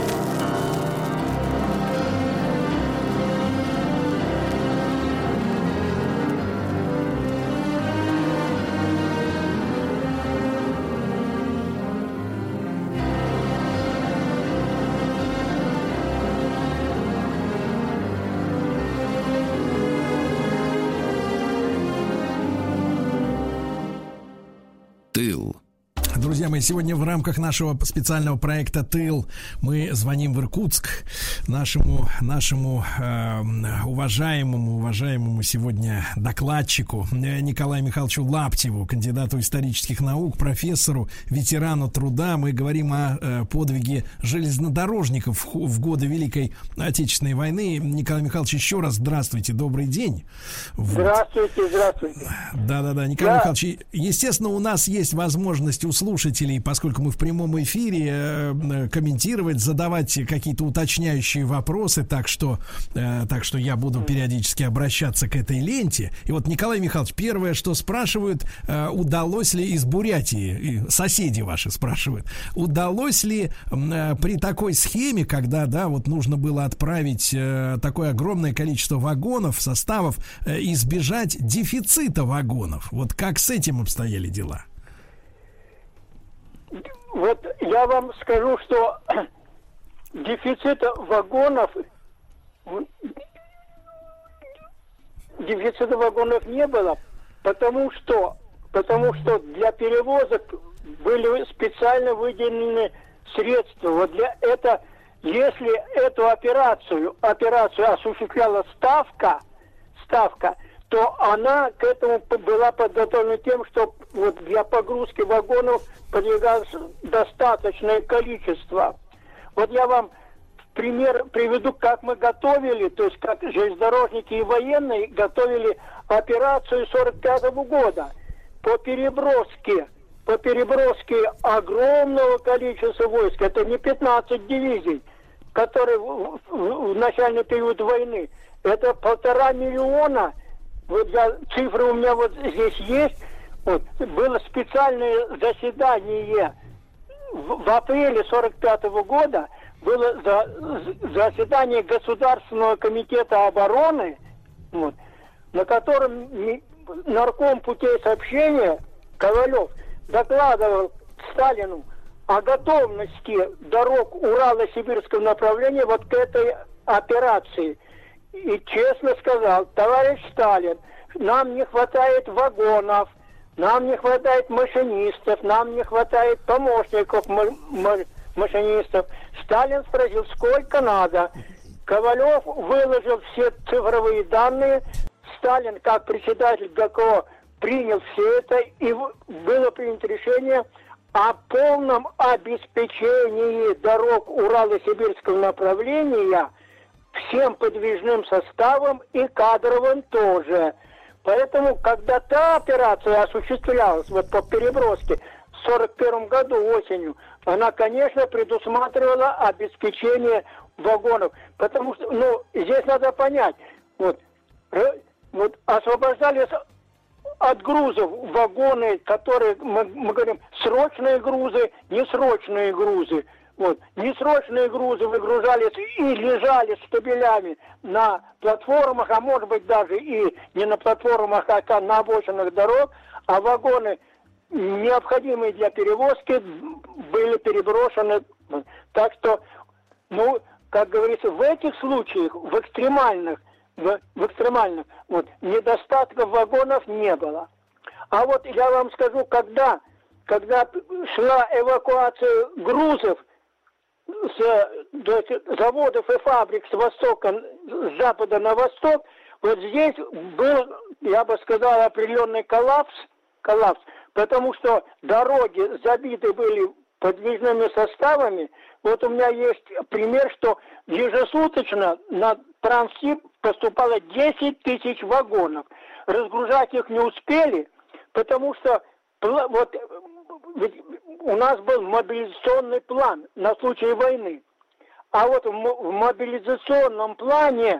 Друзья мои, сегодня в рамках нашего специального проекта «Тыл» мы звоним в Иркутск нашему уважаемому сегодня докладчику Николаю Михайловичу Лаптеву, кандидату исторических наук, профессору, ветерану труда. Мы говорим о подвиге железнодорожников в годы Великой Отечественной войны. Николай Михайлович, еще раз здравствуйте, добрый день. Здравствуйте. Да. Николай Михайлович, естественно, у нас есть возможность услышать слушателей, поскольку мы в прямом эфире, комментировать, задавать какие-то уточняющие вопросы, так что я буду периодически обращаться к этой ленте. И вот, Николай Михайлович, первое, что спрашивают, удалось ли из Бурятии, соседи ваши спрашивают, удалось ли при такой схеме, когда, да, вот нужно было отправить такое огромное количество вагонов, составов, избежать дефицита вагонов? Вот как с этим обстояли дела? Вот я вам скажу, что дефицита вагонов не было, потому что для перевозок были специально выделены средства. Вот для этого, если эту операцию осуществляла ставка, то она к этому была подготовлена тем, что вот для погрузки вагонов подвигалось достаточное количество. Вот я вам пример приведу, как мы готовили, то есть как железнодорожники и военные готовили операцию 45-го года по переброске огромного количества войск. Это не 15 дивизий, которые в начальный период войны. Это 1,5 миллиона. Вот цифры у меня вот здесь есть. Вот, было специальное заседание в апреле 45-го года. Было заседание Государственного комитета обороны, вот, на котором нарком путей сообщения Ковалев докладывал Сталину о готовности дорог Урало-Сибирского направления вот к этой операции. И честно сказал: товарищ Сталин, нам не хватает вагонов, нам не хватает машинистов, нам не хватает помощников машинистов. Сталин спросил, сколько надо. Ковалев выложил все цифровые данные. Сталин, как председатель ГКО, принял все это, и было принято решение о полном обеспечении дорог Урало-Сибирского направления всем подвижным составом и кадровым тоже. Поэтому, когда та операция осуществлялась вот по переброске в 1941 году осенью, она, конечно, предусматривала обеспечение вагонов. Потому что, здесь надо понять, вот освобождались от грузов вагоны, которые, мы говорим, срочные грузы, несрочные грузы. Вот. Несрочные грузы выгружались и лежали штабелями на платформах, а может быть даже и не на платформах, а на обочинах дорог, а вагоны, необходимые для перевозки, были переброшены. Так что, как говорится, в этих случаях, в экстремальных, вот, недостатков вагонов не было. А вот я вам скажу, когда шла эвакуация грузов с заводов и фабрик с востока, с запада на восток, вот здесь был, я бы сказал, определенный коллапс, потому что дороги забиты были подвижными составами. Вот у меня есть пример, что ежесуточно на Транссиб поступало 10 тысяч вагонов. Разгружать их не успели, потому что вот ведь у нас был мобилизационный план на случай войны. А вот в мобилизационном плане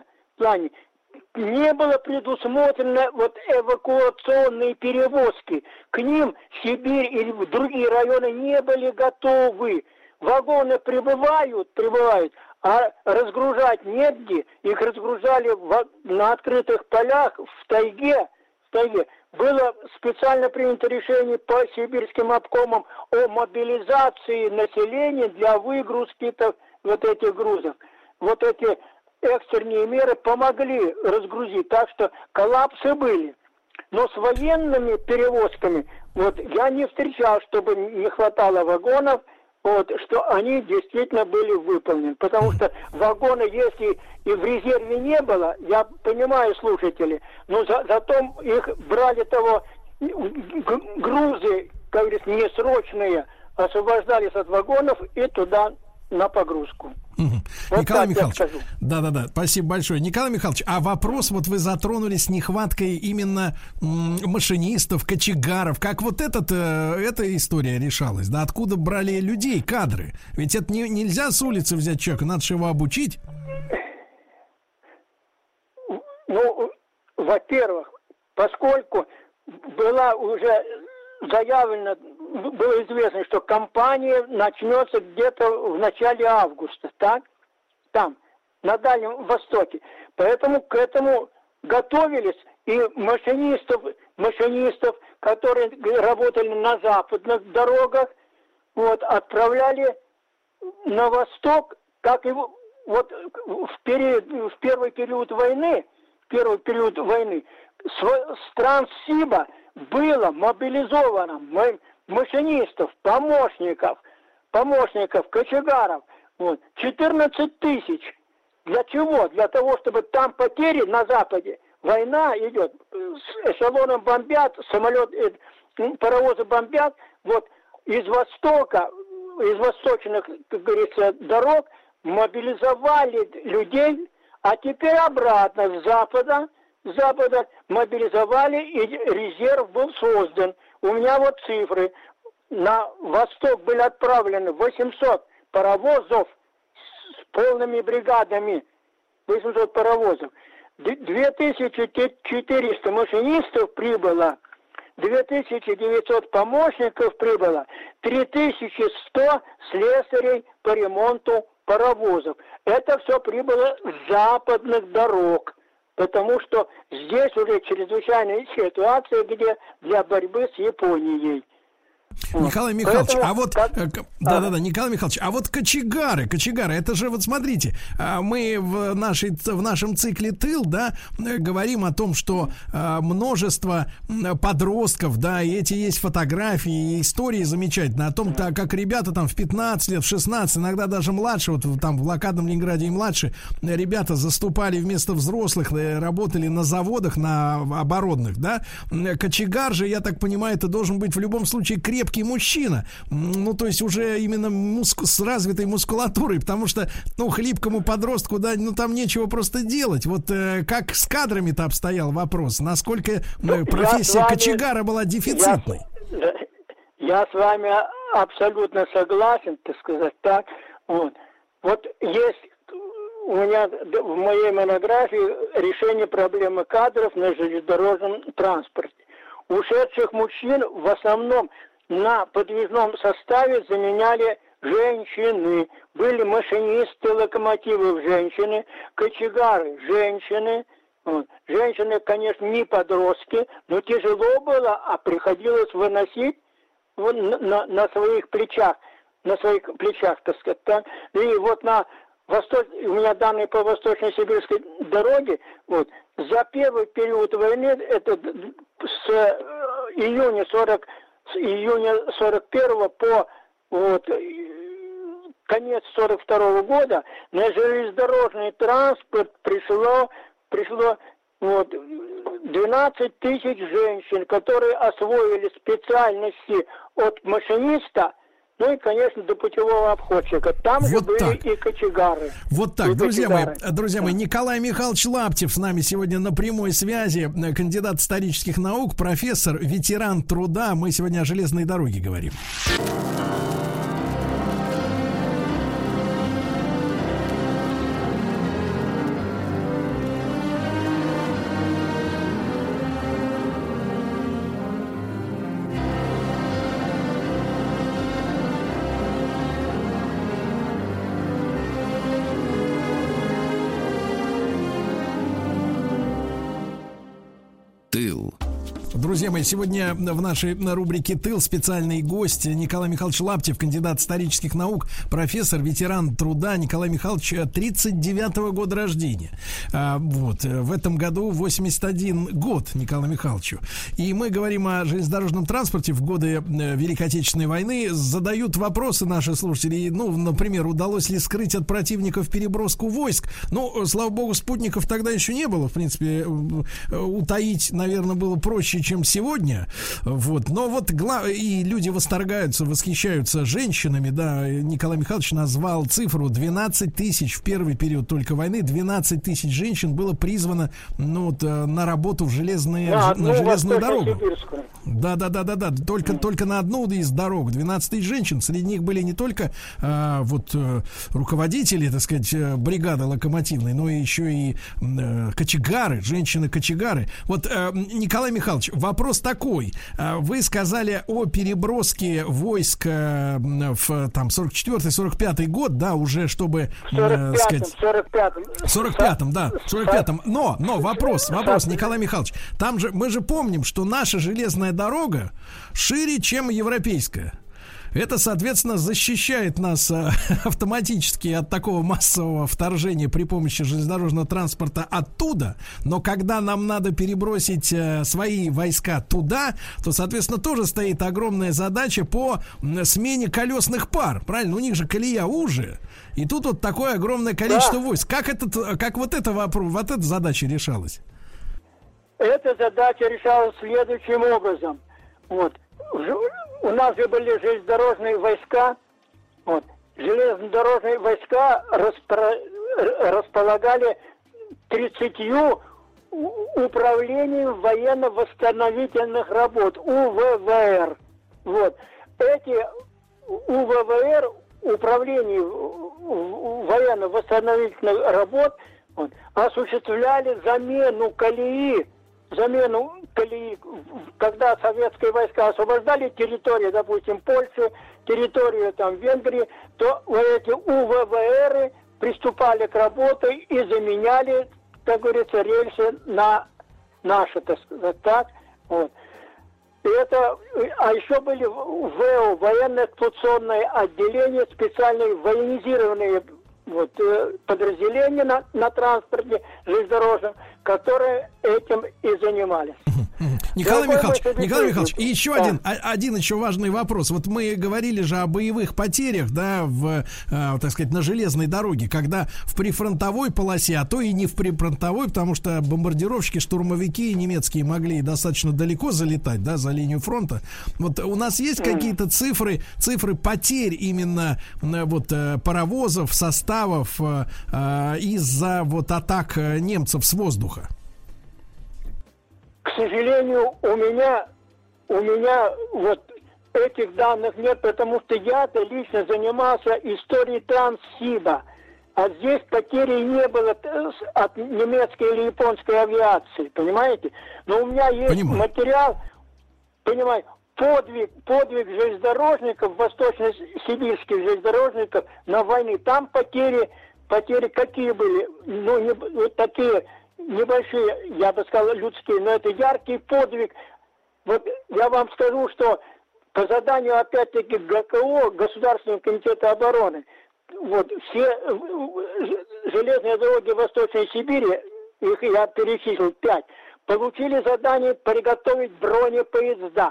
не было предусмотрено вот эвакуационные перевозки. К ним Сибирь или другие районы не были готовы. Вагоны прибывают, а разгружать негде. Их разгружали на открытых полях, в тайге. Было специально принято решение по сибирским обкомам о мобилизации населения для выгрузки вот этих грузов. Вот эти экстренные меры помогли разгрузить, так что коллапсы были. Но с военными перевозками вот я не встречал, чтобы не хватало вагонов, вот, что они действительно были выполнены. Потому что вагоны, если и в резерве не было, я понимаю, слушатели, но зато их брали грузы, как говорится, несрочные, освобождались от вагонов и туда на погрузку. Вот Николай Михайлович, да, спасибо большое. Николай Михайлович, а вопрос вот вы затронули с нехваткой именно машинистов, кочегаров. Как вот эта история решалась? Да, откуда брали людей, кадры? Ведь это нельзя с улицы взять человека, надо же его обучить. Ну, во-первых, поскольку была уже заявлено, было известно, что кампания начнется где-то в начале августа, так? Там, на Дальнем Востоке. Поэтому к этому готовились, и машинистов, которые работали на западных дорогах, вот, отправляли на восток, как и вот в первый период войны, с Транссиба было мобилизовано машинистов, помощников, кочегаров, вот, 14 тысяч. Для чего? Для того, чтобы там потери на Западе. Война идет, с эшелоном бомбят, паровозы бомбят, вот, из Востока, из восточных, как говорится, дорог мобилизовали людей, а теперь обратно с Запада мобилизовали, и резерв был создан. У меня вот цифры. На восток были отправлены 800 паровозов с полными бригадами. 800 паровозов. 2400 машинистов прибыло. 2900 помощников прибыло. 3100 слесарей по ремонту паровозов. Это все прибыло с западных дорог. Потому что здесь уже чрезвычайная ситуация, где для борьбы с Японией. Николай Михайлович, поэтому, Николай Михайлович, а вот кочегары, это же, вот смотрите, мы в нашем цикле «Тыл», да, говорим о том, что множество подростков, да, и эти есть фотографии и истории замечательные о том, как ребята там в 15 лет, в 16, иногда даже младше, вот там в блокадном Ленинграде и младше, ребята заступали вместо взрослых, работали на заводах, на оборонных, да. Кочегар же, я так понимаю, это должен быть в любом случае крепкий мужчина, ну, то есть уже именно с развитой мускулатурой, потому что, ну, хлипкому подростку, да, ну, там нечего просто делать. Вот как с кадрами-то обстоял вопрос? Насколько профессия кочегара была дефицитной? Я с вами абсолютно согласен, так сказать, так. Вот есть у меня в моей монографии решение проблемы кадров на железнодорожном транспорте. Ушедших мужчин в основном на подвижном составе заменяли женщины. Были машинисты локомотивов женщины, кочегары женщины. Вот. Женщины, конечно, не подростки, но тяжело было, а приходилось выносить вот на своих плечах, так сказать. Так. И вот у меня данные по Восточно-Сибирской дороге, вот, за первый период войны, это с июня 41 по вот, конец 42 года на железнодорожный транспорт пришло вот, 12 тысяч женщин, которые освоили специальности от машиниста, ну и, конечно, до путевого обходчика. Там вот же были так. И кочегары. Вот так, друзья мои, Николай Михайлович Лаптев с нами сегодня на прямой связи, кандидат исторических наук, профессор, ветеран труда. Мы сегодня о железной дороге говорим. Друзья мои, сегодня в нашей рубрике «Тыл» специальный гость Николай Михайлович Лаптев, кандидат исторических наук, профессор, ветеран труда. Николай Михайлович 39-го года рождения. Вот, в этом году 81 год Николаю Михайловичу. И мы говорим о железнодорожном транспорте в годы Великой Отечественной войны. Задают вопросы наши слушатели. Ну, например, удалось ли скрыть от противников переброску войск? Ну, слава богу, спутников тогда еще не было. В принципе, утаить, наверное, было проще иначе, чем сегодня. Вот. Но вот и люди восхищаются женщинами, да. Николай Михайлович назвал цифру 12 тысяч в первый период только войны. 12 тысяч женщин было призвано на работу в на железную дорогу. Да. Только на одну из дорог 12 тысяч женщин. Среди них были не только руководители, так сказать, бригады локомотивной, но еще и кочегары, женщины-кочегары. Вот, Николай Михайлович, вопрос такой. Вы сказали о переброске войск в там 44-45 год, да, уже чтобы... В 45-м. Да, 45-м. Но вопрос, Николай Михайлович. Там же, мы же помним, что наша железная дорога шире, чем европейская. Это, соответственно, защищает нас автоматически от такого массового вторжения при помощи железнодорожного транспорта оттуда. Но когда нам надо перебросить свои войска туда, то, соответственно, тоже стоит огромная задача по смене колесных пар. Правильно? У них же колея уже. И тут вот такое огромное количество войск. Как эта задача решалась? Эта задача решалась следующим образом. Вот. У нас же были железнодорожные войска. Вот. Железнодорожные войска располагали 30 управлением военно-восстановительных работ, УВВР. Вот. Эти УВВР, управление военно-восстановительных работ, вот, осуществляли замену колеи, когда советские войска освобождали территорию, допустим, Польши, территорию там Венгрии, то эти УВВРы приступали к работе и заменяли, как говорится, рельсы на наши, так сказать, так. Вот. А еще были ВО, военно-эксплуатационные отделения, специальные военизированные подразделения на транспорте железнодорожном, которые этим и занимались. Николай Михайлович, и еще один еще важный вопрос. Вот мы говорили же о боевых потерях, да, так сказать, на железной дороге, когда в прифронтовой полосе, а то и не в прифронтовой, потому что бомбардировщики, штурмовики немецкие могли достаточно далеко залетать, да, за линию фронта. Вот у нас есть какие-то цифры потерь именно паровозов, составов из-за атак немцев с воздуха? К сожалению, у меня этих данных нет, потому что я-то лично занимался историей Транссиба. А здесь потери не было от немецкой или японской авиации, понимаете? Но у меня есть материал, подвиг железнодорожников, восточно-сибирских железнодорожников на войне. Там потери какие были? Такие небольшие, я бы сказал, людские, но это яркий подвиг. Вот я вам скажу, что по заданию, опять-таки, ГКО, Государственного комитета обороны, все железные дороги Восточной Сибири, их я перечислил 5, получили задание приготовить бронепоезда.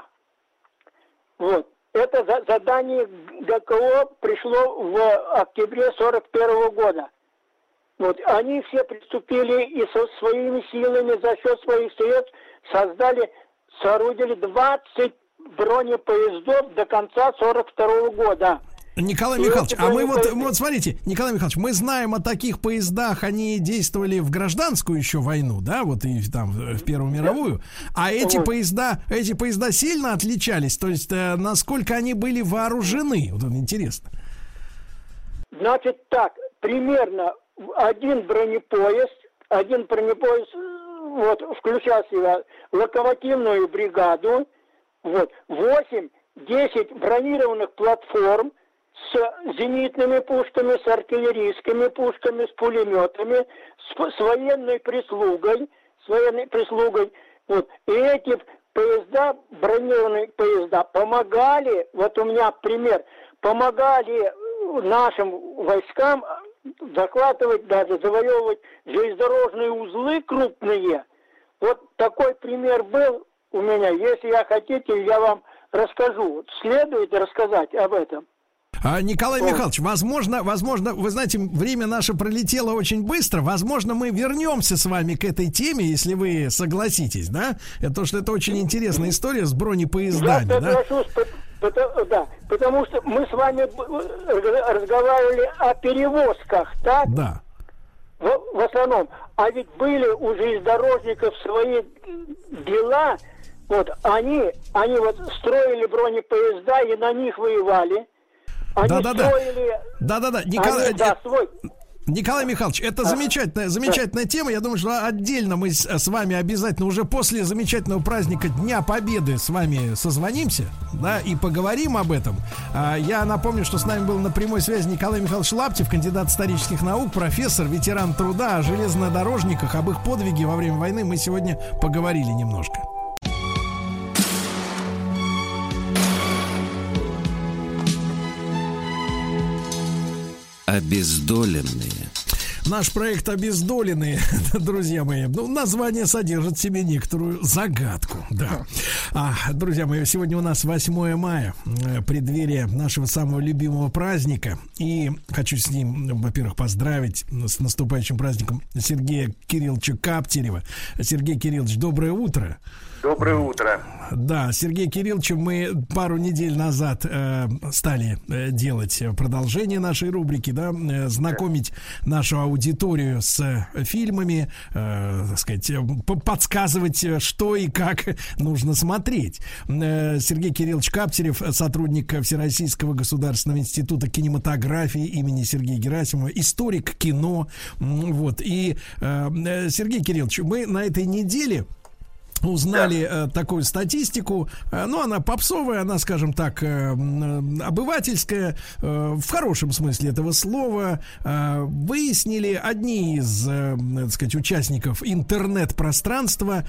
Это задание ГКО пришло в октябре 1941 года. Они все приступили и со своими силами за счет своих средств соорудили 20 бронепоездов до конца 1942 года. Николай Михайлович, а мы смотрите, Николай Михайлович, мы знаем о таких поездах, они действовали в гражданскую еще войну, да, и там в Первую мировую, а эти поезда сильно отличались, то есть насколько они были вооружены, это интересно. Значит так, примерно один бронепоезд, включал в себя локомотивную бригаду, 8-10 бронированных платформ с зенитными пушками, с артиллерийскими пушками, с пулеметами, с военной прислугой. И эти поезда, бронированные поезда, помогали, у меня пример, помогали нашим войскам захватывать, даже завоевывать железнодорожные узлы крупные. Такой пример был у меня. Если хотите, я вам расскажу. Следует рассказать об этом. Николай Михайлович, возможно, вы знаете, время наше пролетело очень быстро. Возможно, мы вернемся с вами к этой теме, если вы согласитесь, да? Потому что это очень интересная история с бронепоездами, да? Да, потому что мы с вами разговаривали о перевозках, так? Да. В основном. А ведь были у железнодорожников свои дела. Вот они вот строили бронепоезда и на них воевали. Они строили... Да-да-да. Николай Михайлович, это замечательная тема. Я думаю, что отдельно мы с вами обязательно уже после замечательного праздника Дня Победы с вами созвонимся, да, и поговорим об этом. Я напомню, что с нами был на прямой связи Николай Михайлович Лаптев, кандидат исторических наук, профессор, ветеран труда, о железнодорожниках, об их подвиге во время войны мы сегодня поговорили немножко. Обездоленные. Наш проект «Обездоленные», друзья мои, название содержит в себе некоторую загадку, да. Друзья мои, сегодня у нас 8 мая, преддверие нашего самого любимого праздника. И хочу с ним, во-первых, поздравить с наступающим праздником Сергея Кирилловича Каптерева. Сергей Кириллович, доброе утро. Доброе утро. Да, Сергей Кириллович, мы пару недель назад стали делать продолжение нашей рубрики, да, знакомить нашу аудиторию с фильмами, так сказать, подсказывать, что и как нужно смотреть. Сергей Кириллович Каптерев, сотрудник Всероссийского государственного института кинематографии имени Сергея Герасимова, историк кино. Вот. И, Сергей Кириллович, мы на этой неделе узнали такую статистику, она попсовая, она, скажем так, обывательская, в хорошем смысле этого слова. Выяснили одни из, так сказать, участников интернет-пространства,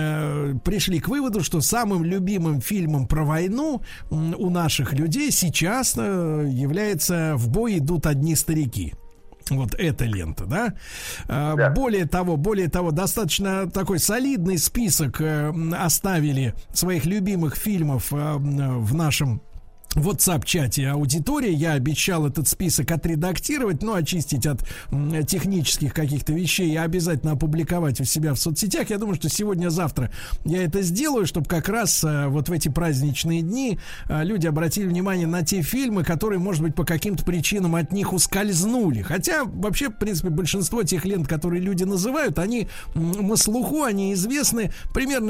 пришли к выводу, что самым любимым фильмом про войну у наших людей сейчас является «В бой идут одни старики». Вот эта лента, да? Более того, достаточно такой солидный список оставили своих любимых фильмов в нашем в WhatsApp-чате аудитории. Я обещал этот список отредактировать, очистить от технических каких-то вещей и обязательно опубликовать у себя в соцсетях. Я думаю, что сегодня-завтра я это сделаю, чтобы как раз вот в эти праздничные дни люди обратили внимание на те фильмы, которые, может быть, по каким-то причинам от них ускользнули. Хотя, вообще, в принципе, большинство тех лент, которые люди называют, они на слуху, они известны. Примерно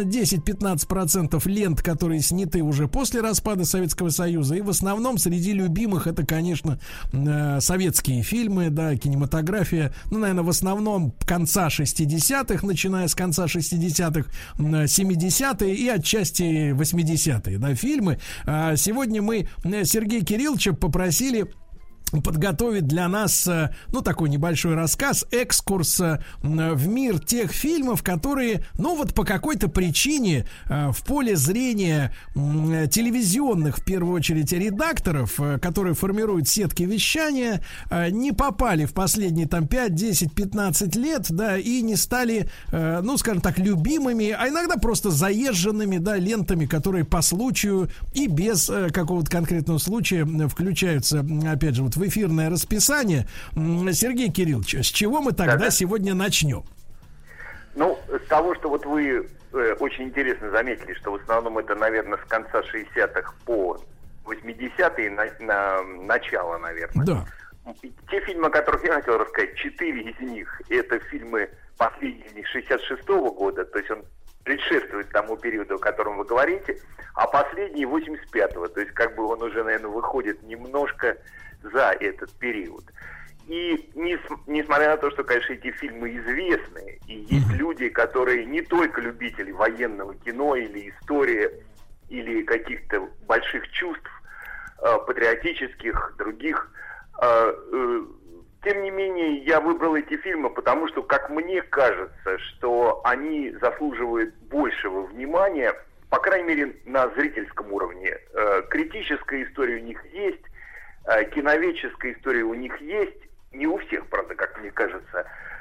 10-15% лент, которые сняты уже после распада Советского Союза. И в основном среди любимых это, конечно, советские фильмы, да, кинематография. Наверное, в основном конца 60-х, начиная с конца 60-х, 70-е и отчасти 80-е, да, фильмы. Сегодня мы Сергея Кирилловича попросили подготовить для нас, такой небольшой рассказ, экскурс в мир тех фильмов, которые, по какой-то причине в поле зрения телевизионных, в первую очередь, редакторов, которые формируют сетки вещания, не попали в последние 5, 10, 15 лет, да, и не стали, скажем так, любимыми, а иногда просто заезженными, да, лентами, которые по случаю и без какого-то конкретного случая включаются, опять же, в эфирное расписание. Сергей Кириллович, с чего мы тогда сегодня начнем? С того, что вы очень интересно заметили, что в основном это, наверное, с конца 60-х по 80-е, на начало, наверное. Да. Те фильмы, о которых я хотел рассказать, 4 из них это фильмы последних 66-го года, то есть он предшествует тому периоду, о котором вы говорите, а последний 85-го, то есть он уже, наверное, выходит немножко за этот период. И несмотря на то, что, конечно, эти фильмы известны, и есть люди, которые не только любители военного кино или истории, или каких-то больших чувств, патриотических, других, тем не менее, я выбрал эти фильмы, потому что, как мне кажется, что они заслуживают большего внимания, по крайней мере, на зрительском уровне. Критическая история у них есть, киноведческая история у них есть, не у всех, правда, как мне кажется.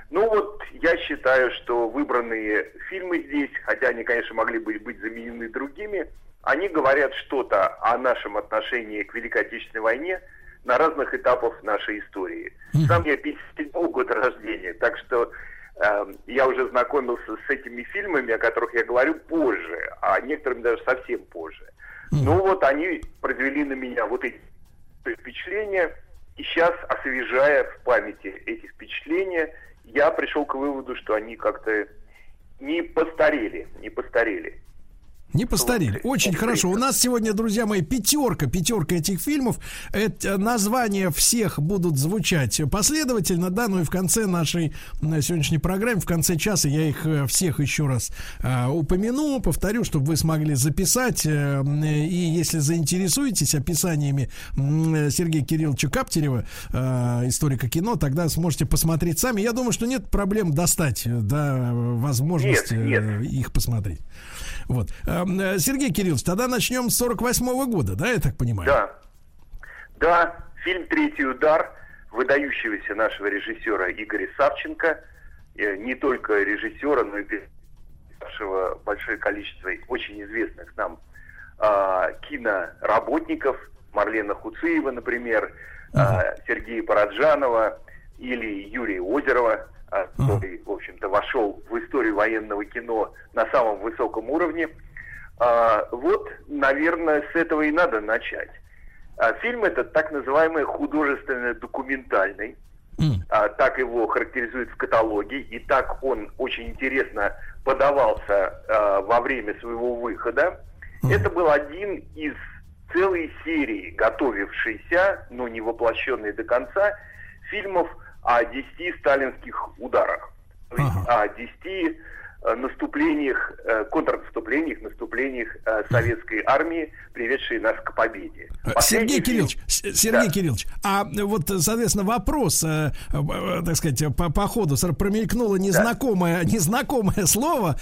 Я считаю, что выбранные фильмы здесь, хотя они, конечно, могли бы быть заменены другими, они говорят что-то о нашем отношении к Великой Отечественной войне, на разных этапах нашей истории. Сам я 57-го года рождения, так что я уже знакомился с этими фильмами, о которых я говорю, позже, а некоторыми даже совсем позже. Ну вот они произвели на меня вот эти впечатления, и сейчас, освежая в памяти эти впечатления, я пришел к выводу, что они как-то не постарели. Не постарели. Очень хорошо. У нас сегодня, друзья мои, пятерка этих фильмов. Это названия всех будут звучать последовательно, да, ну и в конце нашей сегодняшней программы, в конце часа я их всех еще раз упомяну, повторю, чтобы вы смогли записать. И если заинтересуетесь описаниями Сергея Кирилловича Каптерева, историка кино, тогда сможете посмотреть сами. Я думаю, что нет проблем достать, да, возможность их посмотреть. Вот. Сергей Кириллович, тогда начнем с 48-го года, да, я так понимаю? Да, фильм «Третий удар» выдающегося нашего режиссера Игоря Савченко, не только режиссера, но и нашего большое количество очень известных нам киноработников, Марлена Хуциева, например, Сергея Параджанова или Юрия Озерова, который, в общем-то, вошел в историю военного кино на самом высоком уровне. Вот, наверное, с этого и надо начать. Фильм этот так называемый художественно-документальный. Так его характеризуют в каталоге, и так он очень интересно подавался во время своего выхода. Это был один из целой серии, готовившейся, но не воплощенной до конца, фильмов о 10 сталинских ударах, то есть о 10 наступлениях, наступлениях советской армии, приведшие нас к победе. Сергей Кириллович, а вот, соответственно, вопрос, так сказать, по ходу промелькнуло незнакомое слово,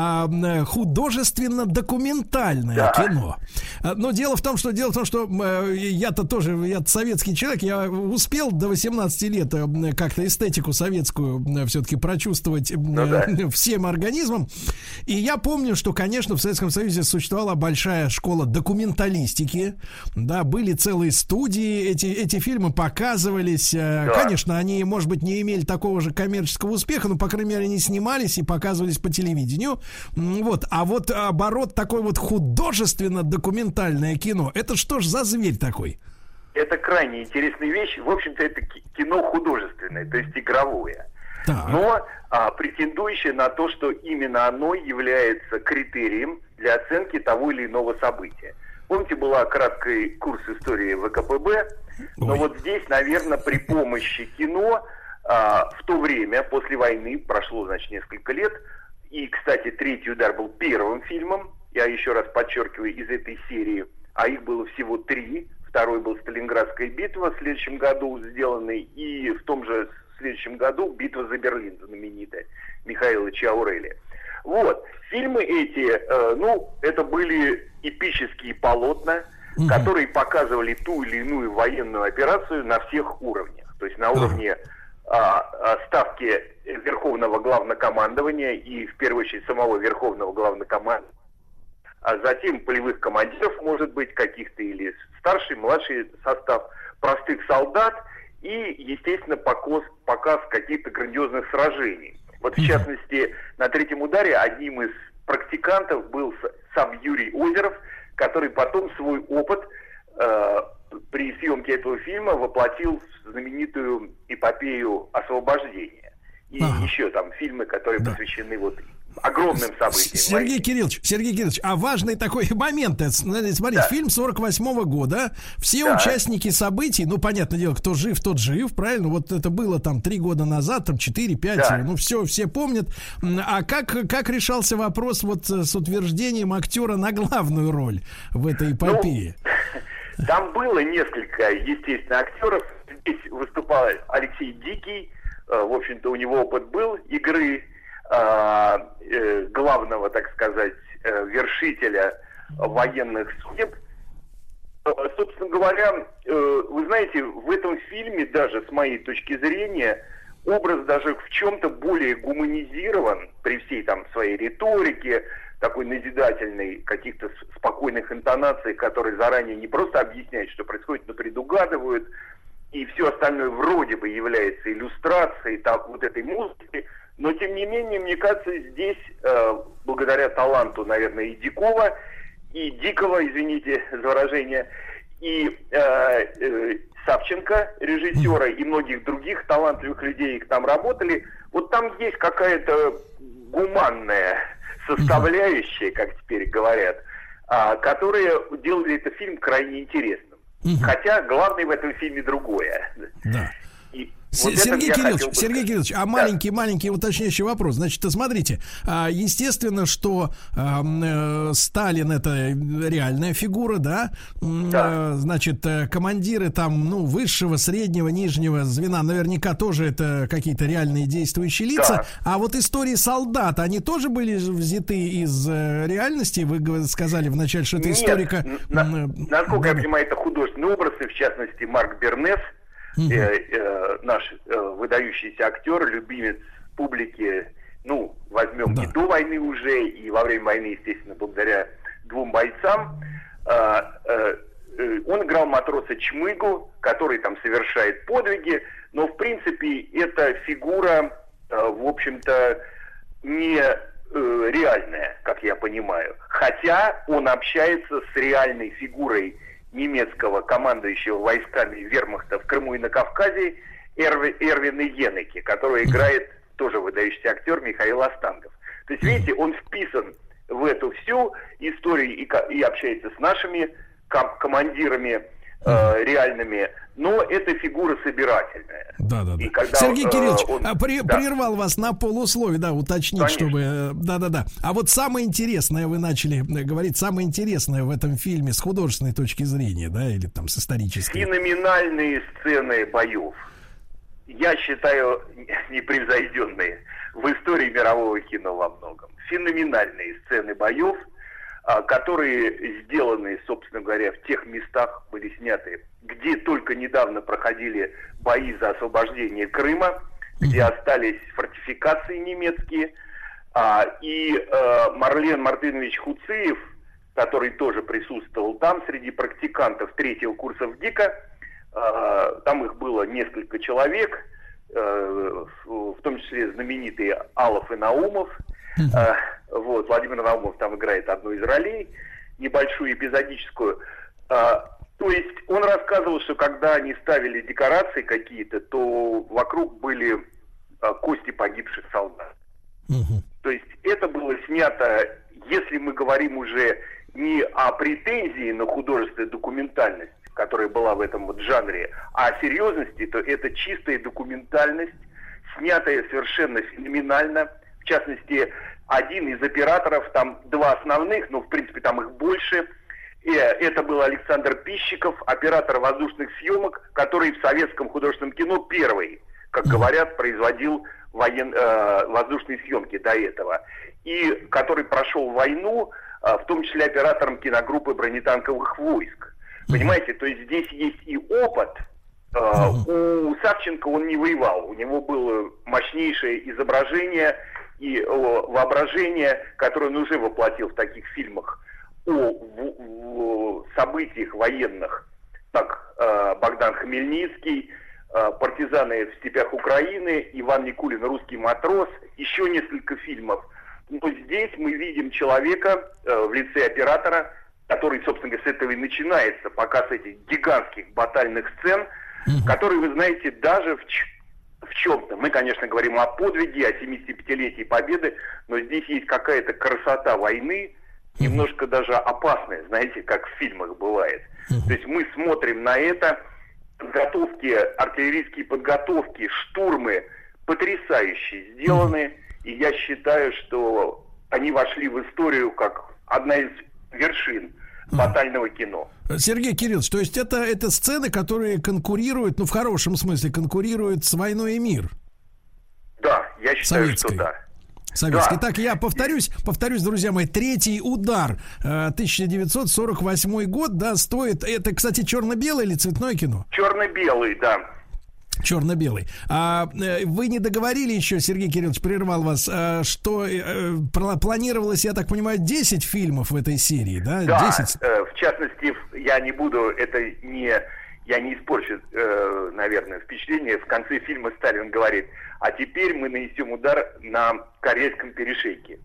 художественно-документальное кино. Но дело в том, что я-то советский человек, я успел до 18 лет как-то эстетику советскую все-таки прочувствовать всем организмом. И я помню, что, конечно, в Советском Союзе существовала большая школа документалистики. Да, были целые студии, эти фильмы показывались. Конечно, они, может быть, не имели такого же коммерческого успеха, но, по крайней мере, они снимались и показывались по телевидению. Вот. А вот оборот такой вот художественно-документальное кино, это что ж за зверь такой? Это крайне интересная вещь. В общем-то, это кино художественное, то есть игровое. Но претендующее на то, что именно оно является критерием для оценки того или иного события. Помните, была краткий курс истории ВКПБ, но вот здесь, наверное, при помощи кино в то время, после войны, прошло, значит, несколько лет, и, кстати, «Третий удар» был первым фильмом, я еще раз подчеркиваю, из этой серии, а их было всего 3. Второй был «Сталинградская битва» в следующем году сделанный, и в том же следующем году «Битва за Берлин» знаменитая Михаила Чаурели. Вот. Фильмы эти, это были эпические полотна, которые показывали ту или иную военную операцию на всех уровнях. То есть на уровне ставки Верховного Главнокомандования и, в первую очередь, самого Верховного Главнокомандования, а затем полевых командиров, может быть, каких-то или старший, младший состав, простых солдат, и, естественно, показ каких-то грандиозных сражений. Вот, в частности, на «Третьем ударе» одним из практикантов был сам Юрий Озеров, который потом свой опыт при съемке этого фильма воплотил в знаменитую эпопею «Освобождения». И еще там фильмы, которые посвящены огромным событиям. Сергей Кириллович, а важный такой момент. Смотрите, фильм 48-го года. Все участники событий, понятное дело, кто жив, тот жив, правильно? Вот это было там 3 года назад, там 4-5, все помнят. А как решался вопрос вот с утверждением актера на главную роль в этой эпопее? Там было несколько, естественно, актеров. Здесь выступал Алексей Дикий. В общем-то, у него опыт был игры главного, так сказать, вершителя военных судеб. Собственно говоря, вы знаете, в этом фильме, даже с моей точки зрения, образ даже в чем-то более гуманизирован при всей там своей риторике, такой назидательной, каких-то спокойных интонаций, которые заранее не просто объясняют, что происходит, но предугадывают. и все остальное вроде бы является иллюстрацией вот этой музыки, но тем не менее, мне кажется, здесь, благодаря таланту, наверное, и Дикова, и Дикого, извините за выражение, и Савченко, режиссера, и многих других талантливых людей, их там работали, вот там есть какая-то гуманная составляющая, как теперь говорят, которые делали этот фильм крайне интересным. Хотя главное в этом фильме другое. Да. И Сергей Кириллович, маленький уточняющий вопрос. Значит, смотрите, естественно, что Сталин — это реальная фигура, да? Значит, командиры там, высшего, среднего, нижнего звена наверняка тоже это какие-то реальные действующие лица. А вот истории солдат, они тоже были взяты из реальности? Вы сказали вначале, что это историка... Насколько я понимаю, это художественные образы, в частности, Марк Бернес, наш выдающийся актер, любимец публики, возьмем и до войны уже, и во время войны, естественно, благодаря двум бойцам. Он играл матроса Чмыгу, который там совершает подвиги, но, в принципе, эта фигура, в общем-то, не реальная, как я понимаю. Хотя он общается с реальной фигурой немецкого командующего войсками вермахта в Крыму и на Кавказе Эрвина Енеке, который играет тоже выдающийся актер Михаил Остангов. То есть, видите, он вписан в эту всю историю и общается с нашими командирами реальными, но это фигура собирательная. Да. Сергей Кириллович, прервал вас на полусловие, уточнить, конечно, чтобы... Да. А вот самое интересное, вы начали говорить, самое интересное в этом фильме с художественной точки зрения, да, или там с исторической? Феноменальные сцены боев. Я считаю, непревзойденные в истории мирового кино во многом. Феноменальные сцены боев, которые сделаны, собственно говоря, в тех местах были сняты, где только недавно проходили бои за освобождение Крыма, где остались фортификации немецкие. И Марлен Мартынович Хуциев, который тоже присутствовал там среди практикантов третьего курса ВГИКа, там их было несколько человек, в том числе знаменитые Алов и Наумов. Владимир Наумов там играет одну из ролей, небольшую эпизодическую. То есть он рассказывал, что когда они ставили декорации какие-то, то вокруг были кости погибших солдат. То есть это было снято, если мы говорим уже не о претензии на художественную документальность, которая была в этом жанре, а о серьезности, то это чистая документальность, снятая совершенно феноменально. В частности, один из операторов, там два основных, но в принципе там их больше, это был Александр Пищиков, оператор воздушных съемок, который в советском художественном кино первый, как говорят, производил воздушные съемки до этого, и который прошел войну, в том числе оператором киногруппы бронетанковых войск. Понимаете, то есть здесь есть и опыт. У Савченко он не воевал, у него было мощнейшее изображение и воображение, которое он уже воплотил в таких фильмах о событиях военных, как Богдан Хмельницкий, «Партизаны в степях Украины», Иван Никулин «Русский матрос», еще несколько фильмов. Но здесь мы видим человека в лице оператора, который, собственно говоря, с этого и начинается показ этих гигантских батальных сцен, которые, вы знаете, даже в чем-то. Мы, конечно, говорим о подвиге, о 75-летии Победы, но здесь есть какая-то красота войны, немножко даже опасная, знаете, как в фильмах бывает. То есть мы смотрим на это, подготовки, артиллерийские подготовки, штурмы потрясающе сделаны, и я считаю, что они вошли в историю как одна из вершин батального кино. Сергей Кириллович, то есть это сцены, которые конкурируют, в хорошем смысле, конкурируют с «Войной и мир»? Да, я считаю, советской. что да. Советский. Да. Итак, я повторюсь, друзья мои, «Третий удар», 1948 год, да, стоит, это, кстати, черно-белое или цветное кино? Черно-белый, да. Черно-белый. Вы не договорили еще, Сергей Кириллович, прервал вас, что планировалось, я так понимаю, 10 фильмов в этой серии, да? Да, 10? В частности, я не буду, это я не испорчу, наверное, впечатление, в конце фильма Сталин говорит: а теперь мы нанесем удар на Карельском перешейке.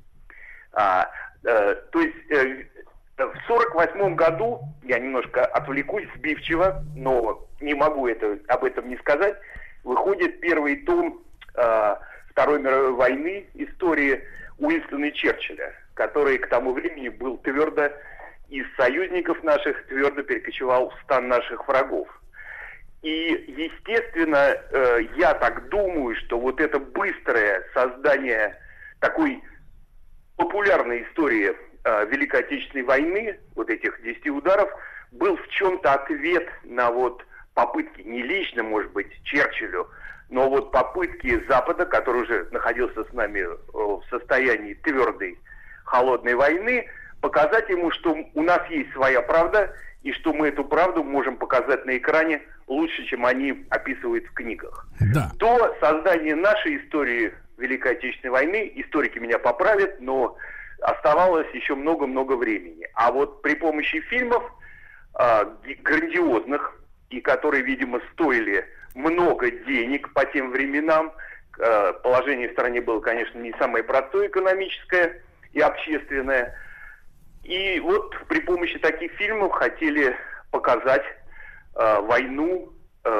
То есть в 1948 году, я немножко отвлекусь сбивчиво, но не могу об этом не сказать, выходит первый том Второй мировой войны, истории Уинстона Черчилля, который к тому времени был твердо из союзников наших, твердо перекочевал в стан наших врагов. И, естественно, я так думаю, что вот это быстрое создание такой популярной истории Великой Отечественной войны, вот этих 10 ударов, был в чем-то ответ на вот попытки, не лично, может быть, Черчиллю, но вот попытки Запада, который уже находился с нами в состоянии твердой, холодной войны, показать ему, что у нас есть своя правда, и что мы эту правду можем показать на экране лучше, чем они описывают в книгах. Да. До создания нашей истории Великой Отечественной войны, историки меня поправят, но оставалось еще много-много времени. А вот при помощи фильмов грандиозных, и которые, видимо, стоили много денег по тем временам, положение в стране было, конечно, не самое простое экономическое и общественное. И вот при помощи таких фильмов хотели показать войну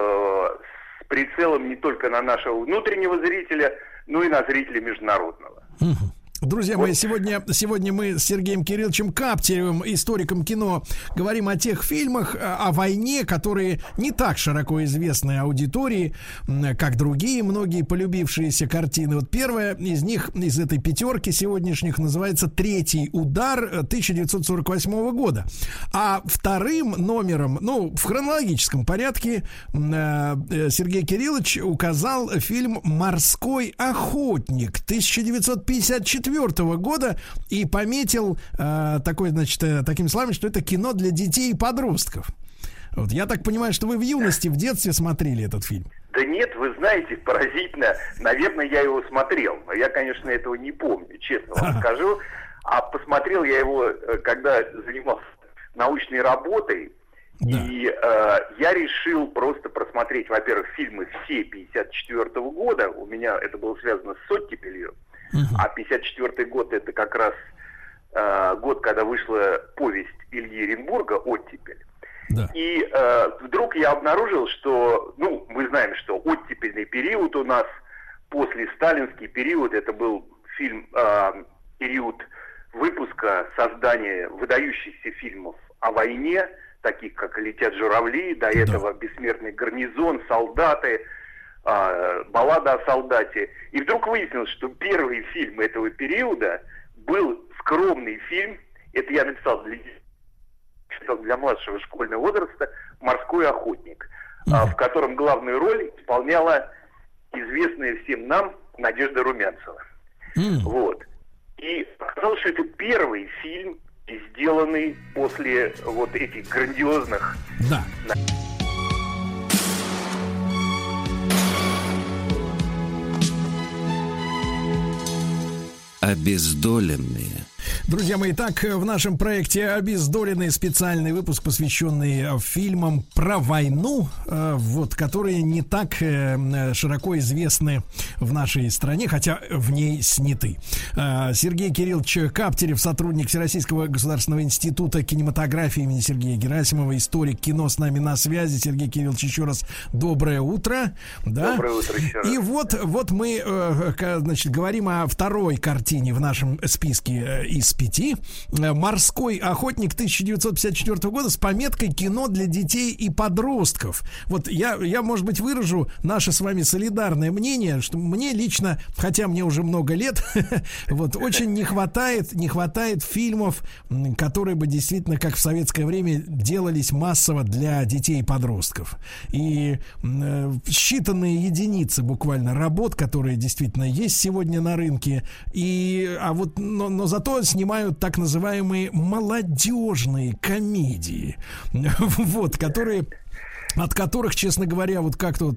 с прицелом не только на нашего внутреннего зрителя, но и на зрителя международного. Друзья мои, сегодня мы с Сергеем Кирилловичем Каптеревым, историком кино, говорим о тех фильмах о войне, которые не так широко известны аудитории, как другие многие полюбившиеся картины. Вот первая из них, из этой пятерки сегодняшних, называется «Третий удар» 1948 года. А вторым номером, ну, в хронологическом порядке, Сергей Кириллович указал фильм «Морской охотник» 1954 года и пометил такой, значит, такими словами, что это кино для детей и подростков. Вот, я так понимаю, что вы в юности, в детстве смотрели этот фильм. Да нет, вы знаете, поразительно. Наверное, я его смотрел, но я, конечно, этого не помню, честно вам скажу. А посмотрел я его, когда занимался научной работой. Да. И я решил просто просмотреть, во-первых, фильмы все 1954 года. У меня это было связано с оттепелью. А 1954 год — это как раз год, когда вышла повесть Ильи Эренбурга «Оттепель». Да. И вдруг я обнаружил, что, ну, мы знаем, что оттепельный период у нас, после сталинский период, это был период выпуска, создания выдающихся фильмов о войне, таких как «Летят журавли», до этого «Бессмертный гарнизон», «Солдаты», «Баллада о солдате». И вдруг выяснилось, что первый фильм этого периода был скромный фильм, это я написал для младшего школьного возраста, «Морской охотник», в котором главную роль исполняла известная всем нам Надежда Румянцева. Вот. И оказалось, что это первый фильм, сделанный после вот этих грандиозных... Да. Обездоленные. Друзья мои, так в нашем проекте «Обездоленный» специальный выпуск, посвященный фильмам про войну, вот, которые не так широко известны в нашей стране, хотя в ней сняты. Сергей Кириллович Каптерев, сотрудник Всероссийского государственного института кинематографии имени Сергея Герасимова, историк кино, с нами на связи. Сергей Кириллович, еще раз доброе утро. Да? Доброе утро еще раз. И вот мы, значит, говорим о второй картине в нашем списке из 5. «Морской охотник» 1954 года с пометкой «Кино для детей и подростков». Вот я, может быть, выражу наше с вами солидарное мнение, что мне лично, хотя мне уже много лет, вот очень не хватает фильмов, которые бы действительно, как в советское время, делались массово для детей и подростков. И считанные единицы буквально работ, которые действительно есть сегодня на рынке, но зато снимают так называемые молодежные комедии, вот, от которых, честно говоря, вот как-то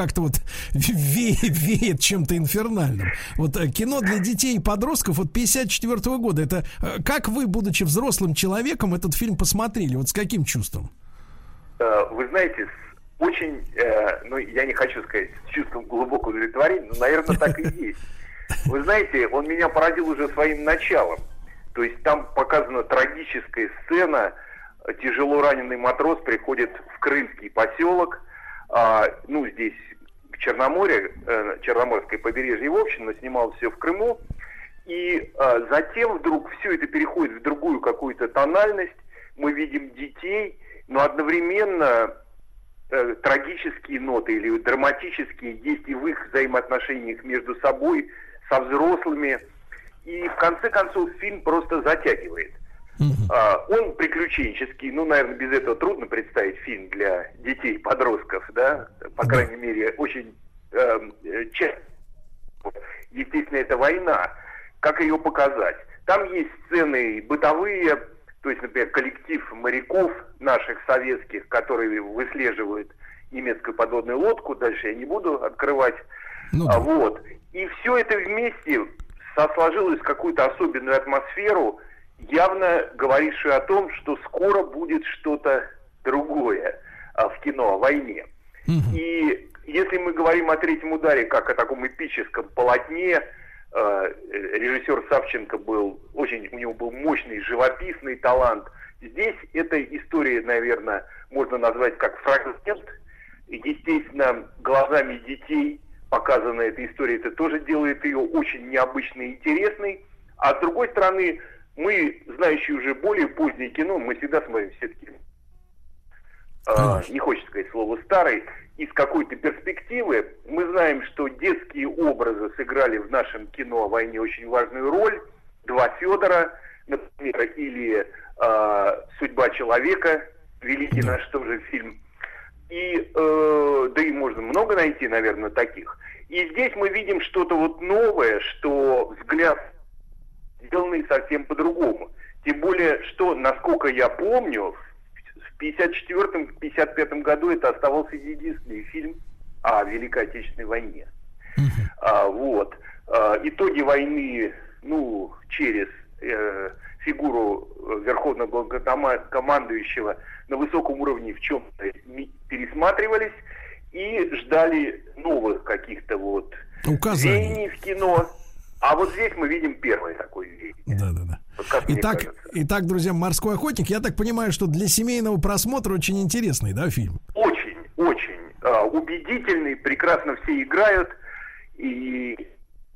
веет чем-то инфернальным. Вот кино для детей и подростков от 1954 года. Это как вы, будучи взрослым человеком, этот фильм посмотрели? Вот с каким чувством? Вы знаете, очень, ну, я не хочу сказать с чувством глубокого удовлетворения, но, наверное, так и есть. Вы знаете, он меня поразил уже своим началом. То есть там показана трагическая сцена. Тяжело раненый матрос приходит в крымский поселок, ну, здесь Черноморье, Черноморское побережье в общем, но снимал все в Крыму. И затем вдруг все это переходит в другую какую-то тональность. Мы видим детей, но одновременно трагические ноты или драматические есть и в их взаимоотношениях между собой, со взрослыми. И в конце концов фильм просто затягивает. Он приключенческий, ну, наверное, без этого трудно представить фильм для детей, подростков, да, по крайней мере, очень часто. Естественно, это война. Как ее показать? Там есть сцены бытовые, то есть, например, коллектив моряков наших советских, которые выслеживают немецкую подводную лодку, дальше я не буду открывать. Вот. И все это вместе сложилось в какую-то особенную атмосферу, явно говорившую о том, что скоро будет что-то другое в кино о войне. И если мы говорим о «Третьем ударе» как о таком эпическом полотне, режиссер Савченко был очень, у него был мощный живописный талант. Здесь эта история, наверное, можно назвать как фрагмент. Естественно, глазами детей показана эта история, это тоже делает ее очень необычной и интересной. А с другой стороны, мы, знающие уже более позднее кино, мы всегда смотрим все-таки, не хочется сказать слово «старый», из какой-то перспективы. Мы знаем, что детские образы сыграли в нашем кино о войне очень важную роль. «Два Федора», например, или «Судьба человека», великий наш тоже фильм. И, да и можно много найти, наверное, таких. И здесь мы видим что-то вот новое, что взгляд сделанный совсем по-другому. Тем более, что, насколько я помню, в 1954-1955 году это оставался единственный фильм о Великой Отечественной войне. Вот. Итоги войны, ну, через фигуру верховного главнокомандующего на высоком уровне в чем-то пересматривались и ждали новых каких-то вот веяний в кино. А вот здесь мы видим первое такое веяние. Да-да-да. Вот итак, друзья, «Морской охотник», я так понимаю, что для семейного просмотра очень интересный, да, фильм? Очень, очень убедительный, прекрасно все играют, и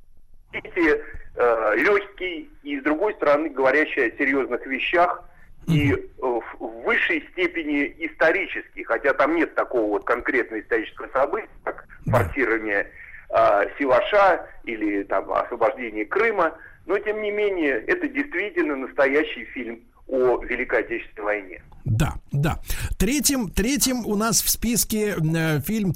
легкий, и с другой стороны говорящий о серьезных вещах, и в высшей степени исторический, хотя там нет такого вот конкретного исторического события, как форсирование Севаша или там освобождение Крыма, но тем не менее это действительно настоящий фильм о Великой Отечественной войне. Да, да. Третьим у нас в списке фильм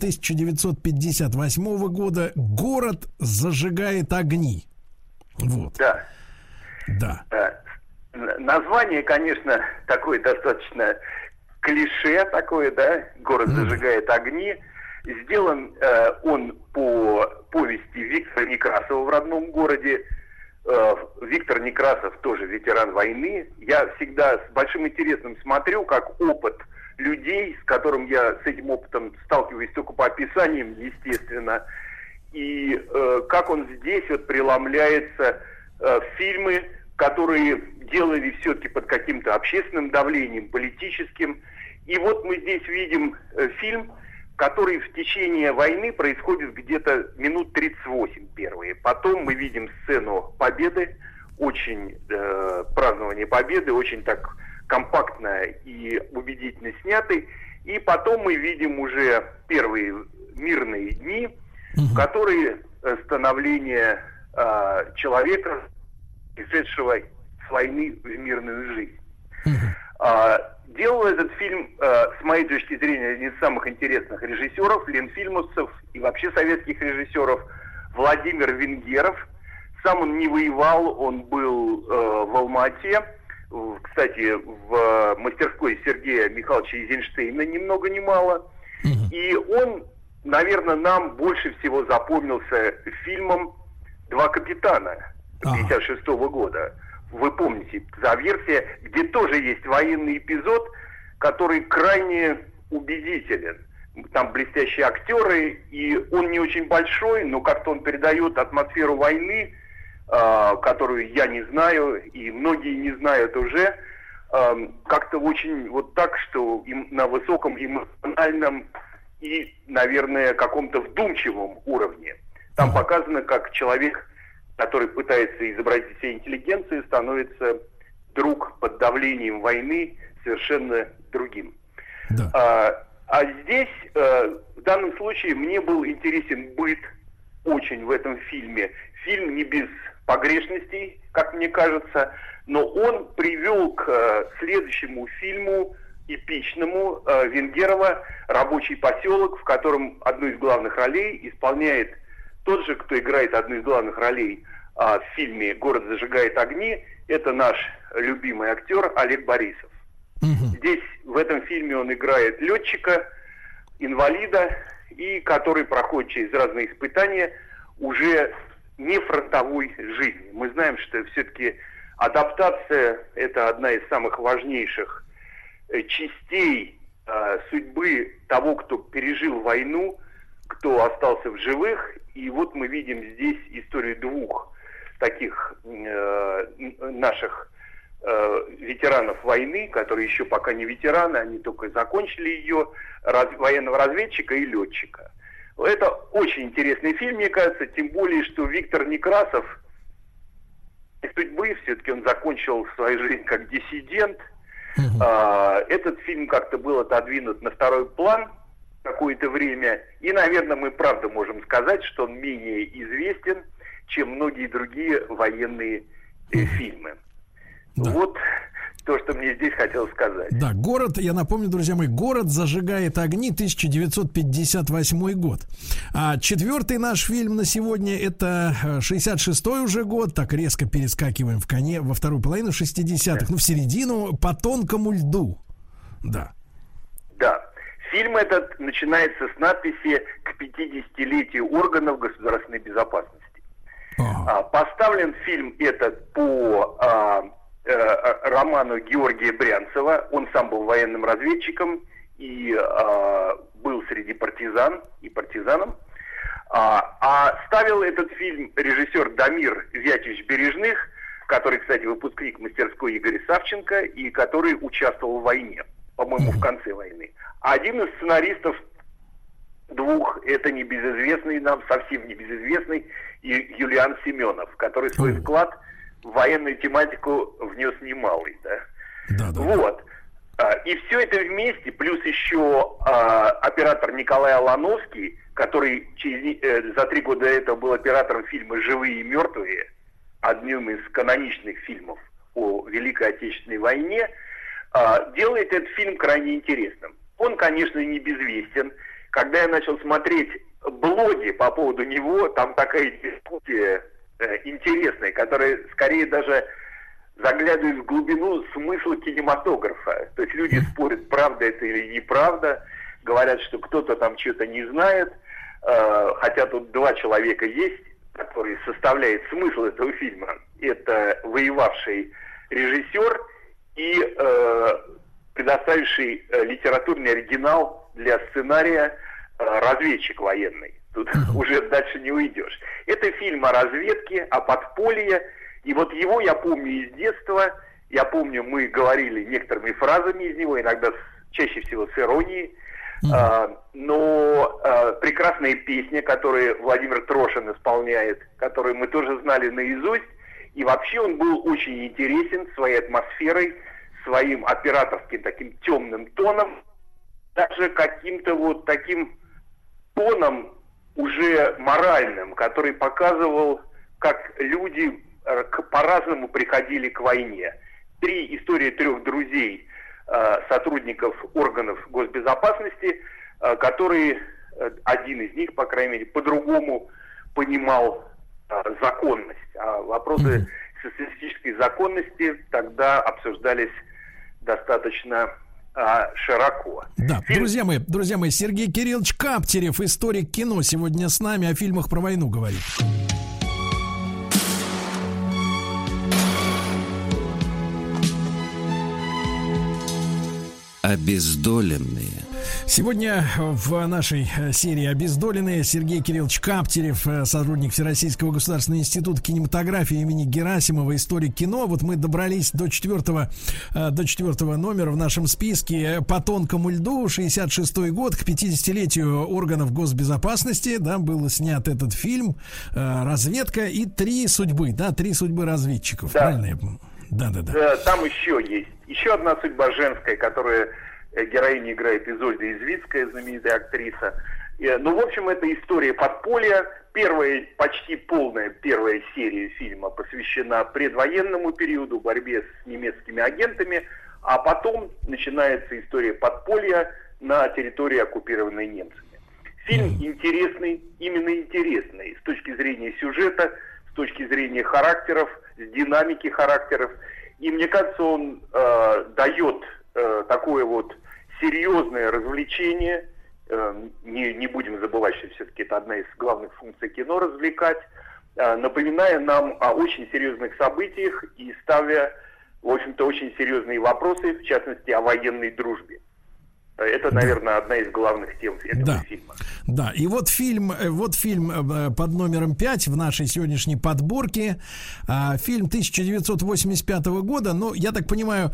1958 года «Город зажигает огни». Вот. Да. Да. Название, конечно, такое достаточно клише такое, да, «Город зажигает огни». Сделан он по повести Виктора Некрасова «В родном городе». Виктор Некрасов тоже ветеран войны. Я всегда с большим интересом смотрю, как опыт людей, с которым я с этим опытом сталкиваюсь только по описаниям, естественно, и как он здесь вот преломляется в фильмы, которые делали все-таки под каким-то общественным давлением, политическим. И вот мы здесь видим фильм, который в течение войны происходит где-то минут 38 первые. Потом мы видим сцену победы, очень празднование победы, очень так компактно и убедительно снятый. И потом мы видим уже первые мирные дни, которые становление человека, пришедшего с войны в мирную жизнь. Делал этот фильм, с моей точки зрения, один из самых интересных режиссеров, ленфильмовцев и вообще советских режиссеров, Владимир Венгеров. Сам он не воевал, он был в Алма-Ате, кстати, в мастерской Сергея Михайловича Эйзенштейна, ни много ни мало. И он, наверное, нам больше всего запомнился фильмом «Два капитана» 1956 года. Вы помните, «Версия», где тоже есть военный эпизод, который крайне убедителен. там блестящие актеры, и он не очень большой, но как-то он передает атмосферу войны, которую я не знаю, и многие не знают уже, как-то очень вот так, что на высоком эмоциональном и, наверное, каком-то вдумчивом уровне. Там показано, как человек, который пытается изобразить себе интеллигенцию, становится вдруг под давлением войны совершенно другим. Да. А здесь, в данном случае, мне был интересен быт очень в этом фильме. Фильм не без погрешностей, как мне кажется, но он привел к следующему фильму, эпичному, Венгерова «Рабочий поселок», в котором одну из главных ролей исполняет тот же, кто играет одну из главных ролей в фильме «Город зажигает огни». Это наш любимый актер Олег Борисов. Здесь, в этом фильме, он играет летчика, инвалида, и который проходит через разные испытания уже не фронтовой жизни. Мы знаем, что все-таки адаптация – это одна из самых важнейших частей судьбы того, кто пережил войну, кто остался в живых. И вот мы видим здесь историю двух таких наших ветеранов войны, которые еще пока не ветераны, они только закончили ее, военного разведчика и летчика. Это очень интересный фильм, мне кажется, тем более, что Виктор Некрасов из судьбы, все-таки он закончил свою жизнь как диссидент. Этот фильм как-то был отодвинут на второй план какое-то время, и, наверное, мы правда можем сказать, что он менее известен, чем многие другие военные фильмы. Да. Вот то, что мне здесь хотелось сказать. Да, «Город», я напомню, друзья мои, «Город зажигает огни», 1958 год. А четвертый наш фильм на сегодня — это 66-й уже год. Так резко перескакиваем во вторую половину 60-х, в середину, «По тонкому льду». Да. Да. Фильм этот начинается с надписи «К 50-летию органов государственной безопасности». Поставлен фильм этот по роману Георгия Брянцева. Он сам был военным разведчиком и был среди партизан и партизаном. А ставил этот фильм режиссер Дамир Вятич Бережных, который, кстати, выпускник мастерской Игоря Савченко и который участвовал в войне, по-моему, в конце войны. А один из сценаристов двух, это небезызвестный нам, совсем небезызвестный, Юлиан Семенов, который свой вклад в военную тематику внес немалый, да? Вот. И все это вместе, плюс еще оператор Николай Алановский, который за 3 года до этого был оператором фильма «Живые и мертвые», одним из каноничных фильмов о Великой Отечественной войне, делает этот фильм крайне интересным. Он, конечно, не безвестен. Когда я начал смотреть блоги по поводу него, там такая дискуссия интересная, которая скорее даже заглядывает в глубину смысла кинематографа. То есть люди спорят, правда это или неправда, говорят, что кто-то там что-то не знает, хотя тут 2 человека есть, которые составляют смысл этого фильма. Это воевавший режиссер и предоставивший литературный оригинал для сценария разведчик военный. Тут уже дальше не уйдешь. Это фильм о разведке, о подполье. И вот его я помню из детства. Я помню, мы говорили некоторыми фразами из него, иногда чаще всего с иронией. Но прекрасная песня, которую Владимир Трошин исполняет, которую мы тоже знали наизусть. И вообще он был очень интересен своей атмосферой, своим операторским таким темным тоном, даже каким-то вот таким тоном уже моральным, который показывал, как люди по-разному приходили к войне. История 3 друзей, сотрудников органов госбезопасности, которые, один из них, по крайней мере, по-другому понимал законность. А вопросы социалистической законности тогда обсуждались достаточно широко. Да, друзья мои, Сергей Кириллович Каптерев, историк кино, сегодня с нами, о фильмах про войну говорит. Обездоленные, Сегодня в нашей серии «Обездоленные» Сергей Кириллович Каптерев, сотрудник Всероссийского государственного института кинематографии имени Герасимова, историк кино. Вот мы добрались до четвертого номера в нашем списке. «По тонкому льду», 66-й год, к 50-летию органов госбезопасности, да, был снят этот фильм. Разведка и три судьбы разведчиков. Да. Правильно я помню? Да. Там еще есть. Еще одна судьба женская, которая героиня играет Изольда Извицкая, знаменитая актриса. Ну, в общем, это история подполья. Первая, почти полная первая серия фильма посвящена предвоенному периоду, борьбе с немецкими агентами, а потом начинается история подполья на территории, оккупированной немцами. Фильм интересный, именно интересный с точки зрения сюжета, с точки зрения характеров, с динамики характеров. И мне кажется, он дает такое вот серьезное развлечение. Не будем забывать, что все-таки это одна из главных функций кино — развлекать, напоминая нам о очень серьезных событиях и ставя, в общем-то, очень серьезные вопросы, в частности, о военной дружбе. Это, наверное, одна из главных тем этого фильма. Да, и вот фильм под номером 5 в нашей сегодняшней подборке. Фильм 1985 года. Ну, я так понимаю,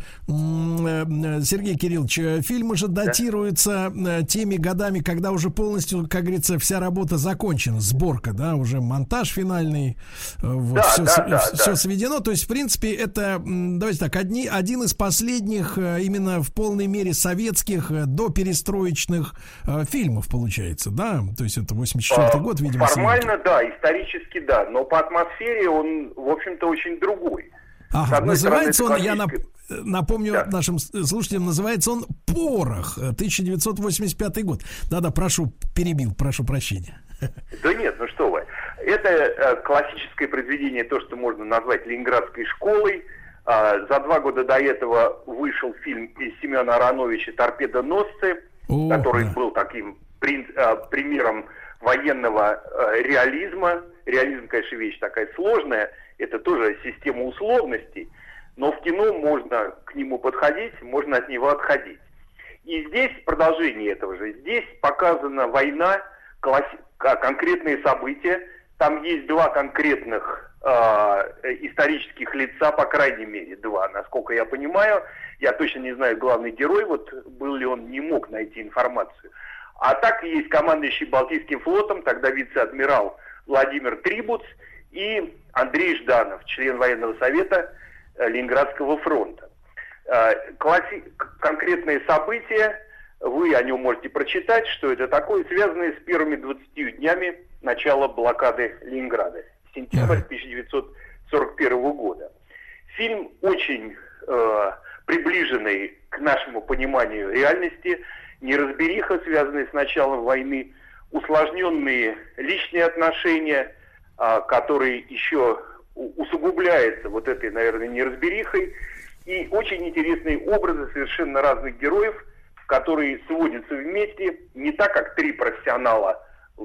Сергей Кириллович, фильм уже датируется теми годами, когда уже полностью, как говорится, вся работа закончена, сборка, да, уже монтаж финальный, вот, все сведено. То есть, в принципе, это, давайте так, один из последних именно в полной мере советских доперестроечных фильмов, получается, да? То есть это 84-й год, видимо. Формально, да, исторически, да, но по атмосфере он, в общем-то, очень другой. Ага, называется он, я напомню нашим слушателям, называется он «Порох», 1985 год. Да-да, перебил, прошу прощения. Да нет, ну что вы. Это классическое произведение, то, что можно назвать ленинградской школой. За 2 года до этого вышел фильм Семена Ароновича «Торпедоносцы», который был таким примером военного реализма. Реализм, конечно, вещь такая сложная, это тоже система условностей, но в кино можно к нему подходить, можно от него отходить. И здесь продолжение этого же. Здесь показана война, конкретные события. Там есть 2 конкретных исторических лица, по крайней мере 2, насколько я понимаю. Я точно не знаю, главный герой, вот был ли он, не мог найти информацию. А так есть командующий Балтийским флотом, тогда вице-адмирал Владимир Трибуц, и Андрей Жданов, член военного совета Ленинградского фронта. Конкретные события, вы о нем можете прочитать, что это такое, связанное с первыми 20 днями начала блокады Ленинграда. Сентябрь 1941 года. Фильм очень приближенный к нашему пониманию реальности, неразбериха, связанная с началом войны, усложненные личные отношения, которые еще усугубляются вот этой, наверное, неразберихой, и очень интересные образы совершенно разных героев, которые сводятся вместе не так, как 3 профессионала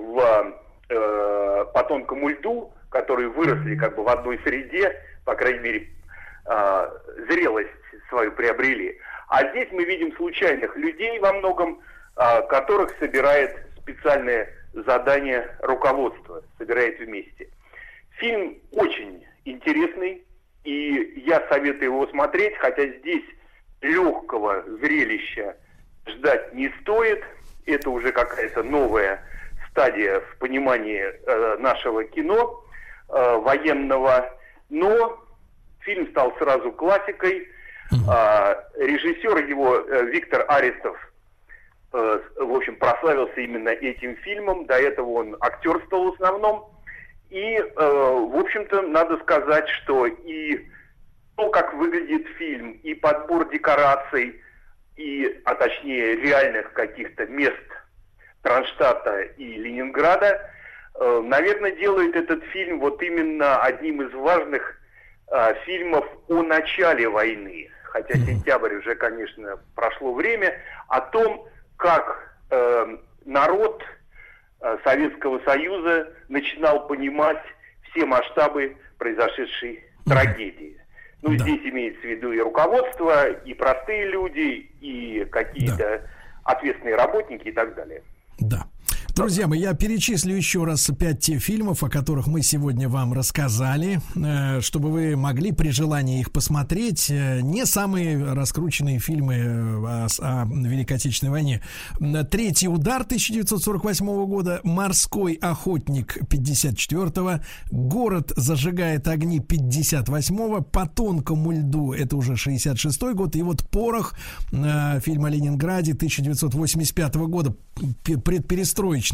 по тонкому льду, которые выросли как бы в одной среде, по крайней мере, зрелость свою приобрели. А здесь мы видим случайных людей во многом, которых собирает специальное задание руководства, собирает вместе. Фильм очень интересный, и я советую его смотреть, хотя здесь легкого зрелища ждать не стоит. Это уже какая-то новая стадия в понимании нашего кино военного, но фильм стал сразу классикой. Режиссер его Виктор Арестов, в общем, прославился именно этим фильмом. До этого он актерствовал в основном. И, в общем-то, надо сказать, что и то, как выглядит фильм, и подбор декораций, а точнее реальных каких-то мест Кронштадта и Ленинграда, наверное, делает этот фильм вот именно одним из важных фильмов о начале войны. Хотя сентябрь уже, конечно, прошло время, о том, как народ Советского Союза начинал понимать все масштабы произошедшей трагедии. Ну, здесь имеется в виду и руководство, и простые люди, и какие-то ответственные работники и так далее. Да. Друзья мои, я перечислю еще раз 5 фильмов, о которых мы сегодня вам рассказали, чтобы вы могли при желании их посмотреть. Не самые раскрученные фильмы о Великой Отечественной войне. «Третий удар» 1948 года, «Морской охотник» 54-го, «Город зажигает огни» 58-го, «По тонкому льду» это уже 66-й год, и вот «Порох», фильм о Ленинграде 1985 года, предперестроечный.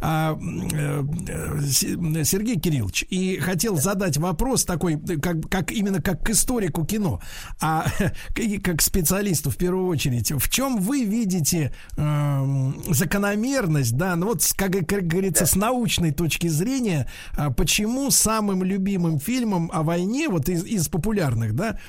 Сергей Кириллович, и хотел задать вопрос такой, как именно как к историку кино, как к специалисту в первую очередь. В чем вы видите закономерность, да, ну вот, как говорится, с научной точки зрения, почему самым любимым фильмом о войне, вот из популярных, да,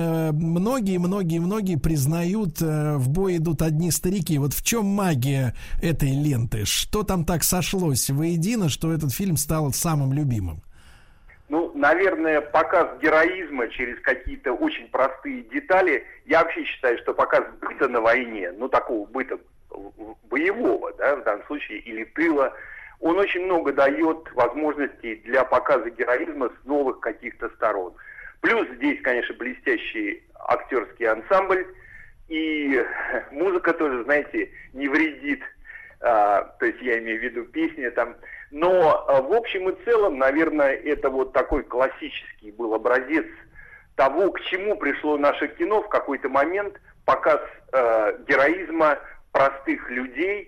многие признают «В бой идут одни старики». Вот в чем магия этой ленты? Что там так сошлось воедино, что этот фильм стал самым любимым? Ну, наверное, показ героизма через какие-то очень простые детали. Я вообще считаю, что показ быта на войне, ну, такого быта боевого, да, в данном случае, или тыла, он очень много дает возможностей для показа героизма с новых каких-то сторон. Плюс здесь, конечно, блестящий актерский ансамбль, и музыка тоже, знаете, не вредит. То есть я имею в виду песни там. Но в общем и целом, наверное, это вот такой классический был образец того, к чему пришло наше кино в какой-то момент. Показ героизма простых людей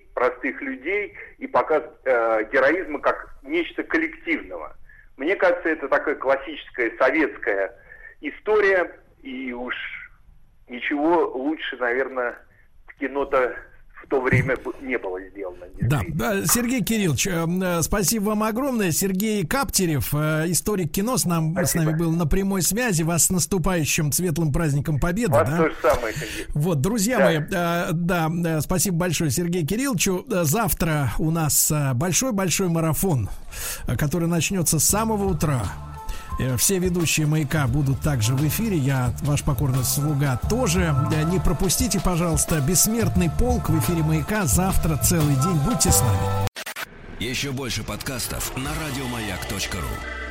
и показ героизма как нечто коллективного. Мне кажется, это такая классическая советская история, и уж ничего лучше, наверное, в кино-то в то время не было сделано. Да, Сергей Кириллович, спасибо вам огромное. Сергей Каптерев, историк кино, с нами был на прямой связи. Вас с наступающим светлым праздником Победы. Вас то же самое, Сергей. Вот, друзья мои, спасибо большое Сергею Кирилловичу. Завтра у нас большой-большой марафон, который начнется с самого утра. Все ведущие «Маяка» будут также в эфире. Я, ваш покорный слуга, тоже. Не пропустите, пожалуйста, «Бессмертный полк» в эфире «Маяка» завтра целый день. Будьте с нами. Еще больше подкастов на радиомаяк.ру.